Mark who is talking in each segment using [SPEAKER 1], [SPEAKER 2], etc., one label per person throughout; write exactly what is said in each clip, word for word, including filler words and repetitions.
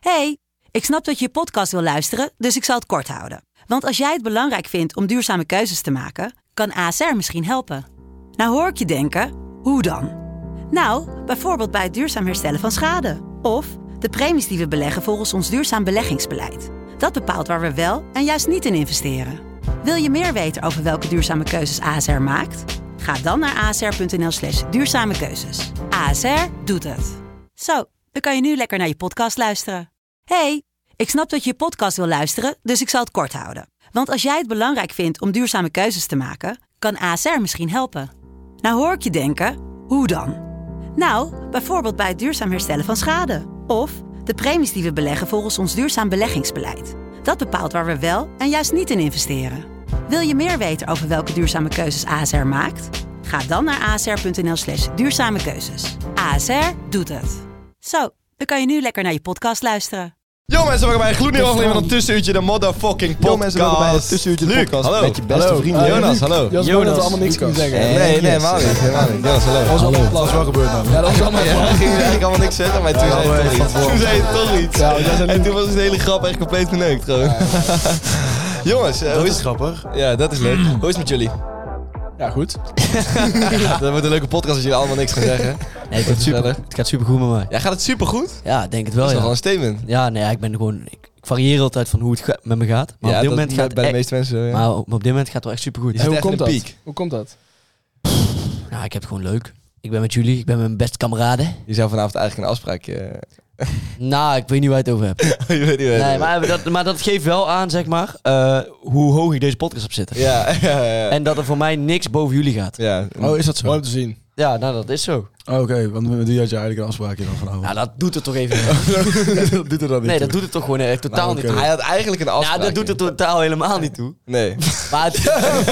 [SPEAKER 1] Hey, ik snap dat je je podcast wil luisteren, dus ik zal het kort houden. Want als jij het belangrijk vindt om duurzame keuzes te maken, kan A S R misschien helpen. Nou hoor ik je denken, hoe dan? Nou, bijvoorbeeld bij het duurzaam herstellen van schade. Of de premies die we beleggen volgens ons duurzaam beleggingsbeleid. Dat bepaalt waar we wel en juist niet in investeren. Wil je meer weten over welke duurzame keuzes A S R maakt? Ga dan naar asr.nl slash duurzame keuzes. A S R doet het. Zo, dan kan je nu lekker naar je podcast luisteren. Hey, ik snap dat je je podcast wil luisteren, dus ik zal het kort houden. Want als jij het belangrijk vindt om duurzame keuzes te maken, kan A S R misschien helpen. Nou hoor ik je denken, hoe dan? Nou, bijvoorbeeld bij het duurzaam herstellen van schade. Of de premies die we beleggen volgens ons duurzaam beleggingsbeleid. Dat bepaalt waar we wel en juist niet in investeren. Wil je meer weten over welke duurzame keuzes A S R maakt? Ga dan naar asr.nl slash duurzame keuzes. A S R doet het. Zo, dan kan je nu lekker naar je podcast luisteren.
[SPEAKER 2] Yo mensen, welkom bij een gloednieuwe aflevering van een tussenuurtje, de motherfucking podcast.
[SPEAKER 3] Yo mensen, welkom bij het tussenuurtje de podcast.
[SPEAKER 2] Hallo.
[SPEAKER 3] Met je beste
[SPEAKER 2] Hallo.
[SPEAKER 3] vrienden.
[SPEAKER 2] Uh, Jonas, hallo.
[SPEAKER 3] Jonas,
[SPEAKER 4] Jonas,
[SPEAKER 3] dat we allemaal niks kunnen zeggen.
[SPEAKER 2] Nee, nee, nee, helemaal niet. Helemaal niet. Jonas, hallo.
[SPEAKER 3] Dat was wel applaus wel gebeurd dan.
[SPEAKER 4] Ja, dat was allemaal
[SPEAKER 2] Ja, ik ging eigenlijk allemaal niks zeggen, maar toen
[SPEAKER 3] Ja,
[SPEAKER 2] zei
[SPEAKER 3] maar
[SPEAKER 2] het toch iets.
[SPEAKER 3] van
[SPEAKER 2] Toen zei het toch iets.
[SPEAKER 3] Ja, dat is een-
[SPEAKER 2] En toen was het hele grap echt compleet geneukt gewoon. Jongens, uh,
[SPEAKER 3] Dat
[SPEAKER 2] hoe
[SPEAKER 3] is
[SPEAKER 2] is
[SPEAKER 3] grappig.
[SPEAKER 2] Ja, dat is leuk. Hoe is het met jullie?
[SPEAKER 4] Ja, goed.
[SPEAKER 2] Dat wordt een leuke podcast als jullie allemaal niks gaan zeggen.
[SPEAKER 5] Nee, het, gaat super, het gaat super goed met mij.
[SPEAKER 2] Ja, gaat het supergoed?
[SPEAKER 5] Ja, ik denk het
[SPEAKER 2] Dat
[SPEAKER 5] wel,
[SPEAKER 2] is
[SPEAKER 5] ja.
[SPEAKER 2] nogal een statement.
[SPEAKER 5] Ja, nee, ik ben gewoon... Ik, ik varieer altijd van hoe het ga- met me gaat. Maar
[SPEAKER 2] Ja,
[SPEAKER 5] op dit
[SPEAKER 2] dat
[SPEAKER 5] moment gaat
[SPEAKER 2] bij de
[SPEAKER 5] het
[SPEAKER 2] meeste mensen zo, ja.
[SPEAKER 5] Maar op, op dit moment gaat het wel echt super goed.
[SPEAKER 2] Je
[SPEAKER 4] En
[SPEAKER 2] zit
[SPEAKER 4] hoe
[SPEAKER 2] echt in
[SPEAKER 4] komt
[SPEAKER 2] een
[SPEAKER 4] dat?
[SPEAKER 2] piek.
[SPEAKER 4] Hoe komt dat?
[SPEAKER 5] Ja, ik heb het gewoon leuk. Ik ben met jullie, ik ben met mijn beste kameraden.
[SPEAKER 2] Je zou vanavond eigenlijk een afspraakje...
[SPEAKER 5] Nou, ik weet niet waar je het over hebt.
[SPEAKER 2] Je weet niet waar
[SPEAKER 5] Nee,
[SPEAKER 2] het-
[SPEAKER 5] maar dat, maar dat geeft wel aan, zeg maar, uh, hoe hoog ik deze podcast heb zitten.
[SPEAKER 2] Ja, ja, ja.
[SPEAKER 5] En dat er voor mij niks boven jullie gaat.
[SPEAKER 2] Ja.
[SPEAKER 4] Oh, is dat zo? Mooi om te zien.
[SPEAKER 5] Ja, nou, dat is zo.
[SPEAKER 3] Oh, Oké, okay, want met wie had je eigenlijk een afspraakje dan vanavond?
[SPEAKER 5] Ja, dat doet het toch even niet.
[SPEAKER 3] dat doet er dan niet
[SPEAKER 5] Nee,
[SPEAKER 3] toe.
[SPEAKER 5] dat doet het toch gewoon echt totaal
[SPEAKER 3] Nou,
[SPEAKER 5] niet
[SPEAKER 3] oké.
[SPEAKER 5] toe.
[SPEAKER 2] Hij had eigenlijk een
[SPEAKER 5] Ja,
[SPEAKER 2] afspraakje.
[SPEAKER 5] dat doet het totaal helemaal niet toe.
[SPEAKER 2] Nee.
[SPEAKER 5] Maar het,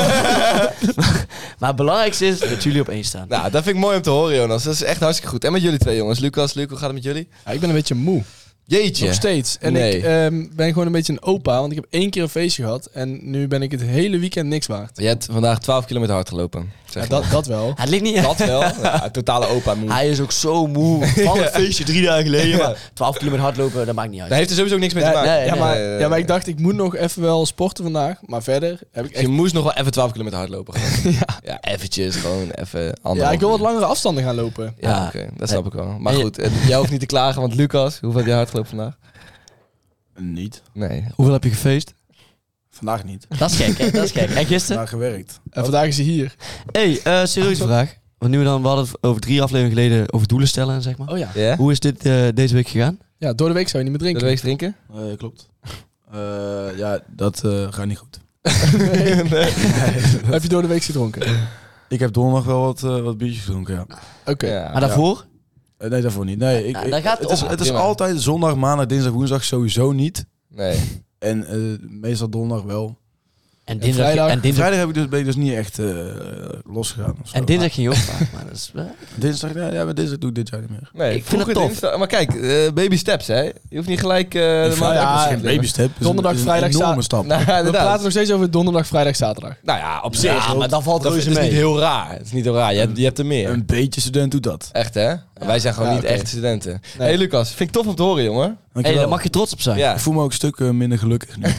[SPEAKER 5] maar het belangrijkste is dat jullie op één staan.
[SPEAKER 2] Nou, dat vind ik mooi om te horen, Jonas. Dat is echt hartstikke goed. En met jullie twee, jongens. Lucas, Luc, hoe gaat het met jullie?
[SPEAKER 4] Ja, ik ben een beetje moe.
[SPEAKER 2] Jeetje.
[SPEAKER 4] Nog steeds. En
[SPEAKER 2] Nee.
[SPEAKER 4] ik ehm, ben gewoon een beetje een opa, want ik heb één keer een feestje gehad en nu ben ik het hele weekend niks waard.
[SPEAKER 2] Je hebt vandaag twaalf kilometer hard gelopen. Zeg
[SPEAKER 4] Ja,
[SPEAKER 2] maar.
[SPEAKER 4] dat, dat wel.
[SPEAKER 5] Het ligt niet
[SPEAKER 2] dat wel. Ja, totale opa moe.
[SPEAKER 5] Hij is ook zo moe van het feestje drie dagen geleden.
[SPEAKER 2] Ja.
[SPEAKER 5] Maar twaalf kilometer hardlopen, dat maakt niet uit.
[SPEAKER 2] Daar heeft er sowieso niks mee
[SPEAKER 4] Ja,
[SPEAKER 2] te maken.
[SPEAKER 5] nee,
[SPEAKER 4] Ja,
[SPEAKER 5] nee,
[SPEAKER 4] maar,
[SPEAKER 2] nee,
[SPEAKER 4] ja, maar ik dacht, ik moet nog even wel sporten vandaag. Maar verder heb ik
[SPEAKER 2] Je
[SPEAKER 4] echt...
[SPEAKER 2] moest nog wel even twaalf kilometer hard lopen. Gewoon.
[SPEAKER 4] Ja,
[SPEAKER 2] Ja, eventjes. Gewoon even anderhalf
[SPEAKER 4] ja, ik wil wat
[SPEAKER 2] uur.
[SPEAKER 4] langere afstanden gaan lopen.
[SPEAKER 2] Ja,
[SPEAKER 5] Ja.
[SPEAKER 2] oké. Dat snap ik wel. Maar
[SPEAKER 5] En je-
[SPEAKER 2] goed, eh, jij hoeft niet te klagen, want Lucas, hoeveel heb je hard gelopen vandaag?
[SPEAKER 3] Niet.
[SPEAKER 2] Nee.
[SPEAKER 5] Hoeveel heb je gefeest?
[SPEAKER 3] Vandaag niet.
[SPEAKER 5] Dat is gek, hè? Dat is gek. En gisteren?
[SPEAKER 3] Vandaag gewerkt.
[SPEAKER 4] En vandaag is hij hier.
[SPEAKER 5] Hé, hey, uh, serieuze vraag. Want nu we dan, we hadden het over drie afleveringen geleden over doelen stellen, zeg maar.
[SPEAKER 4] Oh ja.
[SPEAKER 2] Ja?
[SPEAKER 5] Hoe is dit uh, deze week gegaan?
[SPEAKER 4] Ja, door de week zou je niet meer
[SPEAKER 2] Wil
[SPEAKER 4] drinken.
[SPEAKER 2] je week drinken?
[SPEAKER 3] Uh, klopt. Uh, ja, dat uh, gaat niet goed.
[SPEAKER 4] Heb je door de week gedronken?
[SPEAKER 3] Ik heb donderdag wel wat, uh, wat biertjes gedronken, ja.
[SPEAKER 4] Oké.
[SPEAKER 2] Ja.
[SPEAKER 5] Maar daarvoor?
[SPEAKER 3] Uh, nee, daarvoor niet. Nee, ik,
[SPEAKER 5] Nou,
[SPEAKER 3] ik-
[SPEAKER 5] daar gaat
[SPEAKER 3] het, is,
[SPEAKER 5] op.
[SPEAKER 3] het is
[SPEAKER 2] Prima.
[SPEAKER 3] altijd zondag, maandag, dinsdag, woensdag sowieso niet.
[SPEAKER 2] Nee.
[SPEAKER 3] En uh, meestal donderdag wel.
[SPEAKER 5] En dinsdag,
[SPEAKER 4] vrijdag?
[SPEAKER 5] en dinsdag,
[SPEAKER 3] Vrijdag heb ik dus, ben ik dus niet echt uh, losgegaan. of zo.
[SPEAKER 5] en dinsdag ging je ook vaak. Maar dat is, uh,
[SPEAKER 3] Dinsdag, ja, ja, maar dinsdag doe ik dit jaar niet meer.
[SPEAKER 2] Nee,
[SPEAKER 5] Ik vind het
[SPEAKER 2] vroeger
[SPEAKER 5] tof.
[SPEAKER 2] dinsdag- Maar kijk, eh, baby steps, hè. Je hoeft niet gelijk eh de
[SPEAKER 3] Ja,
[SPEAKER 2] maand
[SPEAKER 3] ja,
[SPEAKER 2] uit te
[SPEAKER 3] een
[SPEAKER 2] schieten.
[SPEAKER 3] baby step. is
[SPEAKER 4] Donderdag,
[SPEAKER 3] een, is
[SPEAKER 4] vrijdag,
[SPEAKER 3] een enorme
[SPEAKER 4] za-
[SPEAKER 3] stap.
[SPEAKER 2] Nou,
[SPEAKER 4] We
[SPEAKER 2] inderdaad.
[SPEAKER 4] praten nog steeds over donderdag, vrijdag, zaterdag.
[SPEAKER 2] Nou ja, op zich.
[SPEAKER 5] ja, maar dan valt
[SPEAKER 2] dat is
[SPEAKER 5] reuze
[SPEAKER 2] niet
[SPEAKER 5] mee.
[SPEAKER 2] heel raar. Het is niet heel raar. Je hebt, je hebt er meer.
[SPEAKER 3] Een beetje student doet dat.
[SPEAKER 2] Echt, hè? Wij zijn gewoon
[SPEAKER 4] Ja,
[SPEAKER 2] niet
[SPEAKER 4] oké.
[SPEAKER 2] echte studenten.
[SPEAKER 4] Nee.
[SPEAKER 2] Hey Lucas, vind ik tof om te horen, jongen.
[SPEAKER 5] Hé, hey,
[SPEAKER 3] Dankjewel.
[SPEAKER 5] daar mag je trots op zijn.
[SPEAKER 2] Ja.
[SPEAKER 3] Ik voel me ook een stuk uh, minder gelukkig nu.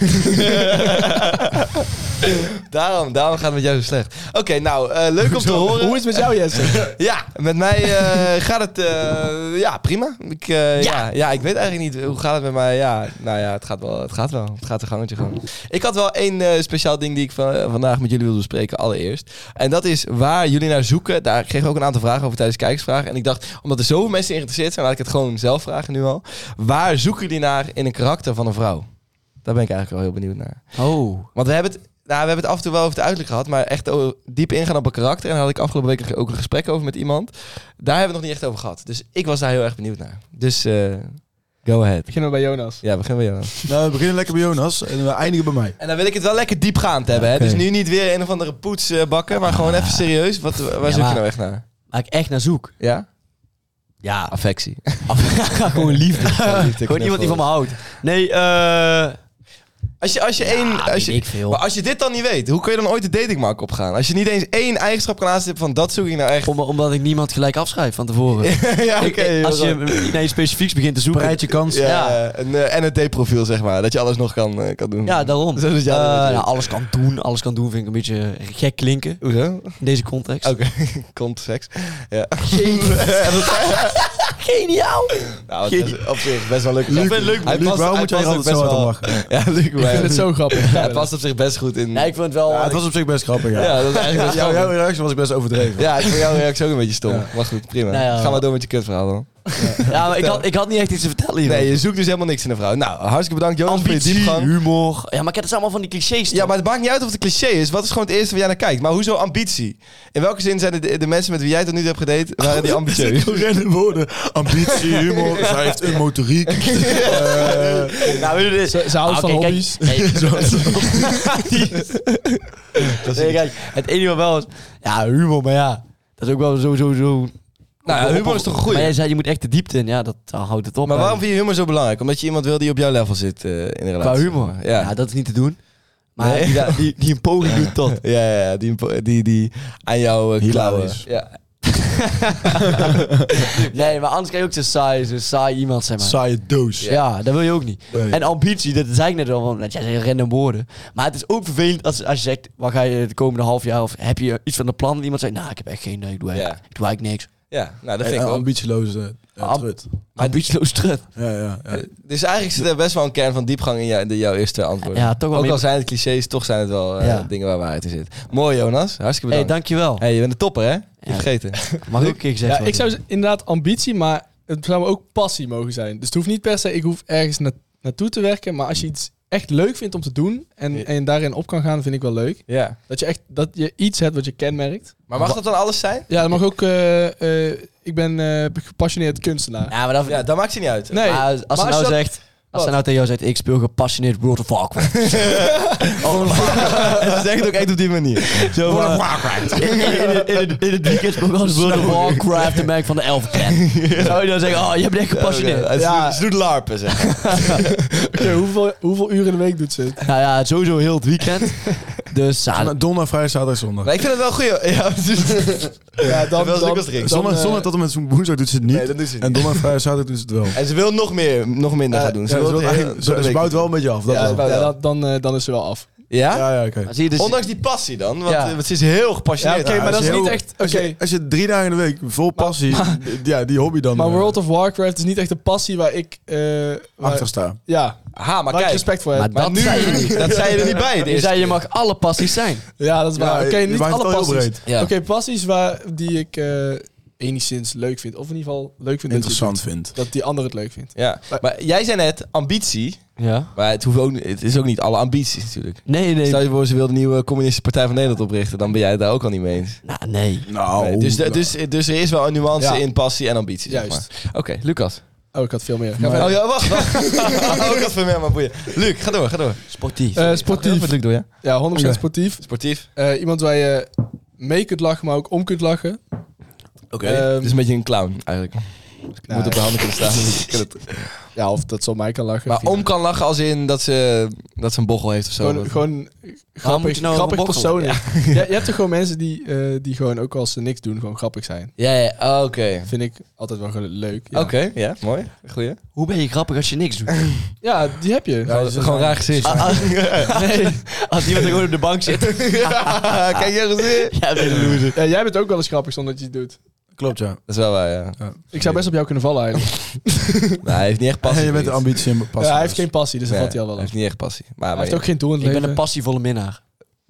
[SPEAKER 2] daarom, daarom gaat het met jou zo slecht. Oké, nou, eh, leuk om te horen.
[SPEAKER 4] Hoe is het met jou, Jesse?
[SPEAKER 2] Ja, met mij eh, gaat het uh, ja, prima. Ik, uh, ja. Ja, ja, ik weet eigenlijk niet hoe gaat het met mij. Ja, nou ja, het gaat wel. Het gaat wel. Het gaat een gangetje gewoon. Ik had wel één uh, speciaal ding die ik van, uh, vandaag met jullie wilde bespreken allereerst. En dat is waar jullie naar zoeken. Daar kreeg ik ook een aantal vragen over tijdens kijkersvragen. En ik dacht, omdat er zoveel mensen geïnteresseerd zijn, laat ik het gewoon zelf vragen nu al. Waar zoeken jullie naar in een karakter van een vrouw? Daar ben ik eigenlijk wel heel benieuwd naar.
[SPEAKER 5] Oh.
[SPEAKER 2] Want we hebben het... Nou, we hebben het af en toe wel over het uiterlijk gehad, maar echt oh, diep ingaan op een karakter. En daar had ik afgelopen week ook een gesprek over met iemand. Daar hebben we het nog niet echt over gehad. Dus ik was daar heel erg benieuwd naar. Dus uh, go ahead.
[SPEAKER 4] Beginnen we bij Jonas.
[SPEAKER 2] Ja, begin bij Jonas.
[SPEAKER 3] Nou, we beginnen lekker bij Jonas en we eindigen bij mij.
[SPEAKER 2] En dan wil ik het wel lekker diepgaand hebben.
[SPEAKER 5] Ja,
[SPEAKER 2] Hè?
[SPEAKER 5] okay.
[SPEAKER 2] Dus nu niet weer een of andere poets uh, bakken, maar gewoon even serieus. Wat, waar
[SPEAKER 5] Ja,
[SPEAKER 2] zoek
[SPEAKER 5] maar-
[SPEAKER 2] je nou echt naar?
[SPEAKER 5] Waar ik echt naar zoek.
[SPEAKER 2] Ja?
[SPEAKER 5] Ja,
[SPEAKER 2] Affectie.
[SPEAKER 5] gewoon liefde. Gewoon iemand die van me houdt. Nee, eh...
[SPEAKER 2] Als je, als je één...
[SPEAKER 5] Ja,
[SPEAKER 2] Als
[SPEAKER 5] weet
[SPEAKER 2] je,
[SPEAKER 5] ik veel.
[SPEAKER 2] maar als je dit dan niet weet, hoe kun je dan ooit de datingmarkt opgaan? Als je niet eens één eigenschap kan aanstippen van dat zoek ik nou echt.
[SPEAKER 5] Om, omdat ik niemand gelijk afschrijf van tevoren.
[SPEAKER 2] ja, oké.
[SPEAKER 5] Ik- als je naar je specifieks begint te zoeken...
[SPEAKER 3] Spreid je kans.
[SPEAKER 2] Ja,
[SPEAKER 5] Ja.
[SPEAKER 2] een uh, N L T-profiel zeg maar. Dat je alles nog kan, uh, kan doen.
[SPEAKER 5] Ja, daarom.
[SPEAKER 2] Zo is
[SPEAKER 5] Eh,
[SPEAKER 2] het, ja,
[SPEAKER 5] nou, alles kan doen. Alles kan doen vind ik een beetje gek klinken.
[SPEAKER 2] Hoezo?
[SPEAKER 5] In deze context.
[SPEAKER 2] Oké, komt seks. Ja.
[SPEAKER 5] Geniaal!
[SPEAKER 2] Nou, het is op zich best wel leuk.
[SPEAKER 3] Luc,
[SPEAKER 2] Ik vind het leuk. Hij
[SPEAKER 3] Luc,
[SPEAKER 2] past-
[SPEAKER 3] waarom
[SPEAKER 2] hij
[SPEAKER 3] moet jij
[SPEAKER 2] past
[SPEAKER 3] er
[SPEAKER 2] ook
[SPEAKER 3] altijd zo
[SPEAKER 2] best
[SPEAKER 3] hard om
[SPEAKER 2] wel-
[SPEAKER 3] lachen?
[SPEAKER 2] Ja, Luc,
[SPEAKER 4] Ik vind het zo grappig.
[SPEAKER 2] hij past op zich best goed in.
[SPEAKER 5] Nee, ik vind het wel...
[SPEAKER 3] Ja, het was op zich best grappig, ja.
[SPEAKER 2] Ja, dat is eigenlijk best
[SPEAKER 3] Jouw, jouw
[SPEAKER 2] grappig.
[SPEAKER 3] reactie was ik best overdreven.
[SPEAKER 2] Ja, ik vond jouw reactie ook een beetje stom.
[SPEAKER 3] Ja.
[SPEAKER 2] Maar goed, prima.
[SPEAKER 5] Nou ja.
[SPEAKER 2] Ga maar door met je kutverhaal dan.
[SPEAKER 5] Ja, maar ik had, ik had niet echt iets te vertellen hier.
[SPEAKER 2] Nee, je zoekt dus helemaal niks in een vrouw. Nou, hartstikke bedankt Jonas voor je
[SPEAKER 5] Ambitie,
[SPEAKER 2] diepgang.
[SPEAKER 5] humor. Ja, maar ik heb het allemaal van die clichés.
[SPEAKER 2] Ja,
[SPEAKER 5] toch?
[SPEAKER 2] maar het maakt niet uit of het een cliché is. Wat is gewoon het eerste waar jij naar kijkt? Maar hoezo ambitie? In welke zin zijn de, de, de mensen met wie jij tot nu toe hebt gedate, waren die ambitieus?
[SPEAKER 3] Rende woorden. Ambitie, humor. Zij heeft een motoriek. Eh,
[SPEAKER 5] Nou, weet je dit?
[SPEAKER 4] Ze, ze houdt
[SPEAKER 5] Ah,
[SPEAKER 4] van
[SPEAKER 5] oké, kijk.
[SPEAKER 4] hobby's.
[SPEAKER 5] Nee,
[SPEAKER 2] Dat is
[SPEAKER 5] nee, kijk, het enige wat wel is... Ja, humor, maar ja. Dat is ook wel zo, zo, zo...
[SPEAKER 2] Nou ja, humor is toch een goeie?
[SPEAKER 5] Maar jij zei, je moet echt de diepte in. Ja, dat dan houdt het op.
[SPEAKER 2] Maar waarom
[SPEAKER 5] eigenlijk.
[SPEAKER 2] vind je humor zo belangrijk? Omdat je iemand wil die op jouw level zit uh, in de relatie.
[SPEAKER 5] Qua humor?
[SPEAKER 2] Ja.
[SPEAKER 5] Ja, dat is niet te doen. Maar
[SPEAKER 2] Nee.
[SPEAKER 5] die, da- die, die een poging doet tot.
[SPEAKER 2] Ja, ja, ja, die, die, die aan jou uh, klauwen.
[SPEAKER 3] Hilarisch.
[SPEAKER 2] Ja.
[SPEAKER 5] Nee, maar anders kan je ook zo saai, zo saai iemand zijn. Maar.
[SPEAKER 3] Saaie doos.
[SPEAKER 5] Ja, dat wil je ook niet.
[SPEAKER 3] Nee.
[SPEAKER 5] En ambitie, dat zei ik net al, want jij zei random woorden. Maar het is ook vervelend als, als je zegt, wat ga je de komende half jaar, of heb je iets van een plan? En iemand zegt, nou, ik heb echt geen, ik doe eigenlijk,
[SPEAKER 2] Ja.
[SPEAKER 5] ik doe eigenlijk niks.
[SPEAKER 2] Ja, nou dat
[SPEAKER 3] Een
[SPEAKER 2] vind ik ook.
[SPEAKER 3] ambitieloze uh,
[SPEAKER 5] Am-
[SPEAKER 3] trut.
[SPEAKER 5] Ambitieloos terug.
[SPEAKER 3] Ja, ja, ja.
[SPEAKER 2] Uh, dus eigenlijk zit er best wel een kern van diepgang in, jou, in jouw eerste antwoorden.
[SPEAKER 5] Ja, toch wel
[SPEAKER 2] Ook
[SPEAKER 5] meer-
[SPEAKER 2] al zijn het clichés, toch zijn het wel uh,
[SPEAKER 5] Ja.
[SPEAKER 2] dingen waar waarheid in zit. Mooi Jonas, hartstikke
[SPEAKER 5] Hé, hey,
[SPEAKER 2] bedankt.
[SPEAKER 5] dankjewel.
[SPEAKER 2] Hey, je bent de topper hè? Niet
[SPEAKER 5] Ja.
[SPEAKER 2] vergeten.
[SPEAKER 5] Mag ook een keer gezegd
[SPEAKER 4] Ja,
[SPEAKER 5] worden.
[SPEAKER 4] ik zou z- inderdaad ambitie, maar het zou ook passie mogen zijn. Dus het hoeft niet per se, ik hoef ergens na- naartoe te werken, maar als je iets echt leuk vindt om te doen en,
[SPEAKER 2] Ja.
[SPEAKER 4] en daarin op kan gaan, vind ik wel leuk.
[SPEAKER 2] Ja.
[SPEAKER 4] Dat je echt dat je iets hebt wat je kenmerkt.
[SPEAKER 2] Maar mag dat dan alles zijn?
[SPEAKER 4] Ja, dat mag ook. eh, eh, ik ben eh, gepassioneerd kunstenaar.
[SPEAKER 5] Ja, maar dat...
[SPEAKER 2] Ja, dat maakt ze niet uit.
[SPEAKER 4] Nee,
[SPEAKER 5] maar als ze
[SPEAKER 4] maar
[SPEAKER 5] nou
[SPEAKER 4] als je dat-
[SPEAKER 5] zegt... Als ze nou tegen jou zegt, ik speel gepassioneerd World of Warcraft.
[SPEAKER 2] En ze zeggen het ook echt op die manier. Zo
[SPEAKER 5] World
[SPEAKER 2] van,
[SPEAKER 5] of Warcraft. In, in, in, in, in het weekend speel ik als World of Warcraft en ben ik van de Elfclan. Zou je dan zeggen, oh, je bent echt gepassioneerd.
[SPEAKER 2] Ja, ze,
[SPEAKER 4] Ja.
[SPEAKER 2] doet, ze doet larpen zeg.
[SPEAKER 4] Oké, hoeveel, hoeveel uren in de week doet ze het?
[SPEAKER 5] Nou ja, sowieso heel het weekend. Dus ja,
[SPEAKER 3] Zondag, Donderdag, vrijdag, zaterdag, zondag.
[SPEAKER 2] Maar ik vind het wel goed. Ja, precies.
[SPEAKER 4] Ja, dan,
[SPEAKER 2] Wel eens
[SPEAKER 4] dan,
[SPEAKER 2] Lucas drinken.
[SPEAKER 4] dan,
[SPEAKER 3] Zondag,
[SPEAKER 4] eh,
[SPEAKER 3] zondag tot en met woensdag doet ze het niet.
[SPEAKER 2] Nee, dat doet ze niet.
[SPEAKER 3] En donderdag, vrijdag, zaterdag doet ze het wel.
[SPEAKER 2] En ze wil nog meer, nog minder gaan doen. Ze
[SPEAKER 3] Ja,
[SPEAKER 2] wil
[SPEAKER 3] ze,
[SPEAKER 2] het
[SPEAKER 3] wil
[SPEAKER 2] heel-
[SPEAKER 3] eigenlijk-
[SPEAKER 2] door de
[SPEAKER 3] ze, ze
[SPEAKER 2] week
[SPEAKER 3] bouwt wel een beetje af. Dat
[SPEAKER 2] Ja,
[SPEAKER 3] wel.
[SPEAKER 2] ze bouwt
[SPEAKER 4] ja,
[SPEAKER 2] wel.
[SPEAKER 4] dan, dan, eh, dan is ze wel af.
[SPEAKER 2] Ja?
[SPEAKER 3] Ja, ja, oké.
[SPEAKER 5] maar zie je dus...
[SPEAKER 2] Ondanks die passie dan, want,
[SPEAKER 5] Ja.
[SPEAKER 2] want ze is heel
[SPEAKER 4] Ja,
[SPEAKER 2] gepassioneerd.
[SPEAKER 4] oké, maar
[SPEAKER 3] als
[SPEAKER 4] dat is
[SPEAKER 3] je
[SPEAKER 4] niet
[SPEAKER 3] heel-
[SPEAKER 4] echt.
[SPEAKER 3] Als
[SPEAKER 4] Oké,
[SPEAKER 3] je, als je drie dagen in de week vol passie, ja, die hobby dan
[SPEAKER 4] maar
[SPEAKER 3] eh,
[SPEAKER 4] World of Warcraft is niet echt een passie waar ik. eh, waar-
[SPEAKER 3] achter sta.
[SPEAKER 4] Ja,
[SPEAKER 2] Aha, maar
[SPEAKER 4] waar ik
[SPEAKER 2] kijk.
[SPEAKER 4] respect voor heb.
[SPEAKER 5] Maar
[SPEAKER 2] Maar
[SPEAKER 5] dat
[SPEAKER 2] nu,
[SPEAKER 5] zei je niet.
[SPEAKER 2] dat zei je er niet bij. de
[SPEAKER 5] Je
[SPEAKER 2] eerste
[SPEAKER 5] zei, je
[SPEAKER 2] keer.
[SPEAKER 5] mag alle passies zijn.
[SPEAKER 4] Ja, dat is waar.
[SPEAKER 3] Ja,
[SPEAKER 4] Oké,
[SPEAKER 3] je
[SPEAKER 4] niet
[SPEAKER 3] maakt het
[SPEAKER 4] alle
[SPEAKER 3] wel heel
[SPEAKER 4] passies.
[SPEAKER 3] breed.
[SPEAKER 2] Ja.
[SPEAKER 4] Oké, passies waar, die ik eh, enigszins leuk vind. Of in ieder geval leuk vind dat, je
[SPEAKER 3] Interessant
[SPEAKER 4] het
[SPEAKER 3] vindt.
[SPEAKER 4] doet. Dat die ander het leuk vindt.
[SPEAKER 2] Ja. Maar jij zei net ambitie.
[SPEAKER 5] Ja.
[SPEAKER 2] Maar het, hoeft ook, niet- het is ook niet alle ambities natuurlijk.
[SPEAKER 5] Nee, nee.
[SPEAKER 2] Stel je voor, ze wil de nieuwe Communistische Partij van Nederland oprichten. Dan ben jij het daar ook al niet mee eens.
[SPEAKER 5] Nou, nee.
[SPEAKER 3] Nou,
[SPEAKER 2] Nee, dus, de- dus, dus er is wel een nuance
[SPEAKER 4] Ja.
[SPEAKER 2] in passie en ambitie. zeg
[SPEAKER 4] Juist.
[SPEAKER 2] maar. Oké, Lucas.
[SPEAKER 4] Oh, ik had veel meer. Ga
[SPEAKER 3] Maar-
[SPEAKER 4] verder.
[SPEAKER 2] Oh ja, wacht. wacht. oh, ik had veel meer, maar boeien. Luc, ga door, ga door.
[SPEAKER 5] Sportief.
[SPEAKER 4] Eh,
[SPEAKER 2] Heel
[SPEAKER 4] sportief.
[SPEAKER 2] veel Luc door, ja?
[SPEAKER 4] Ja, honderd procent
[SPEAKER 3] Oké.
[SPEAKER 4] sportief.
[SPEAKER 2] Sportief.
[SPEAKER 4] Eh, iemand waar je mee kunt lachen, maar ook om kunt lachen.
[SPEAKER 2] Oké.
[SPEAKER 4] Ehm,
[SPEAKER 2] Het is een beetje een clown, eigenlijk. Je
[SPEAKER 4] Ja,
[SPEAKER 2] moet op de
[SPEAKER 4] ja.
[SPEAKER 2] handen kunnen staan. dus ik kan het-
[SPEAKER 4] Ja, of dat zo mij kan lachen.
[SPEAKER 2] Maar om kan lachen als in dat ze, dat ze een bochel heeft of zo.
[SPEAKER 4] Gewoon, gewoon
[SPEAKER 5] moet
[SPEAKER 4] grappig,
[SPEAKER 5] je nou
[SPEAKER 4] grappig
[SPEAKER 5] over bochelen?
[SPEAKER 4] persoon. Ja. Je hebt toch gewoon mensen die, eh, die gewoon ook als ze niks doen, gewoon grappig zijn.
[SPEAKER 2] Ja, ja, oh, oké.
[SPEAKER 4] Vind ik altijd wel gewoon leuk. Ja,
[SPEAKER 2] Oké, ja, mooi. Goeie.
[SPEAKER 5] Hoe ben je grappig als je niks doet?
[SPEAKER 4] ja die heb je.
[SPEAKER 3] Ja,
[SPEAKER 2] Gewoon,
[SPEAKER 3] dus dat
[SPEAKER 2] gewoon
[SPEAKER 3] is-
[SPEAKER 2] raar gezicht.
[SPEAKER 5] Ah, ah, nee, als iemand er gewoon op de bank zit.
[SPEAKER 2] Kijk je gezicht.
[SPEAKER 5] Ja, ben je een loser.
[SPEAKER 4] Ja, jij bent ook wel eens grappig zonder dat je het doet.
[SPEAKER 3] Klopt, ja.
[SPEAKER 2] Dat is wel waar, ja.
[SPEAKER 4] Ik zou best op jou kunnen vallen eigenlijk.
[SPEAKER 2] Nou, hij heeft niet echt passie.
[SPEAKER 3] je bent de
[SPEAKER 2] voor iets.
[SPEAKER 3] ambitie en passie.
[SPEAKER 4] Ja, hij heeft geen passie, dus dan
[SPEAKER 2] Nee,
[SPEAKER 4] valt hij al wel
[SPEAKER 2] hij
[SPEAKER 4] af.
[SPEAKER 2] heeft niet echt passie. Maar,
[SPEAKER 4] Hij
[SPEAKER 2] maar
[SPEAKER 4] heeft ook geen doel in het
[SPEAKER 5] Ik ben
[SPEAKER 4] leven.
[SPEAKER 5] een passievolle minnaar.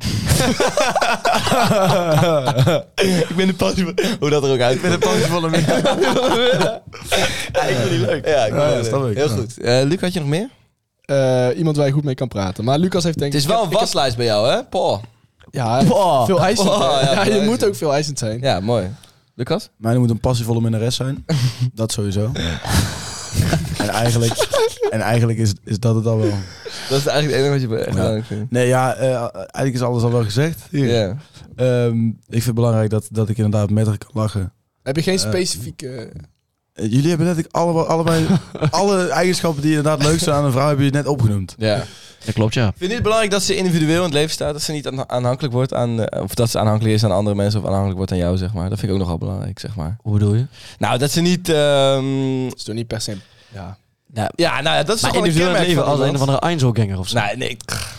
[SPEAKER 2] ik ben de passie. Hoe dat er ook uit. Ik ben de passievolle man. Ja, ik vind die leuk. Ja, ik
[SPEAKER 3] Ja,
[SPEAKER 2] vind
[SPEAKER 3] ja,
[SPEAKER 2] het
[SPEAKER 3] snap
[SPEAKER 2] leuk.
[SPEAKER 3] ik.
[SPEAKER 2] Heel
[SPEAKER 3] Ja.
[SPEAKER 2] goed. Eh, Luc, had je nog meer?
[SPEAKER 4] Eh, iemand waar je goed mee kan praten. Maar Lucas heeft denk
[SPEAKER 2] Het
[SPEAKER 4] ik...
[SPEAKER 2] is wel een
[SPEAKER 4] ik heb-
[SPEAKER 2] waslijst bij jou, hè? Paul.
[SPEAKER 4] Ja,
[SPEAKER 5] Boah.
[SPEAKER 4] veel eisend.
[SPEAKER 2] Oh, ja,
[SPEAKER 4] ja,
[SPEAKER 2] veel
[SPEAKER 4] je
[SPEAKER 2] eisend.
[SPEAKER 4] moet ook veel eisend zijn.
[SPEAKER 2] Ja, mooi. Lucas?
[SPEAKER 3] Mijne moet een passievolle minnares zijn. Dat sowieso. en eigenlijk, en eigenlijk is, is dat het al wel.
[SPEAKER 2] Dat is eigenlijk het enige wat je echt
[SPEAKER 3] Ja.
[SPEAKER 2] belangrijk vindt.
[SPEAKER 3] Nee, ja, eh, eigenlijk is alles al wel gezegd. Hier.
[SPEAKER 2] Ja.
[SPEAKER 3] Ehm, ik vind het belangrijk dat, dat ik inderdaad met haar kan lachen.
[SPEAKER 4] Heb je geen
[SPEAKER 3] Eh,
[SPEAKER 4] specifieke...
[SPEAKER 3] Eh, jullie hebben net ik alle, allebei alle eigenschappen die inderdaad leuk zijn aan een vrouw, hebben jullie net opgenoemd.
[SPEAKER 2] Ja.
[SPEAKER 5] Dat klopt, ja.
[SPEAKER 2] Vind je het belangrijk dat ze individueel in het leven staat? Dat ze niet aan- aanhankelijk wordt aan... Uh, of dat ze aanhankelijk is aan andere mensen of aanhankelijk wordt aan jou, zeg maar. Dat vind ik ook nogal belangrijk, zeg maar.
[SPEAKER 5] Hoe bedoel je?
[SPEAKER 2] Nou, dat ze niet... Um...
[SPEAKER 4] Dat is toch niet per se... Ja.
[SPEAKER 5] Ja,
[SPEAKER 2] Ja, nou ja, dat is
[SPEAKER 5] maar
[SPEAKER 2] toch gewoon een
[SPEAKER 5] individueel in het
[SPEAKER 2] kenmerk
[SPEAKER 5] leven
[SPEAKER 2] van
[SPEAKER 5] als een
[SPEAKER 2] iemand.
[SPEAKER 5] of andere Einzelganger of zo.
[SPEAKER 2] Nee, nee.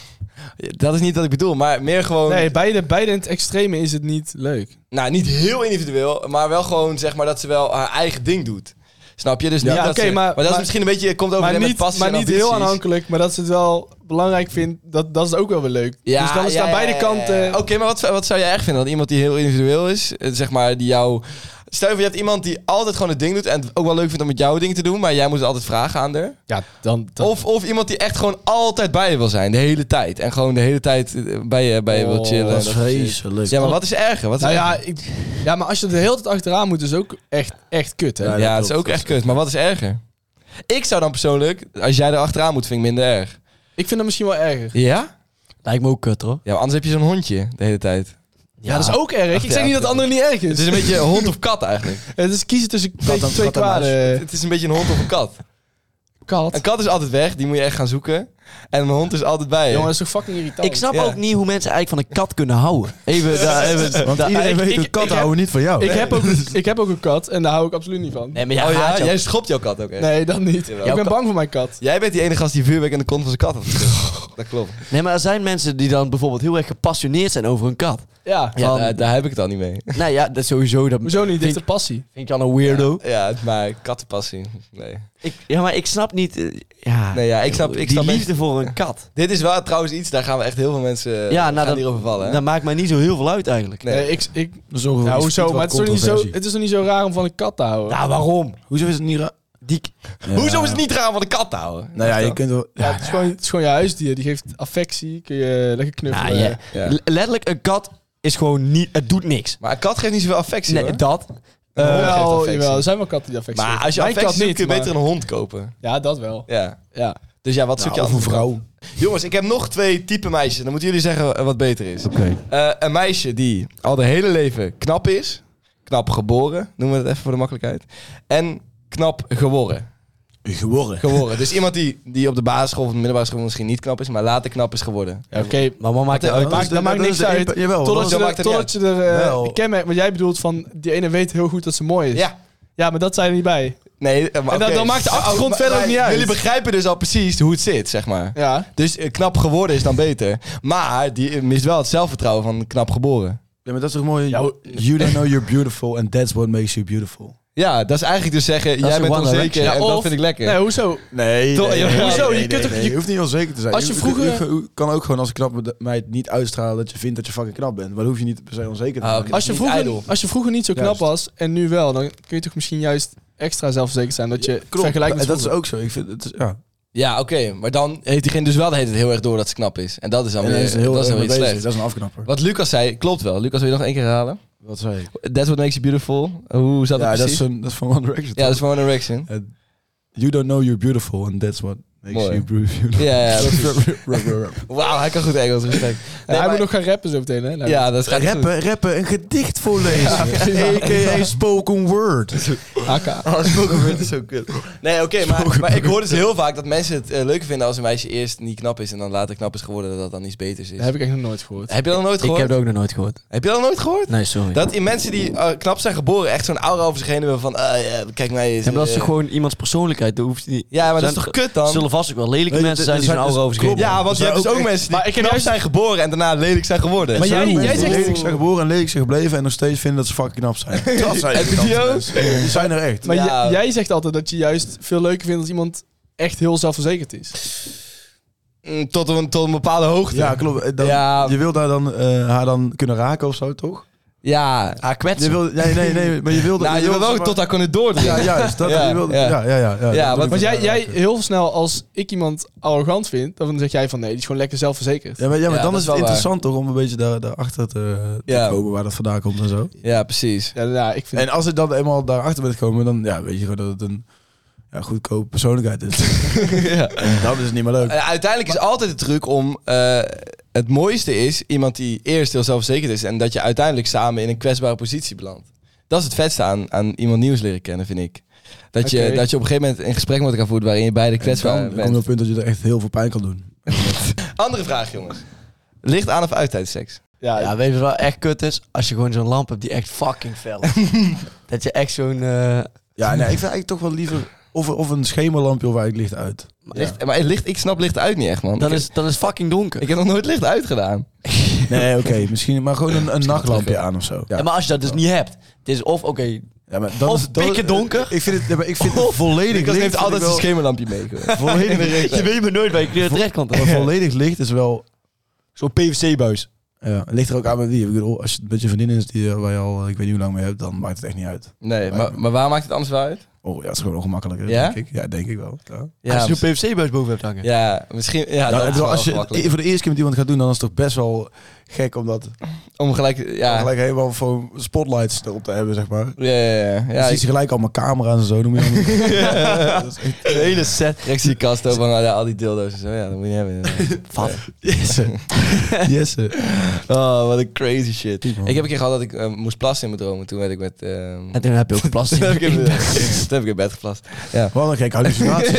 [SPEAKER 2] Dat is niet wat ik bedoel, maar meer gewoon...
[SPEAKER 4] Nee, beide, beide in het extreme is het niet leuk.
[SPEAKER 2] Nou, niet heel individueel, maar wel gewoon zeg maar dat ze wel haar eigen ding doet. Snap je? Dus niet
[SPEAKER 4] Ja,
[SPEAKER 2] dat
[SPEAKER 4] oké,
[SPEAKER 2] ze...
[SPEAKER 4] maar-
[SPEAKER 2] Maar, dat is
[SPEAKER 4] maar-
[SPEAKER 2] misschien een beetje... Komt over
[SPEAKER 4] Maar
[SPEAKER 2] met
[SPEAKER 4] niet,
[SPEAKER 2] passie
[SPEAKER 4] maar
[SPEAKER 2] en
[SPEAKER 4] niet heel
[SPEAKER 2] ambities.
[SPEAKER 4] aanhankelijk, maar dat ze het wel belangrijk vindt, dat, dat is ook wel weer leuk.
[SPEAKER 2] Ja,
[SPEAKER 4] dus dan is
[SPEAKER 2] ja,
[SPEAKER 4] het aan beide
[SPEAKER 2] ja, ja, ja.
[SPEAKER 4] kanten...
[SPEAKER 2] Oké, maar wat, wat zou je erg vinden? Dat iemand die heel individueel is, eh, zeg maar, die jou... Stel je voor, je hebt iemand die altijd gewoon het ding doet en het ook wel leuk vindt om met jouw ding te doen, maar jij moet het altijd vragen aan haar.
[SPEAKER 4] Ja, dan... dan
[SPEAKER 2] Of, of iemand die echt gewoon altijd bij je wil zijn, de hele tijd. En gewoon de hele tijd eh, bij je, bij je wil
[SPEAKER 4] Oh,
[SPEAKER 2] chillen.
[SPEAKER 3] Dat
[SPEAKER 2] en
[SPEAKER 3] is
[SPEAKER 2] soort shit.
[SPEAKER 3] vreselijk.
[SPEAKER 2] Ja, maar wat is erger? Wat is
[SPEAKER 4] nou
[SPEAKER 2] erger?
[SPEAKER 4] ja, ik, ja, maar als je er de hele tijd achteraan moet, is ook echt, echt kut, hè?
[SPEAKER 3] Ja,
[SPEAKER 2] Ja,
[SPEAKER 3] dat
[SPEAKER 2] het is
[SPEAKER 3] klopt.
[SPEAKER 2] ook
[SPEAKER 3] Dat
[SPEAKER 2] echt
[SPEAKER 3] is
[SPEAKER 2] kut. Maar wat is erger? Ik zou dan persoonlijk, als jij er achteraan moet, vind ik minder erg.
[SPEAKER 4] Ik vind dat misschien wel erger.
[SPEAKER 2] Ja?
[SPEAKER 5] Lijkt me ook kut, hoor.
[SPEAKER 2] Ja, maar anders heb je zo'n hondje de hele tijd.
[SPEAKER 4] Ja, dat is ook erg. Ik
[SPEAKER 2] Ach,
[SPEAKER 4] zeg
[SPEAKER 2] ja,
[SPEAKER 4] niet dat het andere niet erg
[SPEAKER 2] Het
[SPEAKER 4] is.
[SPEAKER 2] is een beetje hond of kat eigenlijk.
[SPEAKER 4] Het is kiezen tussen twee,
[SPEAKER 3] en-
[SPEAKER 4] twee
[SPEAKER 3] kat en muis.
[SPEAKER 4] kwaden.
[SPEAKER 2] Het is een beetje een hond of een kat.
[SPEAKER 4] Kat.
[SPEAKER 2] Een kat is altijd weg, die moet je echt gaan zoeken. En een hond is altijd bij je.
[SPEAKER 4] Jongen, dat is toch fucking irritant.
[SPEAKER 5] Ik snap
[SPEAKER 2] Ja.
[SPEAKER 5] ook niet hoe mensen eigenlijk van een kat kunnen houden. Even, daar, even
[SPEAKER 3] Want
[SPEAKER 5] daar-
[SPEAKER 3] iedereen
[SPEAKER 4] ik-
[SPEAKER 3] weet,
[SPEAKER 4] ik-
[SPEAKER 3] een kat
[SPEAKER 4] ik heb-
[SPEAKER 3] houden niet van jou.
[SPEAKER 4] Ik heb, ook, ik heb ook een kat en daar hou ik absoluut niet van.
[SPEAKER 5] Nee, maar jij
[SPEAKER 2] Oh ja,
[SPEAKER 5] haat jou.
[SPEAKER 2] jij schopt jouw kat ook echt.
[SPEAKER 4] Nee, dat niet.
[SPEAKER 2] Jawel.
[SPEAKER 4] Ik ben
[SPEAKER 5] Jouw
[SPEAKER 4] bang voor mijn kat.
[SPEAKER 2] Jij bent die ene gast die vuurwerk in de kont van zijn kat had gestoken. Dat klopt.
[SPEAKER 5] Nee, maar er zijn mensen die dan bijvoorbeeld heel erg gepassioneerd zijn over een kat.
[SPEAKER 4] Ja.
[SPEAKER 2] Ja,
[SPEAKER 5] Van-
[SPEAKER 2] daar, daar heb ik het al niet mee.
[SPEAKER 5] Nee, ja, dat is sowieso... Dat
[SPEAKER 4] Hoezo niet? Dit
[SPEAKER 5] Vind
[SPEAKER 4] is de passie.
[SPEAKER 5] vind ik al een weirdo.
[SPEAKER 2] Ja, het is maar kattenpassie. Nee.
[SPEAKER 5] Ik, ja, maar ik snap niet... eh, ja,
[SPEAKER 2] Nee, ja, ik snap- ik
[SPEAKER 5] die
[SPEAKER 2] snap
[SPEAKER 5] liefde voor een kat.
[SPEAKER 2] Dit is wel trouwens iets, daar gaan we echt heel veel mensen
[SPEAKER 5] Ja,
[SPEAKER 2] ja,
[SPEAKER 5] nou,
[SPEAKER 2] gaan
[SPEAKER 5] dat-
[SPEAKER 2] hierover vallen. Hè?
[SPEAKER 5] Dat maakt mij niet zo heel veel uit eigenlijk.
[SPEAKER 2] Nee.
[SPEAKER 4] Nee, ik, ik,
[SPEAKER 3] Dat is ook wel
[SPEAKER 4] nou,
[SPEAKER 3] iets-
[SPEAKER 4] hoezo?
[SPEAKER 3] iets
[SPEAKER 4] Maar
[SPEAKER 3] wat
[SPEAKER 4] het is, toch niet zo,
[SPEAKER 3] controversie.
[SPEAKER 4] het is toch niet zo raar om van een kat te houden?
[SPEAKER 5] Nou, waarom?
[SPEAKER 3] Hoezo is het niet raar?
[SPEAKER 5] Die...
[SPEAKER 3] Ja.
[SPEAKER 2] Hoezo is het niet raar om van de kat te houden?
[SPEAKER 3] Nou ja, je kunt wel...
[SPEAKER 4] Ja,
[SPEAKER 3] Ja,
[SPEAKER 4] het, is gewoon, het is gewoon je huisdier. Die geeft affectie. Kun je lekker knuffelen.
[SPEAKER 5] Nou, ja.
[SPEAKER 2] Ja.
[SPEAKER 5] L- Letterlijk, een kat is gewoon niet... Het doet niks.
[SPEAKER 2] Maar een kat geeft niet zoveel affectie,
[SPEAKER 5] Nee,
[SPEAKER 2] hoor.
[SPEAKER 5] dat.
[SPEAKER 2] Een hond geeft
[SPEAKER 4] Jawel,
[SPEAKER 2] affectie.
[SPEAKER 4] jawel, er zijn wel katten die affectie
[SPEAKER 2] Maar
[SPEAKER 4] geven.
[SPEAKER 2] als je
[SPEAKER 4] Mijn
[SPEAKER 2] affectie
[SPEAKER 4] kat
[SPEAKER 2] zoekt, kun je
[SPEAKER 4] maar-
[SPEAKER 2] beter een hond kopen.
[SPEAKER 4] Ja, dat wel.
[SPEAKER 2] Ja.
[SPEAKER 4] Ja.
[SPEAKER 2] Dus ja, wat zoek je
[SPEAKER 3] nou, of
[SPEAKER 2] als
[SPEAKER 3] een vrouw.
[SPEAKER 2] Jongens, ik heb nog twee type meisjes. Dan moeten jullie zeggen eh, wat beter is.
[SPEAKER 3] Oké.
[SPEAKER 2] Eh, een meisje die al de hele leven knap is. Knap geboren, noemen we het even voor de makkelijkheid. En knap geworden.
[SPEAKER 3] Geworden.
[SPEAKER 2] geworden. Dus iemand die, die op de basisschool of de middelbare school misschien niet knap is, maar later knap is geworden.
[SPEAKER 4] Ja, Oké,
[SPEAKER 5] Maar wat maakt het
[SPEAKER 2] Wat-
[SPEAKER 5] uit?
[SPEAKER 2] wat-
[SPEAKER 4] maakt, dat maakt
[SPEAKER 3] dat is
[SPEAKER 4] niks
[SPEAKER 3] de
[SPEAKER 4] uit.
[SPEAKER 3] imp- Jawel.
[SPEAKER 4] Totdat
[SPEAKER 2] dat
[SPEAKER 4] je
[SPEAKER 2] maakt
[SPEAKER 4] er,
[SPEAKER 2] het
[SPEAKER 4] totdat je er eh,
[SPEAKER 3] Wel.
[SPEAKER 4] kenmerk, want jij bedoelt van die ene weet heel goed dat ze mooi is.
[SPEAKER 2] Ja.
[SPEAKER 4] Ja, maar dat zijn er niet bij.
[SPEAKER 2] Nee, eh, maar
[SPEAKER 4] En dan-
[SPEAKER 2] oké.
[SPEAKER 4] dan maakt de achtergrond
[SPEAKER 2] maar-
[SPEAKER 4] verder ook
[SPEAKER 2] maar
[SPEAKER 4] niet uit.
[SPEAKER 2] Jullie begrijpen dus al precies hoe het zit, zeg maar.
[SPEAKER 4] Ja.
[SPEAKER 2] Dus eh, knap geworden is dan beter. Maar die mist wel het zelfvertrouwen van knap geboren.
[SPEAKER 3] Ja, maar dat is toch mooi?
[SPEAKER 4] Ja,
[SPEAKER 3] You don't know you're beautiful and that's what makes you beautiful.
[SPEAKER 2] Ja, dat is eigenlijk dus zeggen,
[SPEAKER 5] is
[SPEAKER 2] jij
[SPEAKER 5] een
[SPEAKER 2] bent
[SPEAKER 5] One
[SPEAKER 2] onzeker
[SPEAKER 5] Direction.
[SPEAKER 2] en
[SPEAKER 4] Ja,
[SPEAKER 2] dat
[SPEAKER 4] of-
[SPEAKER 2] vind ik lekker.
[SPEAKER 4] Nee, hoezo?
[SPEAKER 3] Nee,
[SPEAKER 2] Toch-
[SPEAKER 3] nee,
[SPEAKER 2] ja,
[SPEAKER 3] nee,
[SPEAKER 2] hoezo?
[SPEAKER 3] nee,
[SPEAKER 4] Je kunt
[SPEAKER 3] nee,
[SPEAKER 4] toch-
[SPEAKER 3] nee,
[SPEAKER 4] je-
[SPEAKER 3] je hoeft niet onzeker te zijn.
[SPEAKER 4] Als je vroeger-
[SPEAKER 3] je, je kan ook gewoon als een knappe meid niet uitstralen dat je vindt dat je fucking knap bent. Maar dan hoef je niet per se onzeker te
[SPEAKER 2] Ah,
[SPEAKER 3] zijn.
[SPEAKER 2] oké.
[SPEAKER 4] Als je,
[SPEAKER 2] niet
[SPEAKER 4] vroeger,
[SPEAKER 2] ijdel.
[SPEAKER 4] als je vroeger niet zo knap
[SPEAKER 3] Juist.
[SPEAKER 4] was en nu wel, dan kun je toch misschien juist extra zelfverzekerd zijn dat je
[SPEAKER 3] Klopt,
[SPEAKER 4] vergelijkt met
[SPEAKER 3] dat is
[SPEAKER 4] vroeger.
[SPEAKER 3] ook zo. Ik vind, het is, ja.
[SPEAKER 2] Ja, oké. Maar dan heeft diegene dus wel de hele tijd heel erg door dat ze knap is. En dat is dan
[SPEAKER 3] En
[SPEAKER 2] weer,
[SPEAKER 3] dan is het heel
[SPEAKER 2] dat is dan
[SPEAKER 3] erg
[SPEAKER 2] weer
[SPEAKER 3] mee
[SPEAKER 2] iets
[SPEAKER 3] bezig.
[SPEAKER 2] slechts.
[SPEAKER 3] Dat is een afknapper.
[SPEAKER 2] Wat Lucas zei, klopt wel. Lucas, wil je nog één keer herhalen?
[SPEAKER 3] Wat zei ik?
[SPEAKER 2] That's what makes you beautiful. Hoe zat
[SPEAKER 3] Ja,
[SPEAKER 2] dat
[SPEAKER 3] dat is,
[SPEAKER 2] precies?
[SPEAKER 3] een, dat is van One Direction.
[SPEAKER 2] Ja, dat is van One Direction.
[SPEAKER 3] Uh, you don't know you're beautiful and that's what makes
[SPEAKER 2] Mooi.
[SPEAKER 3] you beautiful.
[SPEAKER 2] Ja, ja. Wauw, hij kan goed Engels, respect.
[SPEAKER 4] Ja,
[SPEAKER 2] Nee,
[SPEAKER 4] hij
[SPEAKER 2] maar-
[SPEAKER 4] moet nog gaan rappen zo meteen, hè? Nou,
[SPEAKER 2] Ja, dat gaat goed.
[SPEAKER 3] Rappen, rappen, een gedicht voorlezen. A K A spoken word.
[SPEAKER 4] A K.
[SPEAKER 2] Oh, spoken word is zo kut. Nee, oké, maar, maar ik hoor dus heel vaak dat mensen het uh, leuker vinden als een meisje eerst niet knap is en dan later knap is geworden, dat dat dan iets beters is.
[SPEAKER 4] Dat heb ik echt nog nooit gehoord.
[SPEAKER 2] Heb je dat nog nooit
[SPEAKER 5] Ik
[SPEAKER 2] gehoord?
[SPEAKER 5] heb het ook nog nooit gehoord.
[SPEAKER 2] Heb je dat nog nooit gehoord?
[SPEAKER 5] Nee, sorry.
[SPEAKER 2] Dat die mensen die uh, knap zijn geboren echt zo'n aura over zich heen hebben van, ah ja, kijk mij eens.
[SPEAKER 5] Ja, maar dat is
[SPEAKER 2] eh,
[SPEAKER 5] toch gewoon iemands persoonlijkheid. Dat hoeft niet...
[SPEAKER 2] Ja, maar dat is
[SPEAKER 5] Zijn-
[SPEAKER 2] toch kut dan?
[SPEAKER 5] zullen vast ook wel lelijke
[SPEAKER 3] Nee,
[SPEAKER 5] mensen
[SPEAKER 3] er-
[SPEAKER 5] zijn die
[SPEAKER 3] er
[SPEAKER 5] zo'n
[SPEAKER 3] zijn-
[SPEAKER 5] aura over zich heen
[SPEAKER 3] klopt.
[SPEAKER 2] Ja, want je
[SPEAKER 3] Er
[SPEAKER 2] hebt
[SPEAKER 3] zijn
[SPEAKER 2] dus ook
[SPEAKER 3] ook
[SPEAKER 2] mensen die
[SPEAKER 4] Maar ik heb
[SPEAKER 2] knap
[SPEAKER 4] juist-
[SPEAKER 2] zijn geboren en daarna lelijk zijn geworden.
[SPEAKER 4] Maar
[SPEAKER 3] Er zijn
[SPEAKER 4] jij-
[SPEAKER 3] ook
[SPEAKER 4] jij
[SPEAKER 3] mensen die
[SPEAKER 4] zegt-
[SPEAKER 3] lelijk zijn geboren en lelijk zijn gebleven en nog steeds vinden dat ze fucking knap zijn. Dat zijn
[SPEAKER 2] Heb je die ook?
[SPEAKER 3] Die zijn er echt.
[SPEAKER 4] Maar
[SPEAKER 2] Ja.
[SPEAKER 4] j- jij zegt altijd dat je juist veel leuker vindt als iemand echt heel zelfverzekerd is.
[SPEAKER 2] Mm, tot, een, tot een bepaalde hoogte.
[SPEAKER 3] Ja, klopt. Eh, Dan,
[SPEAKER 2] Ja.
[SPEAKER 3] Je wil daar dan, eh, haar dan kunnen raken of zo, toch?
[SPEAKER 2] Ja.
[SPEAKER 5] Ah, kwetsen.
[SPEAKER 3] Je wil, nee, nee, nee, maar je wil...
[SPEAKER 2] Nou, je wil wel tot daar kunnen doordringen.
[SPEAKER 3] Ja, juist. Dat,
[SPEAKER 2] Ja,
[SPEAKER 3] je wil,
[SPEAKER 2] ja.
[SPEAKER 3] ja, ja, ja. ja,
[SPEAKER 2] Ja,
[SPEAKER 3] dat
[SPEAKER 2] want-
[SPEAKER 3] doe
[SPEAKER 4] Want
[SPEAKER 3] ik
[SPEAKER 4] jij,
[SPEAKER 3] wel.
[SPEAKER 4] jij heel snel, als ik iemand arrogant vind, dan zeg jij van nee, die is gewoon lekker zelfverzekerd.
[SPEAKER 3] Ja, maar, ja, maar
[SPEAKER 2] Ja,
[SPEAKER 3] dan
[SPEAKER 2] dat
[SPEAKER 3] is
[SPEAKER 2] is
[SPEAKER 3] het
[SPEAKER 2] wel
[SPEAKER 3] interessant toch om een beetje daar, daarachter te, te
[SPEAKER 2] Ja.
[SPEAKER 3] komen waar dat vandaan komt en zo.
[SPEAKER 2] Ja, precies.
[SPEAKER 4] Ja, nou, ik vind
[SPEAKER 3] En als ik dan eenmaal daarachter ben gekomen, dan ja, weet je gewoon dat het een ja, goedkope persoonlijkheid is.
[SPEAKER 2] Ja.
[SPEAKER 3] Dan is het niet meer leuk.
[SPEAKER 2] Uh, uiteindelijk is altijd de truc om... uh, het mooiste is iemand die eerst heel zelfverzekerd is... en dat je uiteindelijk samen in een kwetsbare positie belandt. Dat is het vetste aan, aan iemand nieuws leren kennen, vind ik. Dat je,
[SPEAKER 4] Oké.
[SPEAKER 2] dat je op een gegeven moment een gesprek met elkaar voert... waarin je beide kwetsbaar
[SPEAKER 3] dan kom je
[SPEAKER 2] bent.
[SPEAKER 3] op het punt dat je er echt heel veel pijn kan doen.
[SPEAKER 2] Andere vraag, jongens. Licht aan of uit tijdens seks?
[SPEAKER 4] Ja,
[SPEAKER 5] Ja, weet je wat wel echt kut is? Als je gewoon zo'n lamp hebt die echt fucking fel is. Dat je echt zo'n... Uh...
[SPEAKER 3] Ja, nee, ik vind eigenlijk toch wel liever of, of een schemerlampje of eigenlijk licht uit.
[SPEAKER 2] Licht, maar licht, ik snap licht uit niet echt, man.
[SPEAKER 5] Dan
[SPEAKER 2] ik,
[SPEAKER 5] is, dan is fucking donker.
[SPEAKER 2] ik heb nog nooit licht uit gedaan.
[SPEAKER 3] Nee, oké, okay, misschien maar gewoon een, een nachtlampje aan of zo. Ja.
[SPEAKER 5] Ja, maar als je dat dus niet hebt. Het is of, oké... Okay,
[SPEAKER 3] Ja, maar dat
[SPEAKER 5] of
[SPEAKER 3] is, dat,
[SPEAKER 5] pikken donker.
[SPEAKER 3] Ik vind het, ja, maar ik vind het volledig
[SPEAKER 2] Lucas
[SPEAKER 3] licht.
[SPEAKER 2] heeft altijd
[SPEAKER 3] vind
[SPEAKER 2] zijn
[SPEAKER 3] ik wel-
[SPEAKER 2] schemerlampje mee.
[SPEAKER 3] volledig,
[SPEAKER 5] Je weet maar nooit waar je kleur terecht komt.
[SPEAKER 3] maar volledig licht is wel...
[SPEAKER 5] Zo'n P V C-buis.
[SPEAKER 3] Ja, het ligt er ook aan met wie. Ik bedoel, als het met je vriendin is die, uh, waar je al, ik weet niet hoe lang mee hebt, dan maakt het echt niet uit.
[SPEAKER 2] Nee, maar, maar waar maakt het anders wel uit?
[SPEAKER 3] Oh ja, het is gewoon ongemakkelijker,
[SPEAKER 2] Ja?
[SPEAKER 3] denk ik. Ja, denk ik wel. Ja.
[SPEAKER 2] Ja,
[SPEAKER 5] als je
[SPEAKER 2] mis-
[SPEAKER 5] zo'n P V C-buis boven hebt hangen.
[SPEAKER 2] ja misschien... Ja,
[SPEAKER 3] Ja,
[SPEAKER 2] dat
[SPEAKER 3] ik
[SPEAKER 2] is
[SPEAKER 3] bedoel,
[SPEAKER 2] wel
[SPEAKER 3] als je
[SPEAKER 2] gemakkelijk.
[SPEAKER 3] voor de eerste keer met iemand gaat doen, dan is het toch best wel gek om dat
[SPEAKER 2] Om gelijk... Ja,
[SPEAKER 3] gelijk helemaal voor spotlights erop te hebben, zeg maar.
[SPEAKER 2] ja, ja. ja.
[SPEAKER 3] Ja,
[SPEAKER 2] ja
[SPEAKER 3] zie
[SPEAKER 2] ik,
[SPEAKER 3] je gelijk allemaal camera's en zo. Noem je dat. Dat is echt-
[SPEAKER 2] de hele set. Direct zie je kast over ja, al die dildo's en zo. Ja, dat moet je hebben.
[SPEAKER 5] Vat.
[SPEAKER 3] Yes. Yes.
[SPEAKER 2] Oh, wat een crazy shit. Ik heb een keer gehad dat ik uh, moest plassen in mijn dromen. Toen werd ik met... Uh,
[SPEAKER 5] En toen heb je ook geplast.
[SPEAKER 2] toen, heb ik in, toen heb ik in bed geplast. Ja.
[SPEAKER 3] Wat een gek hallucinatie.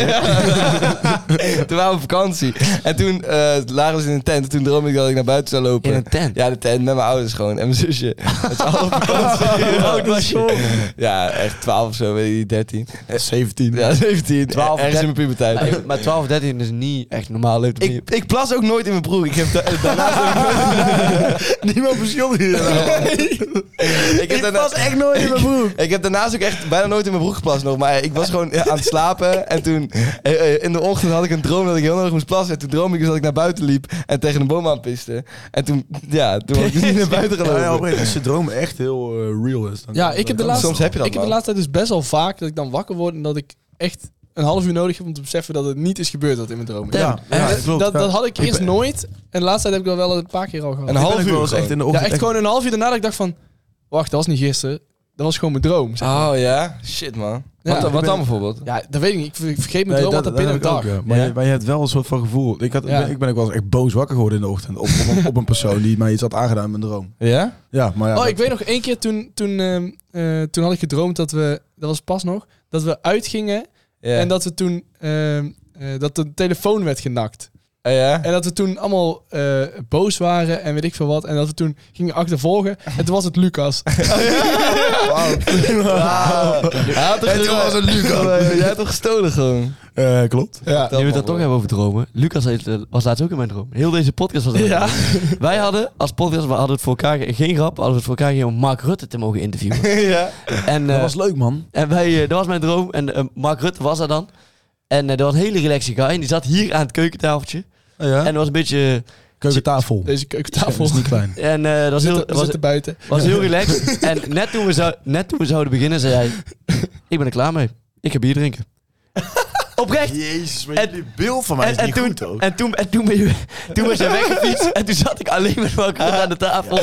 [SPEAKER 2] Toen waren we op vakantie. En toen uh, lagen we dus in een tent. En toen droomde ik dat ik naar buiten zou lopen.
[SPEAKER 5] In een tent?
[SPEAKER 2] Ja, de tent met mijn ouders gewoon. En mijn zusje. Met z'n allen op vakantie.
[SPEAKER 5] Hoe oud was je?
[SPEAKER 2] Ja, echt twaalf of zo, weet je niet, dertien.
[SPEAKER 3] zeventien.
[SPEAKER 2] Ja, zeventien.
[SPEAKER 5] twaalf,
[SPEAKER 2] Ergens in mijn puberteit.
[SPEAKER 5] Maar, maar twaalf, dertien is niet echt normaal leeftijd.
[SPEAKER 2] Ik, ik plas ook nooit in mijn broek. Ik heb da- daarnaast ook...
[SPEAKER 3] Niemand beschuldigt je.
[SPEAKER 2] ik heb daarna-
[SPEAKER 3] was echt nooit in mijn broek.
[SPEAKER 2] Ik heb daarnaast ook echt bijna nooit in mijn broek geplast nog. Maar ik was gewoon ja, aan het slapen. En toen eh, eh, in de ochtend had ik een droom dat ik heel nodig moest plassen. En toen droomde ik dus dat ik naar buiten liep en tegen een boom aan piste. En toen, ja, toen was ik dus niet naar buiten
[SPEAKER 3] Ja,
[SPEAKER 2] gelopen.
[SPEAKER 3] ja, oprecht, als je droom echt heel uh, real is. Dan
[SPEAKER 4] Ja,
[SPEAKER 3] kan-
[SPEAKER 4] ik heb
[SPEAKER 3] dan
[SPEAKER 4] de
[SPEAKER 3] kan-
[SPEAKER 4] laatste,
[SPEAKER 2] soms heb je dat,
[SPEAKER 4] ik heb de
[SPEAKER 2] man.
[SPEAKER 4] laatste tijd dus best wel vaak dat ik dan wakker word en dat ik echt een half uur nodig heb om te beseffen dat het niet is gebeurd wat in mijn droom.
[SPEAKER 3] Ja,
[SPEAKER 4] En
[SPEAKER 3] ja,
[SPEAKER 4] dat,
[SPEAKER 3] klopt,
[SPEAKER 4] dat,
[SPEAKER 3] ja.
[SPEAKER 4] dat had ik
[SPEAKER 3] Ik
[SPEAKER 4] eerst
[SPEAKER 3] ben-
[SPEAKER 4] nooit. En de laatste tijd heb ik dat wel een paar keer al gehad.
[SPEAKER 2] Een
[SPEAKER 3] Ik ben
[SPEAKER 2] half
[SPEAKER 3] ook wel
[SPEAKER 2] uur
[SPEAKER 3] eens echt in de
[SPEAKER 4] ja,
[SPEAKER 3] ochtend.
[SPEAKER 4] echt gewoon een half uur daarna dat ik dacht van... Wacht, dat was niet gisteren. Dat was gewoon mijn droom. zeg maar.
[SPEAKER 2] Oh ja? Shit, man.
[SPEAKER 4] Ja,
[SPEAKER 2] wat
[SPEAKER 4] ik
[SPEAKER 2] wat
[SPEAKER 3] ben-
[SPEAKER 2] dan bijvoorbeeld?
[SPEAKER 4] Ja, dat weet ik niet. Ik ver- ik vergeet mijn
[SPEAKER 3] Nee,
[SPEAKER 4] droom altijd binnen een
[SPEAKER 3] heb ik
[SPEAKER 4] dag.
[SPEAKER 3] ook, ja. Maar,
[SPEAKER 2] Ja?
[SPEAKER 3] je, maar je hebt wel een soort van gevoel. Ik, had,
[SPEAKER 4] Ja.
[SPEAKER 3] ben, ik ben ook wel eens echt boos wakker geworden in de ochtend. Op, op, op een persoon die mij iets had aangedaan in mijn droom.
[SPEAKER 2] Ja?
[SPEAKER 3] Ja, maar ja.
[SPEAKER 4] Oh,
[SPEAKER 3] dat-
[SPEAKER 4] ik weet nog één keer toen, toen, ehm, eh, toen had ik gedroomd dat we... Dat was pas nog. Dat we uitgingen
[SPEAKER 2] Ja.
[SPEAKER 4] en dat we toen... ehm, eh, dat de telefoon werd genakt.
[SPEAKER 2] Oh, ja?
[SPEAKER 4] En dat we toen allemaal eh, boos waren en weet ik veel wat. En dat we toen gingen achtervolgen. En toen was het Lucas.
[SPEAKER 2] Wauw. Hij had toch
[SPEAKER 3] En toen was het Lucas.
[SPEAKER 2] Jij hebt toch gestolen gewoon?
[SPEAKER 3] Eh, klopt.
[SPEAKER 4] Ja.
[SPEAKER 5] Nu we het dan toch hebben over dromen. Lucas heeft, eh, was laatst ook in mijn droom. Heel deze podcast was in mijn
[SPEAKER 4] Ja.
[SPEAKER 5] droom. Wij hadden als podcast, we hadden het voor elkaar, ge- geen grap, hadden we het voor elkaar gegeven om Mark Rutte te mogen interviewen.
[SPEAKER 2] Ja.
[SPEAKER 5] En,
[SPEAKER 3] Dat
[SPEAKER 5] eh,
[SPEAKER 3] was leuk, man.
[SPEAKER 5] en wij, eh, dat was mijn droom. En eh, Mark Rutte was er dan. En eh, dat was een hele relaxe guy. En die zat hier aan het keukentafeltje.
[SPEAKER 3] Oh, ja?
[SPEAKER 5] En dat was een beetje...
[SPEAKER 3] Keukentafel.
[SPEAKER 4] Deze
[SPEAKER 3] Dat
[SPEAKER 4] keukentafel.
[SPEAKER 3] is niet klein.
[SPEAKER 5] En eh, dat was
[SPEAKER 4] We
[SPEAKER 5] heel,
[SPEAKER 4] zitten, we
[SPEAKER 5] was,
[SPEAKER 4] zitten buiten.
[SPEAKER 5] was heel relaxed. En net toen, we zou, net toen we zouden beginnen, zei hij... Ik ben er klaar mee. Ik ga bier drinken. Oprecht.
[SPEAKER 3] Jezus, maar
[SPEAKER 5] En-
[SPEAKER 3] jullie beeld van mij
[SPEAKER 5] En,
[SPEAKER 3] is
[SPEAKER 5] en,
[SPEAKER 3] niet
[SPEAKER 5] toen,
[SPEAKER 3] goed, ook.
[SPEAKER 5] en, toen, en toen, ben je, toen was hij weggefietst. En toen zat ik alleen met Mark Rutte aan de tafel.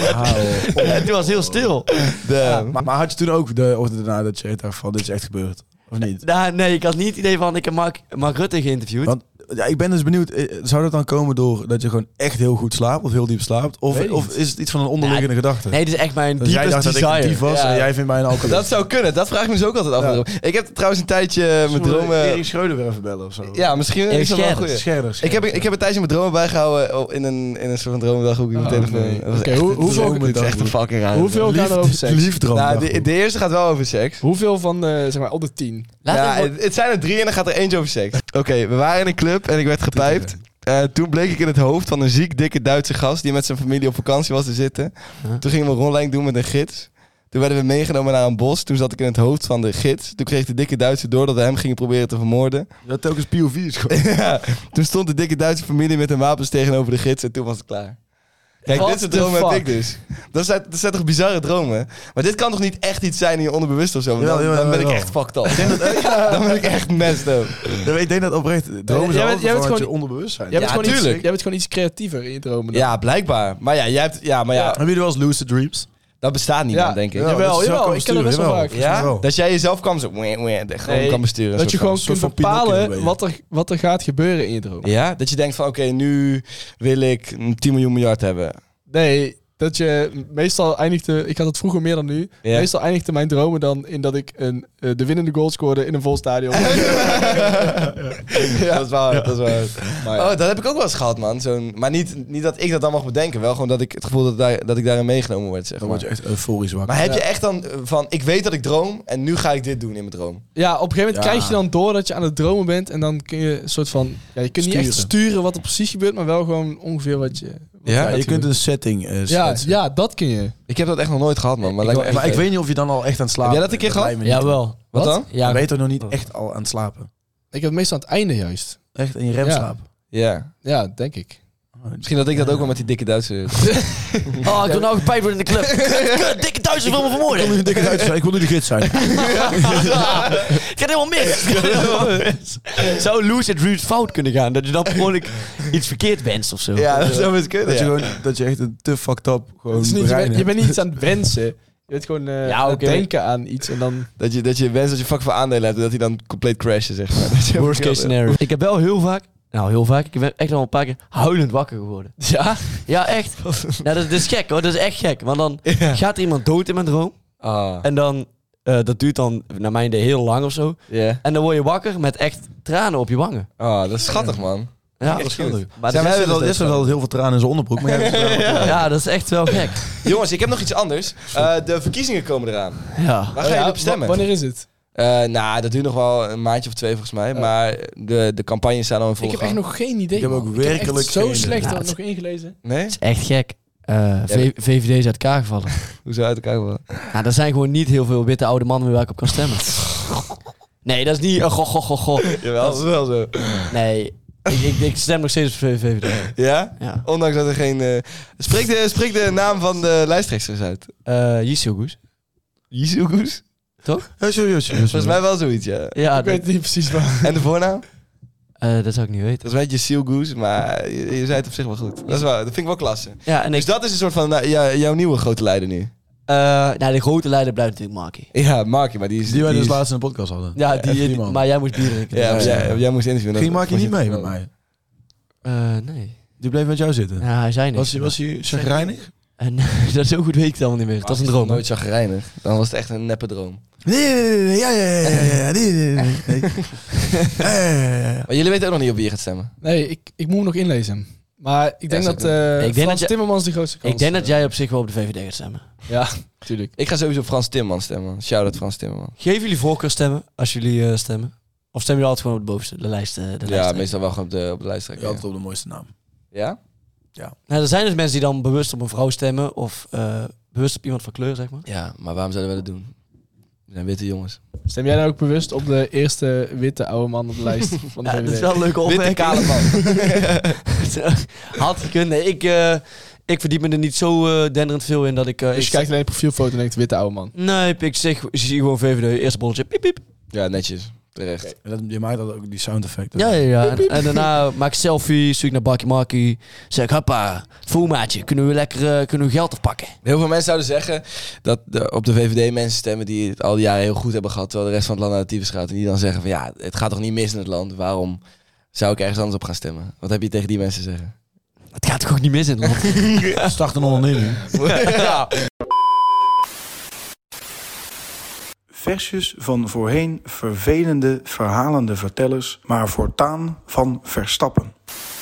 [SPEAKER 5] En toen was het heel stil.
[SPEAKER 3] Ja, maar, maar had je toen ook de ochtend daarna dat je dacht van dit is echt gebeurd? Of niet?
[SPEAKER 5] Nou, nee, ik had niet het idee van... Ik heb Mark, Mark Rutte geïnterviewd.
[SPEAKER 3] Want ja, ik ben dus benieuwd, eh, zou dat dan komen door dat je gewoon echt heel goed slaapt of heel diep slaapt? Of,
[SPEAKER 4] Weet ik
[SPEAKER 3] of
[SPEAKER 4] niet.
[SPEAKER 3] is het iets van een onderliggende gedachte?
[SPEAKER 5] Nee, dit is echt mijn
[SPEAKER 3] Dus jij
[SPEAKER 5] deepest
[SPEAKER 3] dacht dat ik
[SPEAKER 5] desire.
[SPEAKER 3] een dief was
[SPEAKER 2] Ja.
[SPEAKER 3] en jij vindt mij een alcoholist.
[SPEAKER 2] Dat zou kunnen. Dat vraag ik me dus ook altijd af.
[SPEAKER 3] Ja.
[SPEAKER 2] Ik heb trouwens een tijdje mijn
[SPEAKER 3] Zullen we
[SPEAKER 2] dromen...
[SPEAKER 3] Erik Schreuder weer even bellen of zo.
[SPEAKER 2] Ja, misschien
[SPEAKER 5] Erik
[SPEAKER 2] is dat wel een
[SPEAKER 5] Scherder.
[SPEAKER 2] goeie.
[SPEAKER 3] Scherder.
[SPEAKER 2] Ik heb, ik heb een tijdje mijn dromen bijgehouden oh, in een, in een soort van dromendag ook in mijn
[SPEAKER 4] Oh,
[SPEAKER 2] telefoon.
[SPEAKER 4] nee.
[SPEAKER 2] Dat was
[SPEAKER 4] Oké,
[SPEAKER 2] echt-
[SPEAKER 4] hoe-
[SPEAKER 2] dit is
[SPEAKER 4] hoeveel-
[SPEAKER 2] echt- dit is echt een fucking raar.
[SPEAKER 4] Hoeveel gaan er over seks?
[SPEAKER 3] Liefdroom.
[SPEAKER 2] Nou, de, de eerste gaat wel over seks.
[SPEAKER 4] Hoeveel van de, zeg maar, op de tien?
[SPEAKER 5] Laat
[SPEAKER 2] ja,
[SPEAKER 5] even-
[SPEAKER 2] het, het zijn er drie en dan gaat er eentje over seks. Oké, we waren in een club en ik werd gepijpt. Uh, toen bleek ik in het hoofd van een ziek dikke Duitse gast die met zijn familie op vakantie was te zitten.
[SPEAKER 5] Huh?
[SPEAKER 2] Toen gingen we een rondleiding doen met een gids. Toen werden we meegenomen naar een bos. Toen zat ik in het hoofd van de gids. Toen kreeg de dikke Duitser door dat we hem gingen proberen te vermoorden.
[SPEAKER 3] Je had telkens P O V's gewoon.
[SPEAKER 2] Ja, toen stond de dikke Duitse familie met hun wapens tegenover de gids en toen was het klaar. Kijk,
[SPEAKER 4] What
[SPEAKER 2] dit soort
[SPEAKER 4] the
[SPEAKER 2] dromen heb
[SPEAKER 4] fuck?
[SPEAKER 2] ik dus. Dat zijn, dat zijn toch bizarre dromen? Maar dit kan toch niet echt iets zijn in je onderbewust of zo? Want
[SPEAKER 3] Jawel,
[SPEAKER 2] Dan,
[SPEAKER 3] jawel,
[SPEAKER 2] dan ben ik
[SPEAKER 3] jawel.
[SPEAKER 2] echt fucked up. Dan ben ik echt messed up.
[SPEAKER 3] Ja, ik denk dat oprecht dromen
[SPEAKER 4] jij
[SPEAKER 3] zijn
[SPEAKER 4] bent- jij bent
[SPEAKER 3] van je
[SPEAKER 4] gewoon-
[SPEAKER 3] onderbewustzijn.
[SPEAKER 4] Jij bent,
[SPEAKER 2] Ja,
[SPEAKER 4] gewoon iets,
[SPEAKER 2] tuurlijk.
[SPEAKER 4] jij bent gewoon iets creatiever in je dromen. dan.
[SPEAKER 2] Ja, blijkbaar. Maar ja, jij hebt, ja, maar ja,
[SPEAKER 3] Hebben jullie wel eens lucid dreams?
[SPEAKER 2] dat bestaat niet, man,
[SPEAKER 4] Ja.
[SPEAKER 2] denk ik.
[SPEAKER 3] Ja,
[SPEAKER 4] Jawel,
[SPEAKER 3] dat is
[SPEAKER 4] jawel,
[SPEAKER 3] wel
[SPEAKER 4] ik ken dat best wel
[SPEAKER 3] jawel.
[SPEAKER 4] vaak.
[SPEAKER 3] Volgens mij
[SPEAKER 2] Ja?
[SPEAKER 3] wel.
[SPEAKER 2] Dat jij jezelf kan zo, wee, wee, gewoon
[SPEAKER 4] Nee,
[SPEAKER 2] kan besturen.
[SPEAKER 4] Dat je
[SPEAKER 2] soort
[SPEAKER 4] gewoon
[SPEAKER 2] van.
[SPEAKER 4] kunt
[SPEAKER 3] soort van Pinocchio ben
[SPEAKER 4] bepalen
[SPEAKER 3] je.
[SPEAKER 4] wat er, wat er gaat gebeuren in je droom.
[SPEAKER 2] Ja, dat je denkt van, oké, nu wil ik tien miljoen miljard hebben.
[SPEAKER 4] Nee, dat je meestal eindigde... Ik had het vroeger meer dan nu.
[SPEAKER 2] Ja.
[SPEAKER 4] Meestal eindigde mijn dromen dan in dat ik een, uh, de winnende goal scoorde in een vol stadion.
[SPEAKER 2] ja. Dat is waar, dat is waar. Maar ja. Oh, dat heb ik ook wel eens gehad, man. Zo'n, maar niet, niet dat ik dat dan mag bedenken. Wel gewoon dat ik het gevoel dat, daar, dat ik daarin meegenomen word, zeg
[SPEAKER 3] Dan
[SPEAKER 2] maar.
[SPEAKER 3] word je echt euforisch wakker.
[SPEAKER 2] Maar heb je
[SPEAKER 4] Ja.
[SPEAKER 2] echt dan van, ik weet dat ik droom en nu ga ik dit doen in mijn droom?
[SPEAKER 4] Ja, op een gegeven moment
[SPEAKER 3] Ja.
[SPEAKER 4] krijg je dan door dat je aan het dromen bent. En dan kun je een soort van... Ja, je kunt niet echt
[SPEAKER 3] Sturen.
[SPEAKER 4] sturen wat er precies gebeurt, maar wel gewoon ongeveer wat je... Wat
[SPEAKER 2] Ja,
[SPEAKER 3] Ja,
[SPEAKER 4] eruit
[SPEAKER 3] je kunt
[SPEAKER 4] gebeurt.
[SPEAKER 3] een setting uh,
[SPEAKER 4] Ja,
[SPEAKER 3] schetsen.
[SPEAKER 4] ja, dat kun je.
[SPEAKER 2] Ik heb dat echt nog nooit gehad, man. Maar,
[SPEAKER 3] Ik,
[SPEAKER 2] lijkt me echt
[SPEAKER 3] maar ik
[SPEAKER 2] vet.
[SPEAKER 3] weet niet of je dan al echt aan het slapen
[SPEAKER 2] Heb jij dat een keer gehad?
[SPEAKER 3] lijkt me niet.
[SPEAKER 5] Jawel.
[SPEAKER 2] Wat dan?
[SPEAKER 3] Ja,
[SPEAKER 5] Ja,
[SPEAKER 3] ben je toch nog niet echt al aan het slapen?
[SPEAKER 4] Ik heb het meestal aan het einde juist.
[SPEAKER 3] Echt in je remslaap?
[SPEAKER 2] Ja.
[SPEAKER 4] Ja, denk ik.
[SPEAKER 2] Misschien dat ik dat ook wel met die dikke Duitse...
[SPEAKER 5] Oh, ik wil nou gepijpt worden in de club. Kut, kut, dikke Duitsers wil me
[SPEAKER 3] Ik wil
[SPEAKER 5] vermoorden.
[SPEAKER 3] nu een dikke Duitser zijn, ik wil nu de gids zijn.
[SPEAKER 5] Het gaat helemaal mis. Zou Loose het Reed fout kunnen gaan? Dat je dan gewoon iets verkeerd wenst of zo.
[SPEAKER 2] Ja, dat zou best kunnen,
[SPEAKER 3] Dat je,
[SPEAKER 2] ja.
[SPEAKER 3] gewoon, dat je echt een te fucked up gewoon
[SPEAKER 4] Het is niet, je,
[SPEAKER 3] brein
[SPEAKER 4] bent, je
[SPEAKER 3] hebt.
[SPEAKER 4] bent niet iets aan het wensen. Je bent gewoon uh,
[SPEAKER 5] Ja,
[SPEAKER 4] aan
[SPEAKER 5] oké.
[SPEAKER 4] het denken aan iets en dan...
[SPEAKER 2] Dat je, dat je wenst dat je fuck veel aandelen hebt en dat die dan compleet crashen, zeg maar. Dat je
[SPEAKER 5] Worst case scenario. Ik heb wel heel vaak, nou heel vaak, ik ben echt al een paar keer huilend wakker geworden.
[SPEAKER 4] Ja?
[SPEAKER 5] Ja, echt. Ja, dat, dat is gek hoor, dat is echt gek. Want dan
[SPEAKER 2] Ja.
[SPEAKER 5] gaat er iemand dood in mijn droom.
[SPEAKER 2] Ah,
[SPEAKER 5] En dan, uh, dat duurt dan naar mijn idee heel lang of zo.
[SPEAKER 2] ja.
[SPEAKER 5] En dan word je wakker met echt tranen op je wangen.
[SPEAKER 2] Ah, dat is schattig, man.
[SPEAKER 5] Ja,
[SPEAKER 2] Echt
[SPEAKER 5] dat is
[SPEAKER 2] goed.
[SPEAKER 5] Maar
[SPEAKER 3] Zijn
[SPEAKER 5] dat
[SPEAKER 3] wij
[SPEAKER 5] is-
[SPEAKER 3] wel, Jesse wel heel veel tranen in zijn onderbroek. Maar jij hebt wel-
[SPEAKER 5] ja, dat is echt wel gek.
[SPEAKER 2] Jongens, ik heb nog iets anders. Uh, de verkiezingen komen eraan.
[SPEAKER 5] Ja.
[SPEAKER 2] Waar ga je
[SPEAKER 4] ja,
[SPEAKER 2] op stemmen?
[SPEAKER 4] w- wanneer is het?
[SPEAKER 2] Uh, nou, dat duurt nog wel een maandje of twee volgens mij. Maar de, de campagnes zijn al in volle
[SPEAKER 4] Ik heb echt
[SPEAKER 2] gang.
[SPEAKER 4] nog geen idee.
[SPEAKER 3] Ik heb ook
[SPEAKER 4] man.
[SPEAKER 3] werkelijk
[SPEAKER 4] ik heb echt zo
[SPEAKER 3] geen-
[SPEAKER 4] slecht
[SPEAKER 5] Ja,
[SPEAKER 4] er
[SPEAKER 5] het-
[SPEAKER 4] nog ingelezen.
[SPEAKER 2] Nee?
[SPEAKER 5] Het is echt gek. Uh, v- V V D is uit elkaar gevallen.
[SPEAKER 2] Hoezo uit elkaar gevallen?
[SPEAKER 5] Nou, er zijn gewoon niet heel veel witte oude mannen meer waar ik op kan stemmen. Nee, dat is niet... Oh, goh, goh, goh, goh.
[SPEAKER 2] Jawel, dat is wel zo.
[SPEAKER 5] Nee, ik, ik, ik stem nog steeds op V V D.
[SPEAKER 2] Ja?
[SPEAKER 5] Ja.
[SPEAKER 2] Ondanks dat er geen... Uh... Spreek, de, spreek de naam van de lijsttrekkers uit.
[SPEAKER 5] Uh, Yisiogus.
[SPEAKER 2] Yisoegoes?
[SPEAKER 5] Toch?
[SPEAKER 3] Ja, serieus.
[SPEAKER 2] Volgens mij wel zoiets, ja.
[SPEAKER 5] Ja,
[SPEAKER 4] ik weet
[SPEAKER 5] dat,
[SPEAKER 4] het niet precies waar.
[SPEAKER 2] En de voornaam?
[SPEAKER 5] uh, dat zou ik niet weten.
[SPEAKER 2] Dat is een beetje Sealgoose, maar je, je zei het op zich wel goed. Dat, is wel, dat vind ik wel klasse.
[SPEAKER 5] Ja, en
[SPEAKER 2] Dus
[SPEAKER 5] ik...
[SPEAKER 2] dat is een soort van nou, ja, jouw nieuwe grote leider nu.
[SPEAKER 5] Uh, nou, de grote leider blijft natuurlijk Marky.
[SPEAKER 2] Ja, Marky, maar die is...
[SPEAKER 3] Die wij dus
[SPEAKER 2] is-
[SPEAKER 3] laatst in de podcast hadden.
[SPEAKER 5] Ja, die,
[SPEAKER 3] Echt die
[SPEAKER 5] die-
[SPEAKER 3] man.
[SPEAKER 5] maar jij moest bier drinken.
[SPEAKER 2] Ja, maar jij, jij moest interviewen.
[SPEAKER 3] Ging
[SPEAKER 2] Dat-
[SPEAKER 3] Marky niet mee met mij?
[SPEAKER 5] Uh, nee.
[SPEAKER 3] Die bleef met jou zitten.
[SPEAKER 5] Ja, hij zei niks.
[SPEAKER 3] Was hij was hij chagrijnig?
[SPEAKER 5] En dat zo goed weet ik het allemaal niet meer. Het was een droom.
[SPEAKER 2] Nooit chagrijnig. Dan was het echt een neppe droom.
[SPEAKER 3] Nee, nee, nee, nee, ja, ja, ja, ja, ja, nee, nee, nee, nee. Ja, ja, ja, ja, ja.
[SPEAKER 2] Maar jullie weten ook nog niet op wie je gaat stemmen.
[SPEAKER 4] Nee, ik, ik moet hem nog inlezen. Maar ik denk
[SPEAKER 2] Ja,
[SPEAKER 4] dat
[SPEAKER 2] zeker.
[SPEAKER 4] uh,
[SPEAKER 5] Ik denk
[SPEAKER 4] Frans
[SPEAKER 5] dat je-
[SPEAKER 4] Timmermans de grootste kans
[SPEAKER 5] Ik denk dat
[SPEAKER 4] eh,
[SPEAKER 5] jij op zich wel op de V V D gaat stemmen.
[SPEAKER 4] Ja, tuurlijk.
[SPEAKER 2] Ik ga sowieso op Frans Timmermans stemmen. Shout-out Frans Timmermans.
[SPEAKER 5] Geven jullie voorkeurstemmen als jullie uh, stemmen? Of stemmen jullie altijd gewoon op de bovenste, de lijst? uh, De
[SPEAKER 2] Ja,
[SPEAKER 5] lijst
[SPEAKER 2] meestal wel gewoon op de, op de lijsttrekker.
[SPEAKER 3] Je
[SPEAKER 2] Ja?
[SPEAKER 3] had het op de mooiste naam.
[SPEAKER 2] Ja?
[SPEAKER 5] Nou, er zijn dus mensen die dan bewust op een vrouw stemmen of uh, bewust op iemand van kleur, zeg maar.
[SPEAKER 2] Ja, maar waarom zouden we dat doen? We zijn witte jongens.
[SPEAKER 4] Stem jij dan ook bewust op de eerste witte oude man op de lijst van de
[SPEAKER 5] Ja,
[SPEAKER 4] V V D?
[SPEAKER 5] dat is wel een leuke
[SPEAKER 2] Witte
[SPEAKER 5] opmerking.
[SPEAKER 2] kale man.
[SPEAKER 5] Had gekund. Nee, ik, uh, ik verdiep me er niet zo uh, denderend veel in dat ik... Uh,
[SPEAKER 4] Dus je
[SPEAKER 5] ik
[SPEAKER 4] kijkt alleen profielfoto en denkt witte oude man.
[SPEAKER 5] Nee, ik zeg, ik zie gewoon V V D, eerste bolletje, piep, piep.
[SPEAKER 2] Ja, netjes. Terecht.
[SPEAKER 3] En dat, je maakt dat ook die sound effecten.
[SPEAKER 5] Ja, ja, ja. En, en daarna maak ik selfie, zoek ik naar Bakkie Markie. Zeg ik, hoppa, voelmaatje, kunnen we lekker uh, kunnen we geld afpakken?
[SPEAKER 2] Heel veel mensen zouden zeggen dat de, op de V V D mensen stemmen die het al die jaren heel goed hebben gehad, terwijl de rest van het land naar de tyfus gaat. En die dan zeggen van ja, het gaat toch niet mis in het land. Waarom zou ik ergens anders op gaan stemmen? Wat heb je tegen die mensen te zeggen?
[SPEAKER 5] Het gaat toch ook niet mis in het land?
[SPEAKER 3] Start een onderneming.
[SPEAKER 2] Ja.
[SPEAKER 6] Versjes van voorheen vervelende, verhalende vertellers, maar voortaan van Verstappen.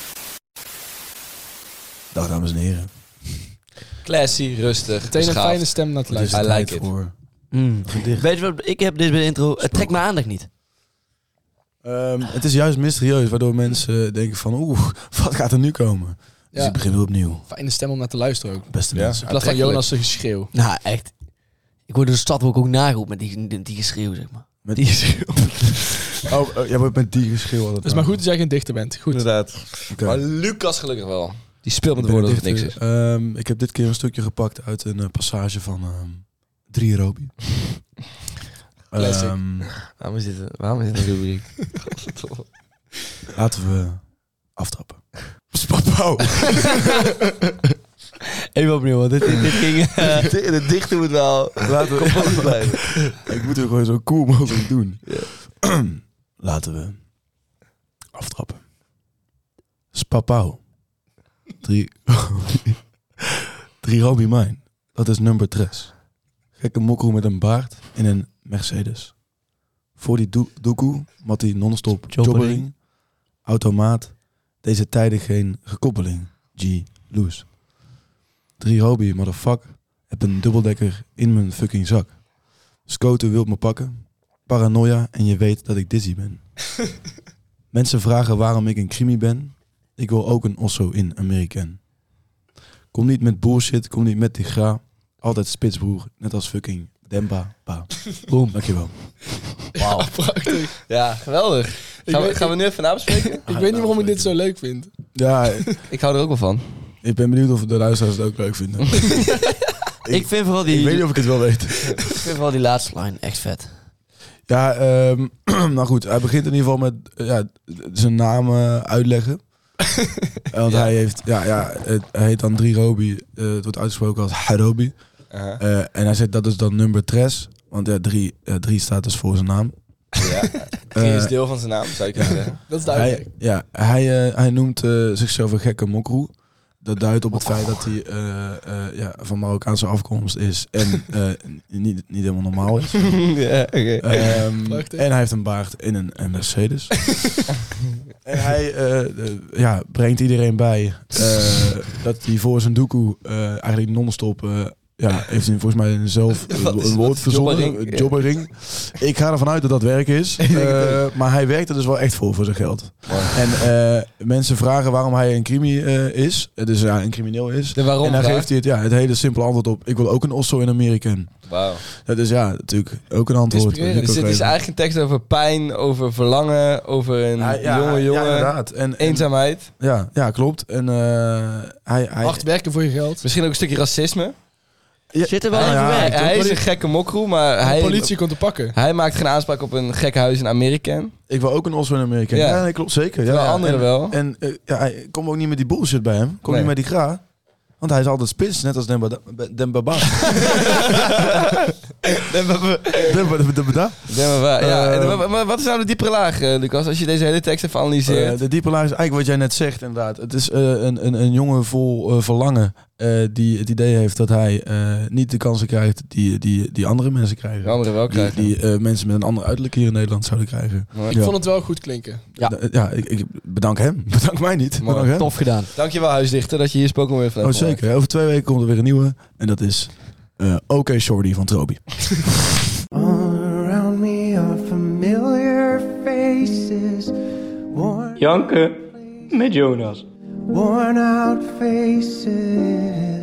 [SPEAKER 3] Dag dames en heren.
[SPEAKER 2] Classy, rustig,
[SPEAKER 4] Meteen een
[SPEAKER 2] beschaafd.
[SPEAKER 4] fijne stem naar het
[SPEAKER 3] Het is
[SPEAKER 2] I
[SPEAKER 4] luisteren.
[SPEAKER 2] like
[SPEAKER 3] tijd
[SPEAKER 2] it.
[SPEAKER 3] voor
[SPEAKER 5] Mm.
[SPEAKER 3] gedicht.
[SPEAKER 5] Weet je wat, ik heb dit bij de intro, het trekt mijn aandacht niet.
[SPEAKER 3] Um, het is juist mysterieus, waardoor mensen denken van oeh, wat gaat er nu komen? Dus
[SPEAKER 4] Ja.
[SPEAKER 3] ik begin weer opnieuw.
[SPEAKER 4] Fijne stem om naar te luisteren ook.
[SPEAKER 3] Beste
[SPEAKER 2] Ja.
[SPEAKER 3] mensen.
[SPEAKER 4] In plaats van
[SPEAKER 2] Aantrekkelijk.
[SPEAKER 4] Jonas' geschreeuw.
[SPEAKER 5] Nou, echt. Ik word door de stad ook, ook nageroepen met die, die, die geschreeuw, zeg maar.
[SPEAKER 3] Met die geschreeuw. oh, oh, jij wordt met die geschreeuw altijd.
[SPEAKER 4] Het is maar goed dat jij geen dichter bent. Goed.
[SPEAKER 2] Inderdaad.
[SPEAKER 3] Oké.
[SPEAKER 2] Maar Lucas gelukkig wel. Die speelt met
[SPEAKER 3] Ik ben
[SPEAKER 2] woorden dat het
[SPEAKER 3] een
[SPEAKER 2] niks is.
[SPEAKER 3] dichter. Um, ik heb dit keer een stukje gepakt uit een uh, passage van um, drie Robi.
[SPEAKER 2] Classic.
[SPEAKER 3] Um,
[SPEAKER 2] Waarom is dit, waarom is dit een rubriek?
[SPEAKER 3] laten we aftrappen. Spapau.
[SPEAKER 5] Even opnieuw, want dit, dit, dit ging... uh,
[SPEAKER 2] De dichter moet wel
[SPEAKER 3] Laten we
[SPEAKER 2] kapot blijven.
[SPEAKER 3] Ik moet het gewoon zo cool mogelijk doen. Laten we aftrappen. Spapau. Drie. Drie Robbie Mine. Dat is nummer tres. Gekke mokro met een baard in een Mercedes. Voor die do- doekoe, Mattie non-stop
[SPEAKER 5] Jobbering.
[SPEAKER 3] jobbering. Automaat. Deze tijden geen gekoppeling. G. Loose. Drie Robbie, motherfucker. Heb een dubbeldekker in mijn fucking zak. Scoten wilt me pakken. Paranoia en je weet dat ik dizzy ben. Mensen vragen waarom ik een crimi ben. Ik wil ook een osso in American. Kom niet met bullshit, kom niet met die gra. Altijd spitsbroer, net als fucking Demba. Ba. Boom, dankjewel.
[SPEAKER 4] Wauw. Prachtig.
[SPEAKER 2] Ja, geweldig.
[SPEAKER 4] Ik
[SPEAKER 2] Gaan we,
[SPEAKER 4] weet-
[SPEAKER 2] gaan we nu even nabespreken?
[SPEAKER 4] Ik weet niet waarom ik dit zo leuk vind.
[SPEAKER 3] Ja,
[SPEAKER 2] Ik hou er ook wel van.
[SPEAKER 3] ik ben benieuwd of de luisteraars het ook leuk vinden.
[SPEAKER 5] Ik vind vooral die,
[SPEAKER 3] Ik weet niet of ik het wel weet.
[SPEAKER 5] ik vind vooral die laatste line echt vet.
[SPEAKER 3] Ja, ehm, nou goed, hij begint in ieder geval met eh, ja, zijn naam eh, uitleggen. Want
[SPEAKER 2] Ja.
[SPEAKER 3] hij heeft, ja, ja, het, hij heet dan Drie Robbie. eh, het wordt uitgesproken als Harobi.
[SPEAKER 2] Uh-huh.
[SPEAKER 3] Eh, en hij zegt dat is dan nummer tres. Want ja, drie, eh, drie staat dus voor zijn naam.
[SPEAKER 2] Ja. Drie is
[SPEAKER 3] Eh,
[SPEAKER 2] deel van zijn naam, zou je kunnen zeggen.
[SPEAKER 4] Dat is duidelijk.
[SPEAKER 3] hij, ja, hij, eh, hij noemt eh, zichzelf een gekke mokroe. Dat duidt op het feit dat hij eh, eh, ja, van Marokkaanse afkomst is en eh, niet, niet helemaal normaal is.
[SPEAKER 2] Ja, oké.
[SPEAKER 3] Ehm,
[SPEAKER 4] Prachtig.
[SPEAKER 3] en hij heeft een baard in een, een Mercedes. En hij eh, eh, ja, brengt iedereen bij eh, dat hij voor zijn doekoe eh, eigenlijk non-stop... eh, ja, heeft hij volgens mij zelf eh,
[SPEAKER 2] Wat is-
[SPEAKER 3] een
[SPEAKER 2] wat
[SPEAKER 3] woord
[SPEAKER 2] is
[SPEAKER 3] verzonnen.
[SPEAKER 2] jobbering?
[SPEAKER 3] eh, Jobbering. Ik ga ervan uit dat dat werk is. Eh, maar hij werkt er dus wel echt voor, voor zijn geld. En eh, mensen vragen waarom hij een crimi eh, is. Eh, dus ja, een crimineel is.
[SPEAKER 2] De waarom
[SPEAKER 3] en dan
[SPEAKER 2] vraag?
[SPEAKER 3] geeft hij het, ja, het hele simpele antwoord op. Ik wil ook een osso in American.
[SPEAKER 2] Wauw.
[SPEAKER 3] Dat is ja, natuurlijk ook een antwoord.
[SPEAKER 4] Inspirerend.
[SPEAKER 2] Dus
[SPEAKER 3] Dat
[SPEAKER 2] dit
[SPEAKER 3] ik
[SPEAKER 2] is
[SPEAKER 3] ook
[SPEAKER 2] eigenlijk een tekst over pijn, over verlangen, over een
[SPEAKER 3] even- Ja, ja,
[SPEAKER 2] jonge
[SPEAKER 3] ja,
[SPEAKER 2] jongen,
[SPEAKER 3] inderdaad. En, en-
[SPEAKER 2] eenzaamheid.
[SPEAKER 3] ja, ja, klopt. En eh, hij... hij
[SPEAKER 4] Hard werken voor je geld.
[SPEAKER 2] Misschien ook een stukje racisme.
[SPEAKER 3] ja,
[SPEAKER 5] Zit er wel
[SPEAKER 3] ja,
[SPEAKER 5] in
[SPEAKER 3] ja,
[SPEAKER 5] verwerkt,
[SPEAKER 2] hij
[SPEAKER 5] hoor.
[SPEAKER 2] is een gekke mokroe, maar
[SPEAKER 4] De
[SPEAKER 2] hij,
[SPEAKER 4] politie komt te pakken.
[SPEAKER 2] hij maakt geen aanspraak op een gek huis in Amerika.
[SPEAKER 3] Ik wil ook een osso in American.
[SPEAKER 2] Ja.
[SPEAKER 3] Ja, nee, klopt zeker. Ja,
[SPEAKER 2] Terwijl
[SPEAKER 3] ja.
[SPEAKER 2] anderen
[SPEAKER 3] en,
[SPEAKER 2] wel.
[SPEAKER 3] En eh, ja, hij komt ook niet met die bullshit bij hem. Komt
[SPEAKER 2] Nee.
[SPEAKER 3] niet met die gra. Want hij is altijd spits, net als Demba. Demba. Demba. Demba.
[SPEAKER 2] Ja, maar, waar- ja.
[SPEAKER 3] Eh,
[SPEAKER 2] en wa- maar wat is nou de diepere laag, eh, Lucas, als je deze hele tekst even analyseert?
[SPEAKER 3] Eh, de diepe laag is eigenlijk wat jij net zegt, inderdaad. Het is eh, een, een, een jongen vol eh, verlangen eh, die het idee heeft dat hij eh, niet de kansen krijgt die, die, die andere mensen krijgen.
[SPEAKER 2] De anderen wel
[SPEAKER 3] Die,
[SPEAKER 2] krijgen.
[SPEAKER 3] die eh, mensen met een ander uiterlijk hier in Nederland zouden krijgen.
[SPEAKER 2] Mooi.
[SPEAKER 4] Ik
[SPEAKER 3] Ja.
[SPEAKER 4] vond het wel goed klinken.
[SPEAKER 5] Ja.
[SPEAKER 3] D- ja, ik, ik bedank hem. Bedank mij niet.
[SPEAKER 2] Mooi.
[SPEAKER 3] Bedank hem.
[SPEAKER 5] Tof gedaan.
[SPEAKER 2] Dankjewel, huisdichter, dat je hier spoken weer van
[SPEAKER 3] Oh,
[SPEAKER 2] hebt gemaakt.
[SPEAKER 3] zeker. Over twee weken komt er weer een nieuwe. En dat is eh Oké Shorty van Trobi.
[SPEAKER 7] All around me are familiar faces, worn,
[SPEAKER 8] Janken met Jonas.
[SPEAKER 7] worn out faces.